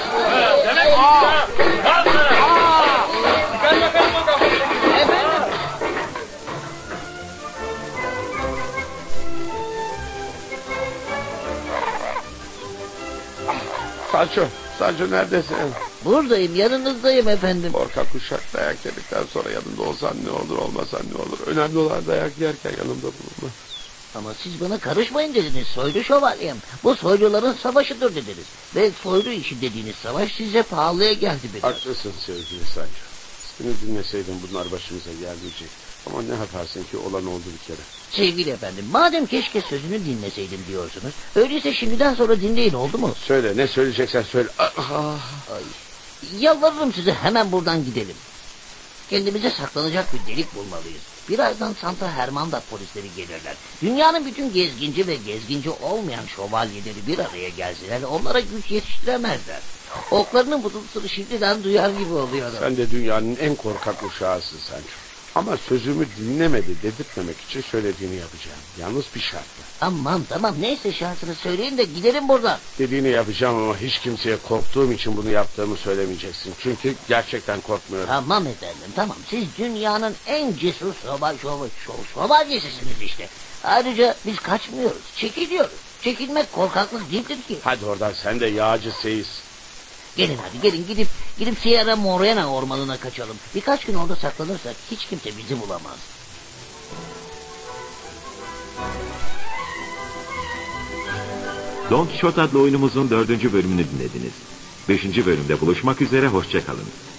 Sancho, Sancho neredesin? Buradayım, yanınızdayım efendim. Korkak uşak, dayak yedikten sonra yanında olsan ne olur, olmasan ne olur. Önemli olan dayak yerken yanımda bulunma. Ama siz bana karışmayın dediniz soylu şövalyem. Bu soyluların savaşıdır dediniz. Ve soylu işi dediğiniz savaş size pahalıya geldi biraz. Haklısın sevgili Sancho. Seni dinleseydim bunlar başımıza gelmeyecek. Ama ne yaparsın ki olan oldu bir kere. Sevgili efendim, madem keşke sözünü dinleseydim diyorsunuz, öyleyse şimdiden sonra dinleyin, oldu mu? Söyle, ne söyleyeceksen söyle. Ah, Ay, yalvarırım size, hemen buradan gidelim. Kendimize saklanacak bir delik bulmalıyız. Birazdan Santa Hermandat polisleri gelirler. Dünyanın bütün gezginci ve gezginci olmayan şövalyeleri bir araya gelseler onlara güç yetiştiremezler. Oklarının vıdıltısını şimdiden duyar gibi oluyorum. Sen de dünyanın en korkak uşağısın Sancho. Ama sözümü dinlemedi dedirtmemek için söylediğini yapacağım. Yalnız bir şartla. Tamam tamam, neyse şartını söyleyin de gidelim buradan. Dediğini yapacağım ama hiç kimseye korktuğum için bunu yaptığımı söylemeyeceksin. Çünkü gerçekten korkmuyorum. Tamam efendim tamam, siz dünyanın en cesur şöval, şöval, şövalyesisiniz işte. Ayrıca biz kaçmıyoruz, çekiliyoruz. Çekilmek korkaklık değildir ki. Hadi oradan, sen de yağcı seyis. Gelin hadi gelin, gidip gidip Sierra Morena ormanına kaçalım. Birkaç gün orada saklanırsak hiç kimse bizi bulamaz. Don Quixote adlı oyunumuzun dördüncü bölümünü dinlediniz. Beşinci bölümde buluşmak üzere, hoşça kalın.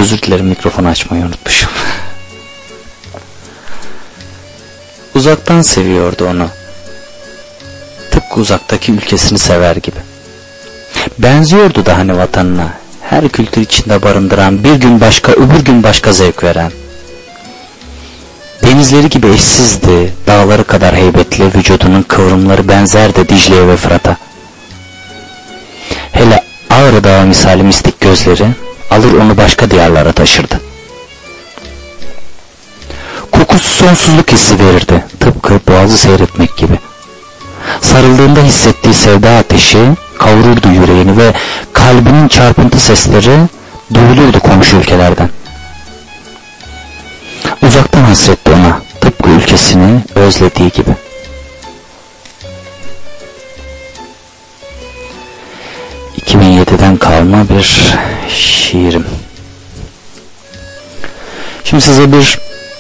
Özür dilerim, mikrofonu açmayı unutmuşum. Uzaktan seviyordu onu. Tıpkı uzaktaki ülkesini sever gibi. Benziyordu da hani vatanına. Her kültür içinde barındıran, bir gün başka öbür gün başka zevk veren. Denizleri gibi eşsizdi, dağları kadar heybetli, vücudunun kıvrımları benzerdi Dicle'ye ve Fırat'a. Hele Ağrı Dağı misali mistik gözleri alır onu başka diyarlara taşırdı. Kokusu sonsuzluk hissi verirdi, tıpkı boğazı seyretmek gibi. Sarıldığında hissettiği sevda ateşi kavururdu yüreğini ve kalbinin çarpıntı sesleri duyulurdu komşu ülkelerden. Uzaktan hasretti ona, tıpkı ülkesini özlediği gibi. iki bin yediden kalma bir şiirim. Şimdi size bir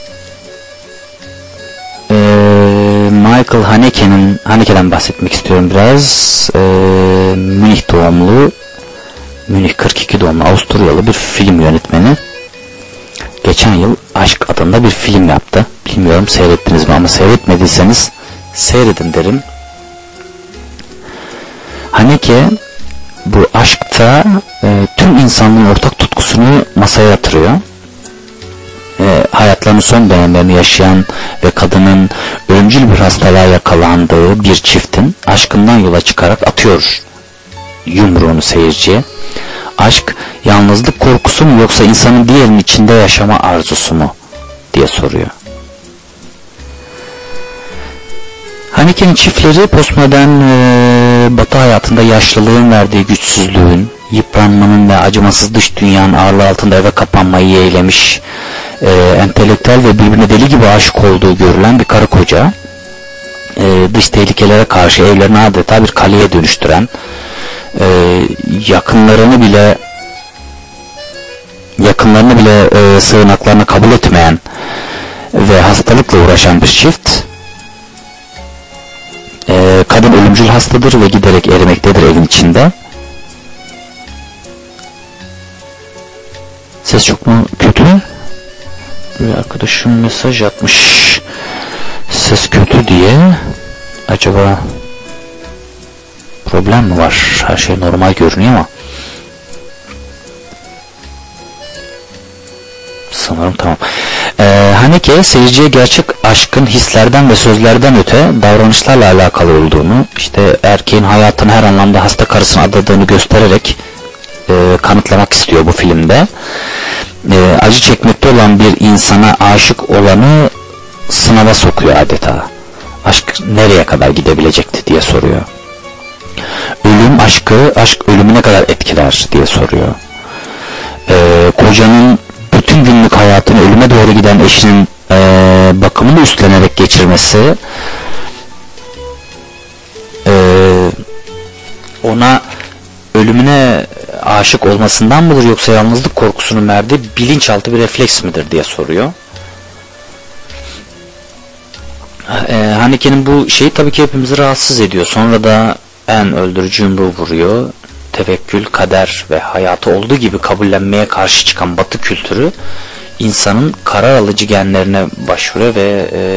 e, Michael Haneke'nin Haneke'den bahsetmek istiyorum biraz. E, Münih doğumlu, Münih kırk iki doğumlu Avusturyalı bir film yönetmeni. Geçen yıl Aşk adında bir film yaptı. Bilmiyorum seyrettiniz mi, ama seyretmediyseniz seyredin derim. Haneke bu aşkta e, tüm insanlığın ortak tutkusunu masaya yatırıyor. E, hayatlarının son dönemlerini yaşayan ve kadının ölümcül bir hastalığa yakalandığı bir çiftin aşkından yola çıkarak atıyor yumruğunu seyirciye. Aşk yalnızlık korkusu mu yoksa insanın diğerinin içinde yaşama arzusu mu diye soruyor. Haneke'nin çiftleri postmodern e, batı hayatında yaşlılığın verdiği güçsüzlüğün, yıpranmanın ve acımasız dış dünyanın ağırlığı altında eve kapanmayı yeğlemiş, e, entelektüel ve birbirine deli gibi aşık olduğu görülen bir karı koca, e, dış tehlikelere karşı evlerini adeta bir kaleye dönüştüren, e, yakınlarını bile yakınlarını bile e, sığınaklarına kabul etmeyen ve hastalıkla uğraşan bir çift. Ee, kadın ölümcül hastadır ve giderek erimektedir evin içinde. Ses çok mu kötü? Bir arkadaşım mesaj atmış. Ses kötü diye. Acaba problem mi var? Her şey normal görünüyor ama. Sanırım tamam. Ee, Haneke seyirciye gerçek aşkın hislerden ve sözlerden öte davranışlarla alakalı olduğunu, işte erkeğin hayatını her anlamda hasta karısına adadığını göstererek e, kanıtlamak istiyor bu filmde. E, acı çekmekte olan bir insana aşık olanı sınava sokuyor adeta. Aşk nereye kadar gidebilecekti diye soruyor. Ölüm aşkı, aşk ölümü ne kadar etkiler diye soruyor. E, kocanın bütün günlük hayatını ölüme doğru giden eşinin e, bakımını üstlenerek geçirmesi, e, ona ölümüne aşık olmasından mıdır yoksa yalnızlık korkusunun verdiği bilinçaltı bir refleks midir diye soruyor. E, Haneke'nin bu şeyi tabii ki hepimizi rahatsız ediyor. Sonra da en öldürücü yumruğu vuruyor. Tevekkül, kader ve hayatı olduğu gibi kabullenmeye karşı çıkan Batı kültürü insanın karar alıcı genlerine başvuruyor ve e,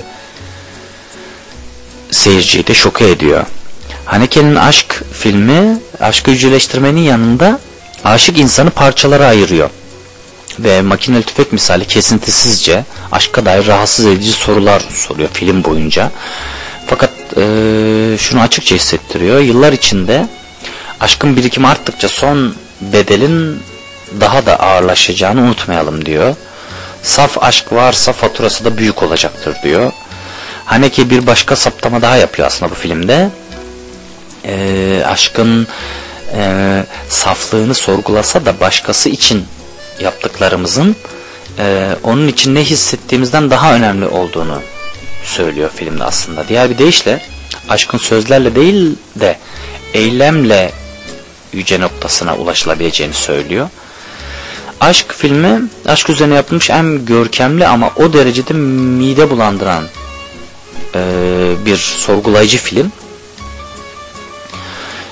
seyirciyi de şoke ediyor. Haneke'nin Aşk filmi, aşkı yüceleştirmenin yanında aşık insanı parçalara ayırıyor ve makineli tüfek misali kesintisizce aşka dair rahatsız edici sorular soruyor film boyunca. Fakat e, şunu açıkça hissettiriyor: yıllar içinde aşkın birikimi arttıkça son bedelin daha da ağırlaşacağını unutmayalım diyor. Saf aşk varsa faturası da büyük olacaktır diyor. Haneke bir başka saptama daha yapıyor aslında bu filmde. E, aşkın e, saflığını sorgulasa da başkası için yaptıklarımızın e, onun için ne hissettiğimizden daha önemli olduğunu söylüyor filmde aslında. Diğer bir deyişle aşkın sözlerle değil de eylemle yüce noktasına ulaşılabileceğini söylüyor. Aşk filmi, aşk üzerine yapılmış en görkemli ama o derecede mide bulandıran e, bir sorgulayıcı film.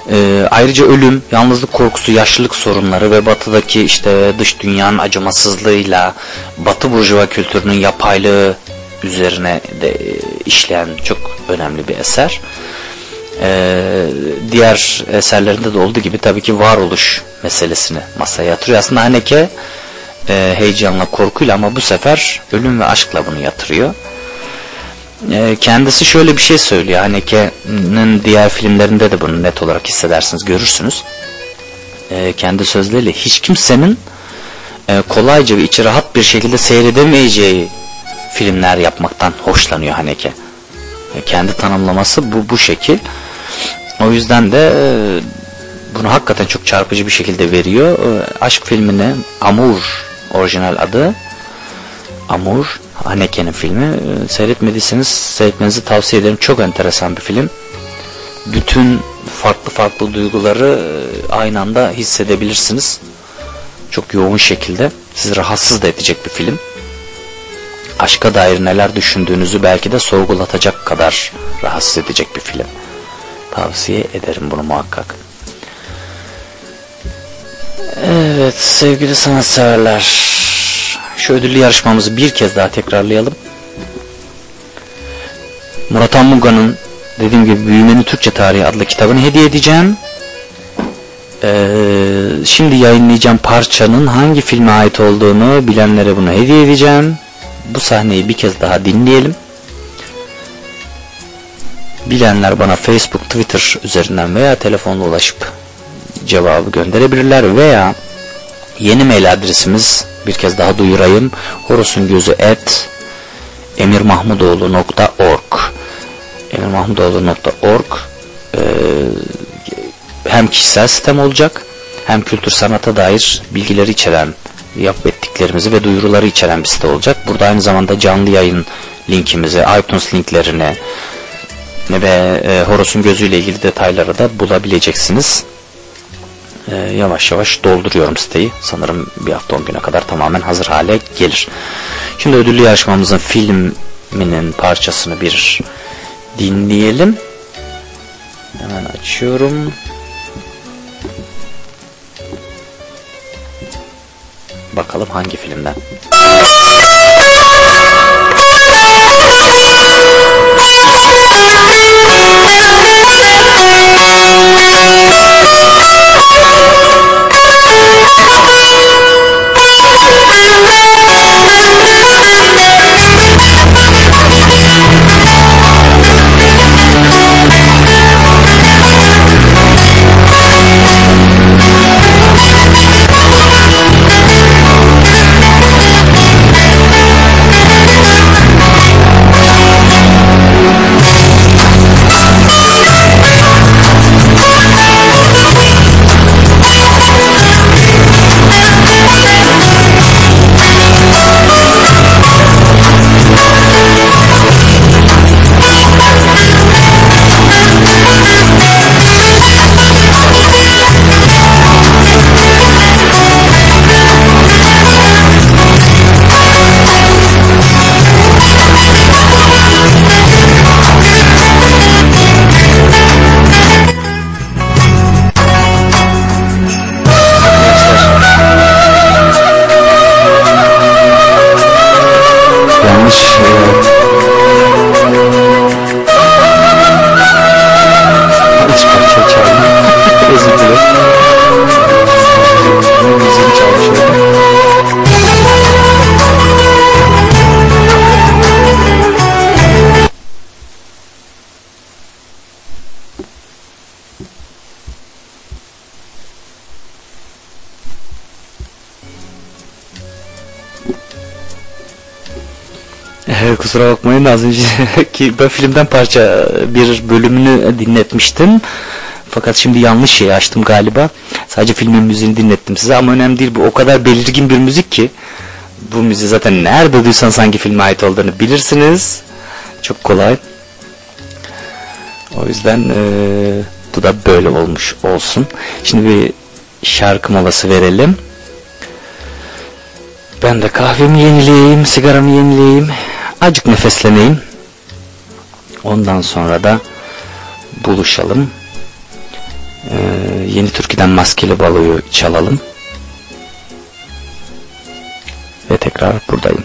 Ee, ayrıca ölüm, yalnızlık korkusu, yaşlılık sorunları ve batıdaki işte dış dünyanın acımasızlığıyla Batı burjuva kültürünün yapaylığı üzerine de e, işleyen çok önemli bir eser. Ee, diğer eserlerinde de olduğu gibi tabii ki varoluş meselesini masaya yatırıyor. Aslında Haneke e, heyecanla, korkuyla ama bu sefer ölüm ve aşkla bunu yatırıyor. E, kendisi şöyle bir şey söylüyor. Haneke'nin diğer filmlerinde de bunu net olarak hissedersiniz, görürsünüz. E, kendi sözleriyle hiç kimsenin e, kolayca ve içi rahat bir şekilde seyredemeyeceği filmler yapmaktan hoşlanıyor Haneke. E, kendi tanımlaması bu bu şekil. O yüzden de e, bunu hakikaten çok çarpıcı bir şekilde veriyor. E, aşk filmini Amour orijinal adı. Amour, Haneke'nin filmi. E, seyretmediyseniz seyretmenizi tavsiye ederim. Çok enteresan bir film. Bütün farklı farklı duyguları e, aynı anda hissedebilirsiniz. Çok yoğun şekilde. Sizi rahatsız da edecek bir film. Aşka dair neler düşündüğünüzü belki de sorgulatacak kadar rahatsız edecek bir film. Tavsiye ederim bunu muhakkak. Evet sevgili sanatseverler, şu ödüllü yarışmamızı bir kez daha tekrarlayalım. Murat Anmuga'nın dediğim gibi Büyümenin Türkçe Tarihi adlı kitabını hediye edeceğim. Ee, şimdi yayınlayacağım parçanın hangi filme ait olduğunu bilenlere bunu hediye edeceğim. Bu sahneyi bir kez daha dinleyelim. Bilenler bana Facebook, Twitter üzerinden veya telefonla ulaşıp cevabı gönderebilirler veya yeni mail adresimiz bir kez daha duyurayım. horosungözü at emirmahmudoğlu nokta org emirmahmudoğlu nokta org ee, hem kişisel sistem olacak hem kültür sanata dair bilgileri içeren, yapıp ettiklerimizi ve duyuruları içeren bir site olacak. Burada aynı zamanda canlı yayın linkimizi, iTunes linklerini ve e, Horos'un gözüyle ilgili detayları da bulabileceksiniz. E, yavaş yavaş dolduruyorum siteyi. Sanırım bir hafta on güne kadar tamamen hazır hale gelir. Şimdi ödüllü yarışmamızın filminin parçasını bir dinleyelim. Hemen açıyorum. Bakalım hangi filmden. Kusura bakmayın, az önceki ben filmden parça bir bölümünü dinletmiştim. Fakat şimdi yanlış şey açtım galiba. Sadece filmin müziğini dinlettim size ama önemli değil, bu o kadar belirgin bir müzik ki. Bu müziği zaten nerede duysanız hangi filme ait olduğunu bilirsiniz. Çok kolay. O yüzden ee, bu da böyle olmuş olsun. Şimdi bir şarkı molası verelim. Ben de kahvemi yenileyeyim, sigaramı yenileyeyim. Acık nefesleneyim. Ondan sonra da buluşalım. Ee, Yeni Türkü'den Maskeli Balo'yu çalalım. Ve tekrar buradayım.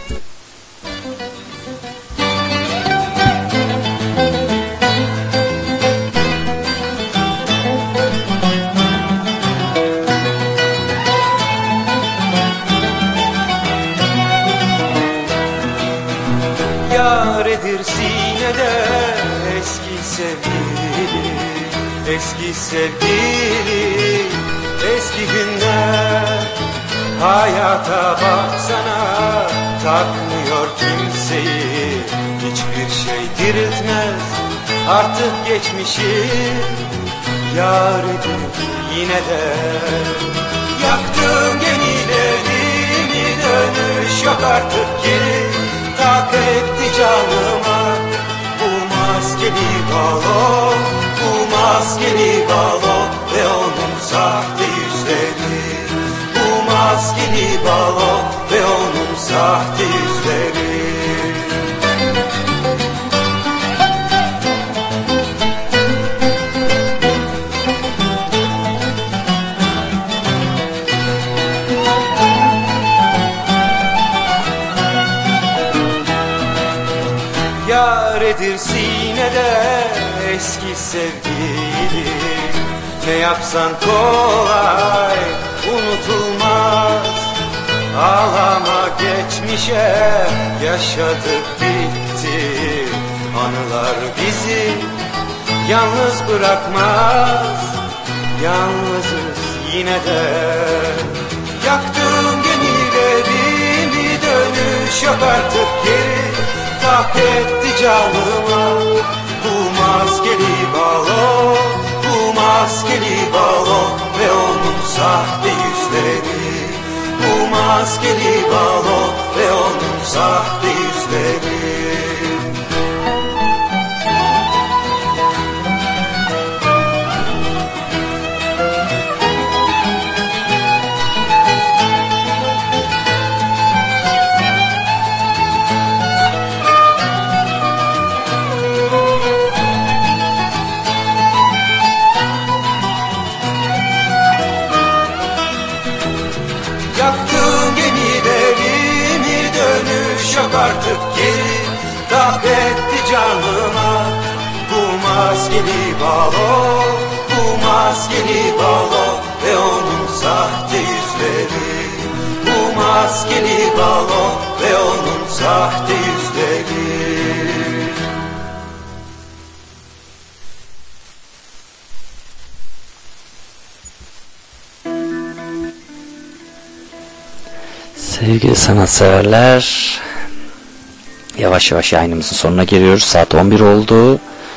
Yaredir sinede eski sevgili, eski sevgili, eski günler. Hayata baksana, takmıyor kimseyi, hiçbir şey diriltmez artık geçmişi. Yaredir yine de yaktım gemilerimi, dönüş yok artık geri. Tak etti canıma bu maskeli balo, bu maskeli balo ve onun sahte yüzleri. Bu maskeli balo ve onun sahte yüzleri. Yaredir sinede eski sevgili, ne yapsan kolay unutulmaz. Ağlama geçmişe, yaşadık bitti. Anılar bizi yalnız bırakmaz. Yalnızız yine de yaktım gemilerimi, dönüş yok artık geri. Tak etti canıma bu maskeli balo, bu maskeli balo ve onun sahte yüzleri. Bu maskeli balo ve onun sahte yüzleri. Yaktım gemilerimi, dönüş yok artık geri. Tak etti canıma bu maskeli balo, bu maskeli balo ve onun sahte yüzleri. Bu maskeli balo ve onun sahte yüzleri. Sevgili sanatseverler, yavaş yavaş yayınımızın sonuna geliyoruz. Saat on bir oldu.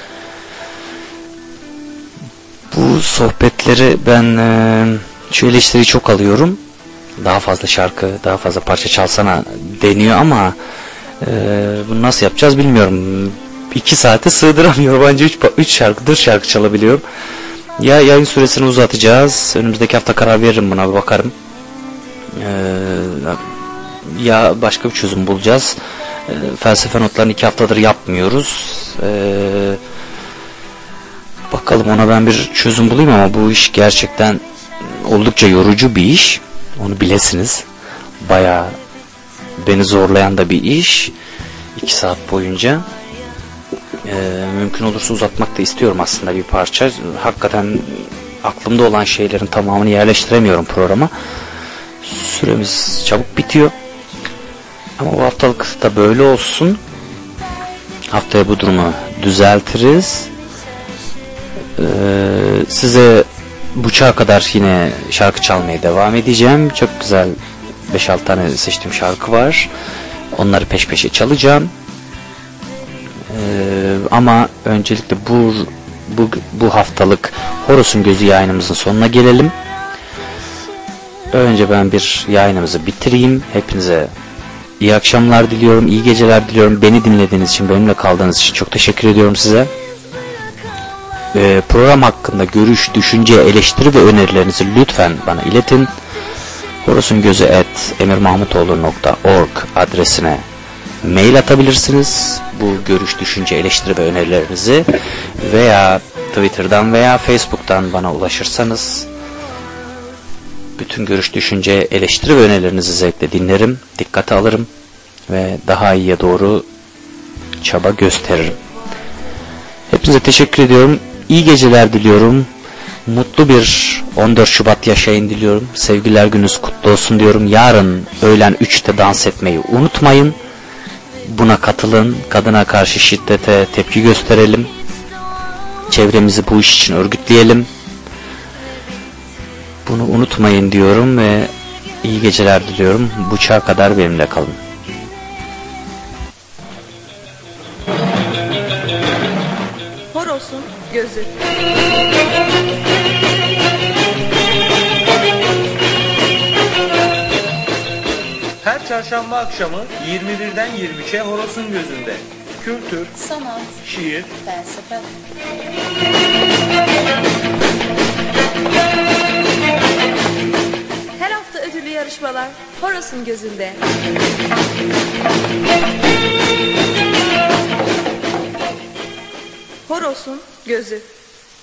Bu sohbetleri ben e, şu eleştiriyi çok alıyorum. Daha fazla şarkı, daha fazla parça çalsana deniyor ama e, bunu nasıl yapacağız bilmiyorum. İki saate sığdıramıyorum. Bence üç, üç şarkı, dört şarkı çalabiliyorum. Ya yayın süresini uzatacağız. Önümüzdeki hafta karar veririm buna, bir bakarım. Ee, ya başka bir çözüm bulacağız. Ee, felsefe notlarını iki haftadır yapmıyoruz. Ee, bakalım, ona ben bir çözüm bulayım ama bu iş gerçekten oldukça yorucu bir iş. Onu bilesiniz. Bayağı beni zorlayan da bir iş. iki saat boyunca. Ee, mümkün olursa uzatmak da istiyorum aslında bir parça. Hakikaten aklımda olan şeylerin tamamını yerleştiremiyorum programa. Süremiz çabuk bitiyor. Ama bu haftalık da böyle olsun. Haftaya bu durumu düzeltiriz. Ee, size buçuğa kadar yine şarkı çalmaya devam edeceğim. Çok güzel beş altı tane seçtiğim şarkı var. Onları peş peşe çalacağım. Ee, ama öncelikle bu, bu, bu haftalık Horus'un Gözü yayınımızın sonuna gelelim. Önce ben bir yayınımızı bitireyim. Hepinize iyi akşamlar diliyorum, iyi geceler diliyorum. Beni dinlediğiniz için, benimle kaldığınız için çok teşekkür ediyorum size. Ee, program hakkında görüş, düşünce, eleştiri ve önerilerinizi lütfen bana iletin. horusungözü at emirmahmutoğlu nokta org adresine mail atabilirsiniz. Bu görüş, düşünce, eleştiri ve önerilerinizi veya Twitter'dan veya Facebook'tan bana ulaşırsanız bütün görüş, düşünce, eleştiri ve önerilerinizi zevkle dinlerim, dikkate alırım ve daha iyiye doğru çaba gösteririm. Hepinize teşekkür ediyorum. İyi geceler diliyorum. Mutlu bir on dört Şubat yaşayın diliyorum. Sevgililer gününüz kutlu olsun diyorum. Yarın öğlen üçte dans etmeyi unutmayın. Buna katılın. Kadına karşı şiddete tepki gösterelim. Çevremizi bu iş için örgütleyelim. Bunu unutmayın diyorum ve iyi geceler diliyorum. Buçağa kadar benimle kalın. Horos'un gözü. Her çarşamba akşamı yirmi birden yirmi üçe Horos'un gözünde. Kültür, sanat, şiir, felsefe. Her hafta ödüllü yarışmalar Horos'un gözünde. Horos'un gözü.